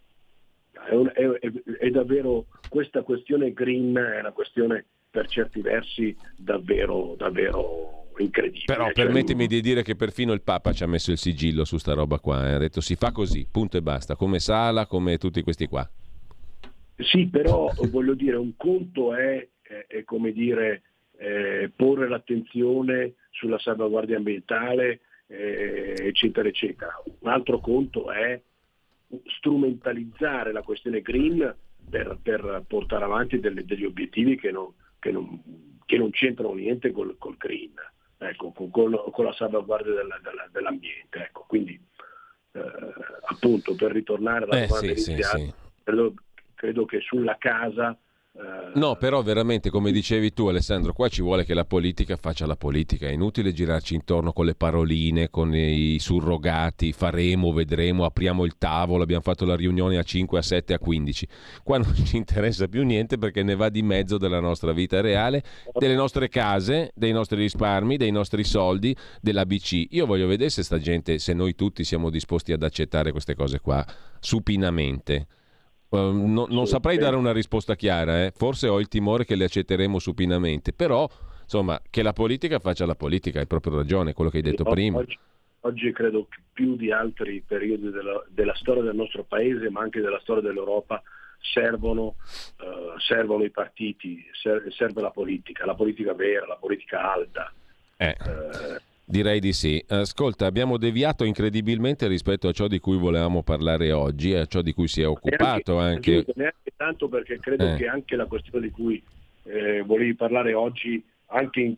È davvero, questa questione green è una questione per certi versi davvero incredibile. Però permettimi di dire che perfino il Papa ci ha messo il sigillo su sta roba qua, ha detto si fa così, punto e basta, come Sala, come tutti questi qua. Sì, però voglio dire, un conto è come dire porre l'attenzione sulla salvaguardia ambientale, eccetera eccetera. Un altro conto è strumentalizzare la questione green per portare avanti degli obiettivi che non c'entrano niente col green, ecco, con la salvaguardia dell'ambiente. Ecco. Quindi appunto, per ritornare alla domanda iniziale, credo che sulla casa no, però veramente, come dicevi tu Alessandro, qua ci vuole che la politica faccia la politica, è inutile girarci intorno con le paroline, con i surrogati, faremo, vedremo, apriamo il tavolo, abbiamo fatto la riunione a 5, a 7, a 15. Qua non ci interessa più niente, perché ne va di mezzo della nostra vita reale, delle nostre case, dei nostri risparmi, dei nostri soldi, dell'ABC. Io voglio vedere se sta gente, se noi tutti siamo disposti ad accettare queste cose qua supinamente. Non saprei dare una risposta chiara, forse ho il timore che le accetteremo supinamente, però insomma che la politica faccia la politica, hai proprio ragione, quello che hai detto prima. Oggi credo che più di altri periodi della storia del nostro paese, ma anche della storia dell'Europa, servono i partiti, serve la politica vera, la politica alta. Direi di sì. Ascolta, abbiamo deviato incredibilmente rispetto a ciò di cui volevamo parlare oggi e a ciò di cui si è occupato anche neanche tanto, perché credo che anche la questione di cui volevi parlare oggi, anche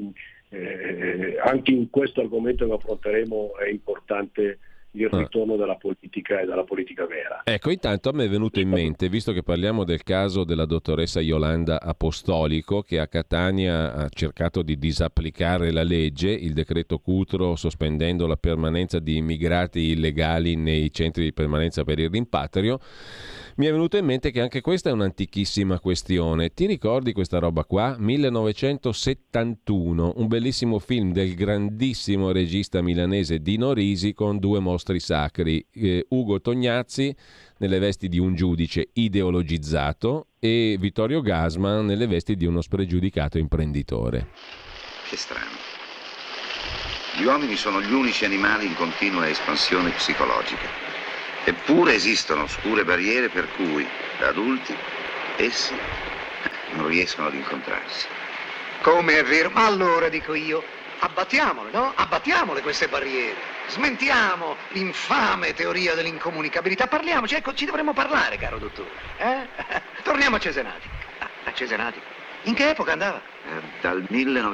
in questo argomento che affronteremo, è importante il ritorno della politica e della politica vera. Ecco, intanto a me è venuto in mente, visto che parliamo del caso della dottoressa Iolanda Apostolico, che a Catania ha cercato di disapplicare la legge, il decreto Cutro, sospendendo la permanenza di immigrati illegali nei centri di permanenza per il rimpatrio, mi è venuto in mente che anche questa è un'antichissima questione. Ti ricordi questa roba qua? 1971, un bellissimo film del grandissimo regista milanese Dino Risi con 2 mostri sacri, Ugo Tognazzi nelle vesti di un giudice ideologizzato e Vittorio Gassman nelle vesti di uno spregiudicato imprenditore. Che strano. Gli uomini sono gli unici animali in continua espansione psicologica. Eppure esistono oscure barriere per cui, da adulti, essi non riescono ad incontrarsi. Come è vero? Ma allora, dico io, abbattiamole, no? Abbattiamole queste barriere. Smentiamo l'infame teoria dell'incomunicabilità. Parliamoci, ecco, ci dovremmo parlare, caro dottore. Torniamo a Cesenati. A Cesenati? In che epoca andava? Dal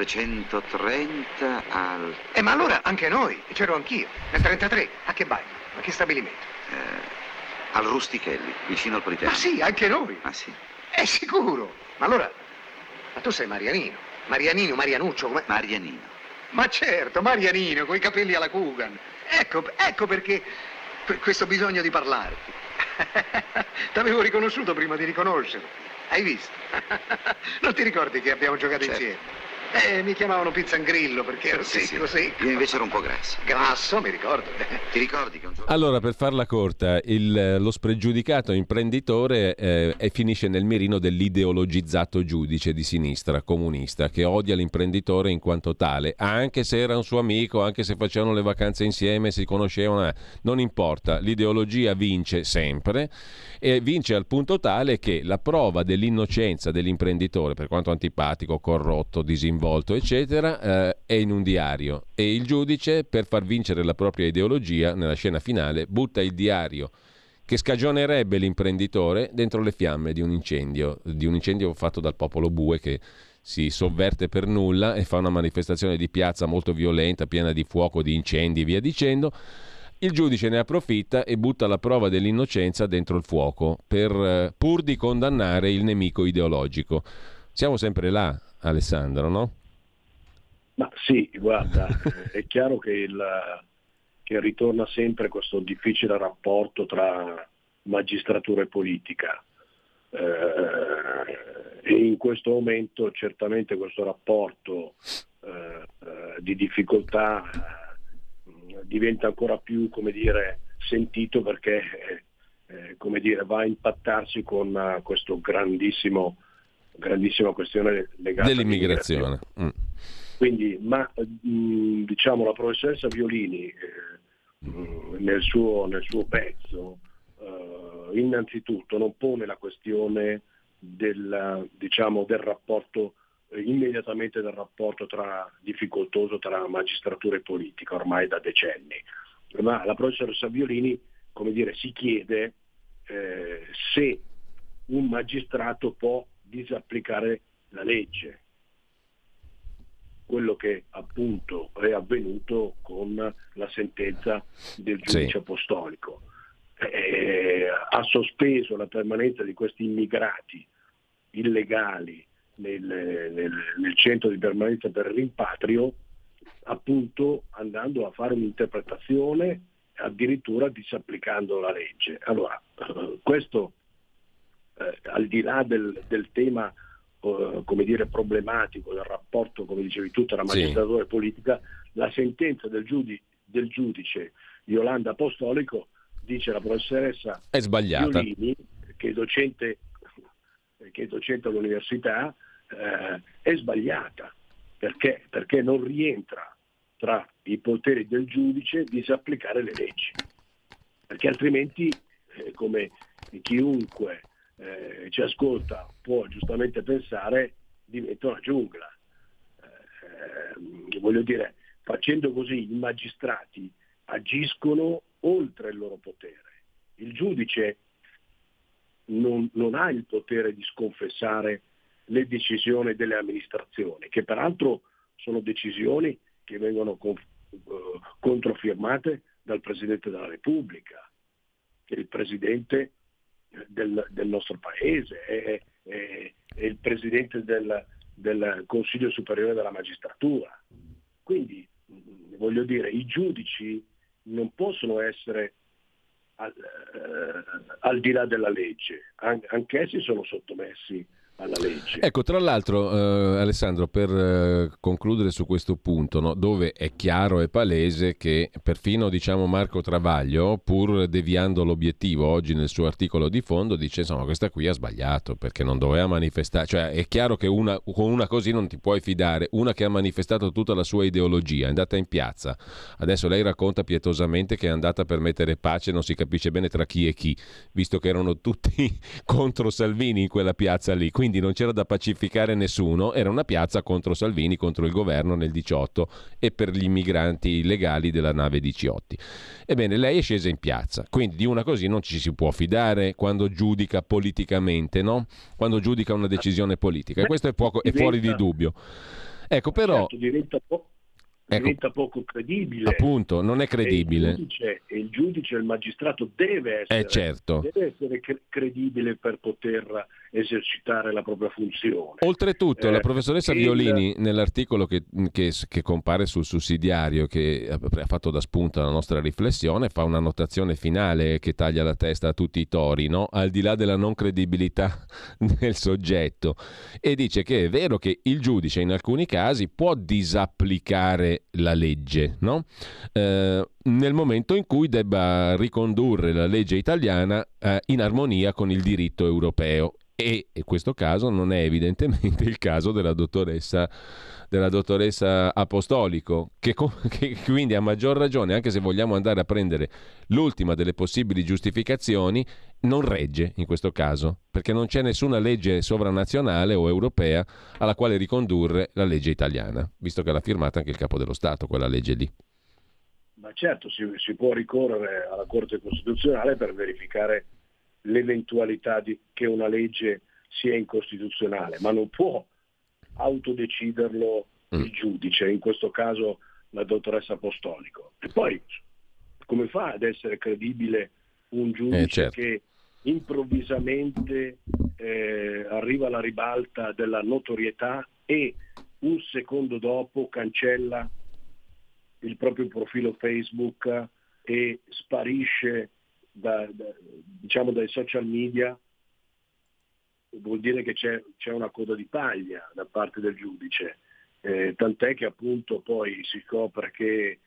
1930 al... ma allora anche noi, c'ero anch'io. Nel 33, a che bar? A che stabilimento? Al Rustichelli, vicino al Politecnico. Ah sì, anche noi? Ah sì. È sicuro. Ma allora, tu sei Marianino. Marianuccio, come? Marianino. Ma certo, Marianino, coi capelli alla Coogan. Ecco perché questo bisogno di parlarti. T'avevo riconosciuto prima di riconoscerti. Hai visto? Non ti ricordi che abbiamo giocato insieme? Mi chiamavano Pizzangrillo perché ero secco. Io invece ero un po' grasso. Grasso, mi ricordo. Ti ricordi che un giorno... Allora, per farla corta, lo spregiudicato imprenditore finisce nel mirino dell'ideologizzato giudice di sinistra comunista che odia l'imprenditore in quanto tale, anche se era un suo amico, anche se facevano le vacanze insieme, si conoscevano, non importa, l'ideologia vince sempre, e vince al punto tale che la prova dell'innocenza dell'imprenditore, per quanto antipatico, corrotto, disinvolto, eccetera, è in un diario, e il giudice, per far vincere la propria ideologia, nella scena finale butta il diario che scagionerebbe l'imprenditore dentro le fiamme di un incendio fatto dal popolo bue che si sovverte per nulla e fa una manifestazione di piazza molto violenta, piena di fuoco, di incendi e via dicendo. Il giudice ne approfitta e butta la prova dell'innocenza dentro il fuoco pur di condannare il nemico ideologico. Siamo sempre là, Alessandro, no? Ma sì, guarda, è chiaro che ritorna sempre questo difficile rapporto tra magistratura e politica. E in questo momento certamente questo rapporto di difficoltà diventa ancora più, sentito, perché va a impattarsi con questo grandissima questione legata dell'immigrazione. Quindi, la professoressa Violini nel suo pezzo innanzitutto non pone la questione del rapporto immediatamente del rapporto difficoltoso tra magistratura e politica ormai da decenni, ma la professoressa Violini si chiede se un magistrato può disapplicare la legge, quello che appunto è avvenuto con la sentenza del giudice apostolico. Ha sospeso la permanenza di questi immigrati illegali nel centro di permanenza per il rimpatrio, appunto andando a fare un'interpretazione addirittura disapplicando la legge. Allora, questo al di là del tema problematico del rapporto, come dicevi tu, tra magistratura e politica, la sentenza del giudice Iolanda Apostolico, dice la professoressa è sbagliata. Violini, che è docente all'università, è sbagliata perché non rientra tra i poteri del giudice disapplicare le leggi, perché altrimenti come chiunque ci ascolta può giustamente pensare, diventa una giungla. Facendo così i magistrati agiscono oltre il loro potere. Il giudice non ha il potere di sconfessare le decisioni delle amministrazioni, che peraltro sono decisioni che vengono controfirmate dal Presidente della Repubblica, che è il Presidente del nostro Paese, è il Presidente del Consiglio Superiore della Magistratura. Quindi, i giudici non possono essere al di là della legge, anch'essi sono sottomessi alla legge. Ecco, tra l'altro, Alessandro, per concludere su questo punto, no, dove è chiaro e palese che perfino Marco Travaglio, pur deviando l'obiettivo oggi nel suo articolo di fondo, dice insomma questa qui ha sbagliato perché non doveva manifestare, cioè è chiaro che con una così non ti puoi fidare, una che ha manifestato tutta la sua ideologia, è andata in piazza, adesso lei racconta pietosamente che è andata per mettere pace, non si capisce bene tra chi e chi, visto che erano tutti contro Salvini in quella piazza lì, quindi non c'era da pacificare nessuno, era una piazza contro Salvini, contro il governo nel 18 e per gli immigranti illegali della nave di Ciotti. Ebbene, lei è scesa in piazza, quindi di una così non ci si può fidare quando giudica politicamente, no? Quando giudica una decisione politica, e questo è fuori di dubbio. Ecco, però... Certo, diventa poco credibile. Appunto, non è credibile. Il giudice, il magistrato deve essere credibile per poter esercitare la propria funzione. Oltretutto, la professoressa Violini, nell'articolo che compare sul sussidiario, che ha fatto da spunto alla nostra riflessione, fa una notazione finale che taglia la testa a tutti i tori, no? Al di là della non credibilità del soggetto, e dice che è vero che il giudice in alcuni casi può disapplicare la legge, no? Nel momento in cui debba ricondurre la legge italiana in armonia con il diritto europeo, e in questo caso non è evidentemente il caso della dottoressa Apostolico, che quindi a maggior ragione, anche se vogliamo andare a prendere l'ultima delle possibili giustificazioni, non regge in questo caso, perché non c'è nessuna legge sovranazionale o europea alla quale ricondurre la legge italiana, visto che l'ha firmata anche il Capo dello Stato, quella legge lì. Ma certo, si può ricorrere alla Corte Costituzionale per verificare l'eventualità che una legge sia incostituzionale, ma non può autodeciderlo il giudice, in questo caso la dottoressa Apostolico. E poi come fa ad essere credibile un giudice certo. che improvvisamente arriva alla ribalta della notorietà e un secondo dopo cancella il proprio profilo Facebook e sparisce diciamo dai social media? Vuol dire che c'è una coda di paglia da parte del giudice, tant'è che appunto poi si scopre che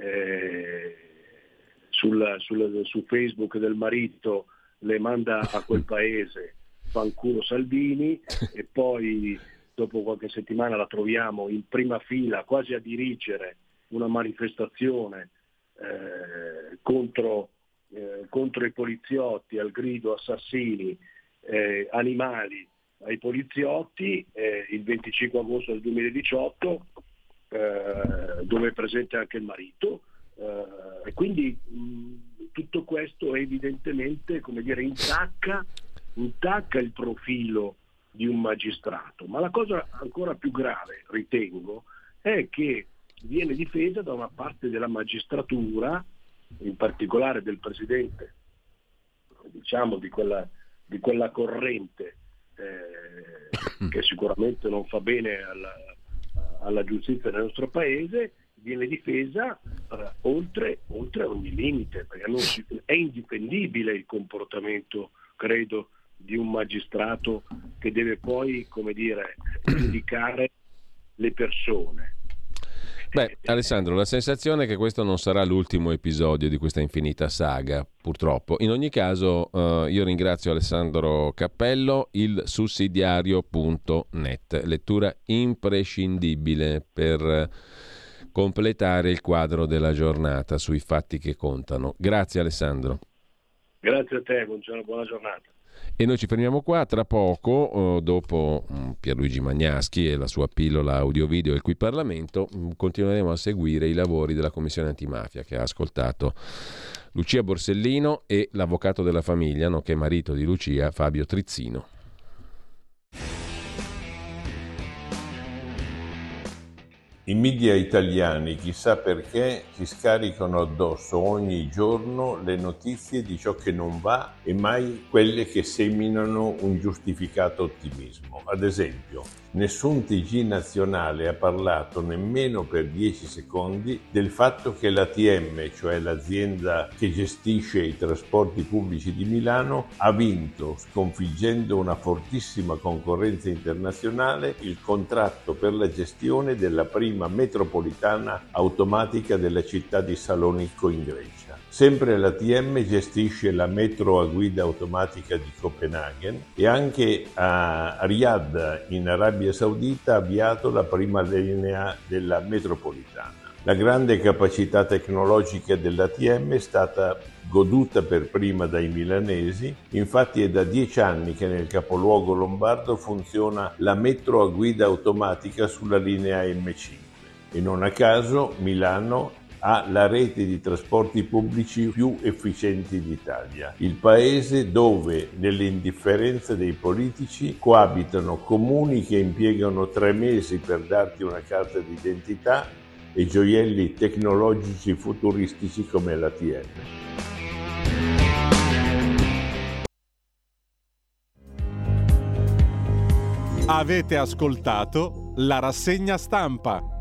su Facebook del marito le manda a quel paese fanculo Salvini e poi dopo qualche settimana la troviamo in prima fila quasi a dirigere una manifestazione contro i poliziotti al grido assassini, animali ai poliziotti, il 25 agosto del 2018 dove è presente anche il marito, e quindi tutto questo evidentemente, come dire, intacca il profilo di un magistrato. Ma la cosa ancora più grave, ritengo, è che viene difesa da una parte della magistratura, in particolare del presidente, diciamo di quella corrente che sicuramente non fa bene alla giustizia del nostro paese, viene difesa oltre ogni limite, perché è indifendibile il comportamento, credo, di un magistrato che deve poi, come dire, giudicare le persone. Beh, Alessandro, la sensazione è che questo non sarà l'ultimo episodio di questa infinita saga, purtroppo. In ogni caso, io ringrazio Alessandro Cappello, il sussidiario.net, lettura imprescindibile per completare il quadro della giornata sui fatti che contano. Grazie Alessandro. Grazie a te, buona giornata. E noi ci fermiamo qua, tra poco, dopo Pierluigi Magnaschi e la sua pillola audio-video Il Qui Parlamento, continueremo a seguire i lavori della Commissione Antimafia, che ha ascoltato Lucia Borsellino e l'avvocato della famiglia, nonché marito di Lucia, Fabio Trizzino. I media italiani, chissà perché, si scaricano addosso ogni giorno le notizie di ciò che non va e mai quelle che seminano un giustificato ottimismo. Ad esempio, nessun TG nazionale ha parlato nemmeno per 10 secondi del fatto che l'ATM, cioè l'azienda che gestisce i trasporti pubblici di Milano, ha vinto, sconfiggendo una fortissima concorrenza internazionale, il contratto per la gestione della prima metropolitana automatica della città di Salonicco in Grecia. Sempre l'ATM gestisce la metro a guida automatica di Copenaghen e anche a Riyadh in Arabia Saudita ha avviato la prima linea della metropolitana. La grande capacità tecnologica dell'ATM è stata goduta per prima dai milanesi, infatti è da 10 anni che nel capoluogo lombardo funziona la metro a guida automatica sulla linea M5 e non a caso Milano ha la rete di trasporti pubblici più efficienti d'Italia, il paese dove, nell'indifferenza dei politici, coabitano comuni che impiegano 3 mesi per darti una carta d'identità e gioielli tecnologici futuristici come l'ATM. Avete ascoltato la rassegna stampa.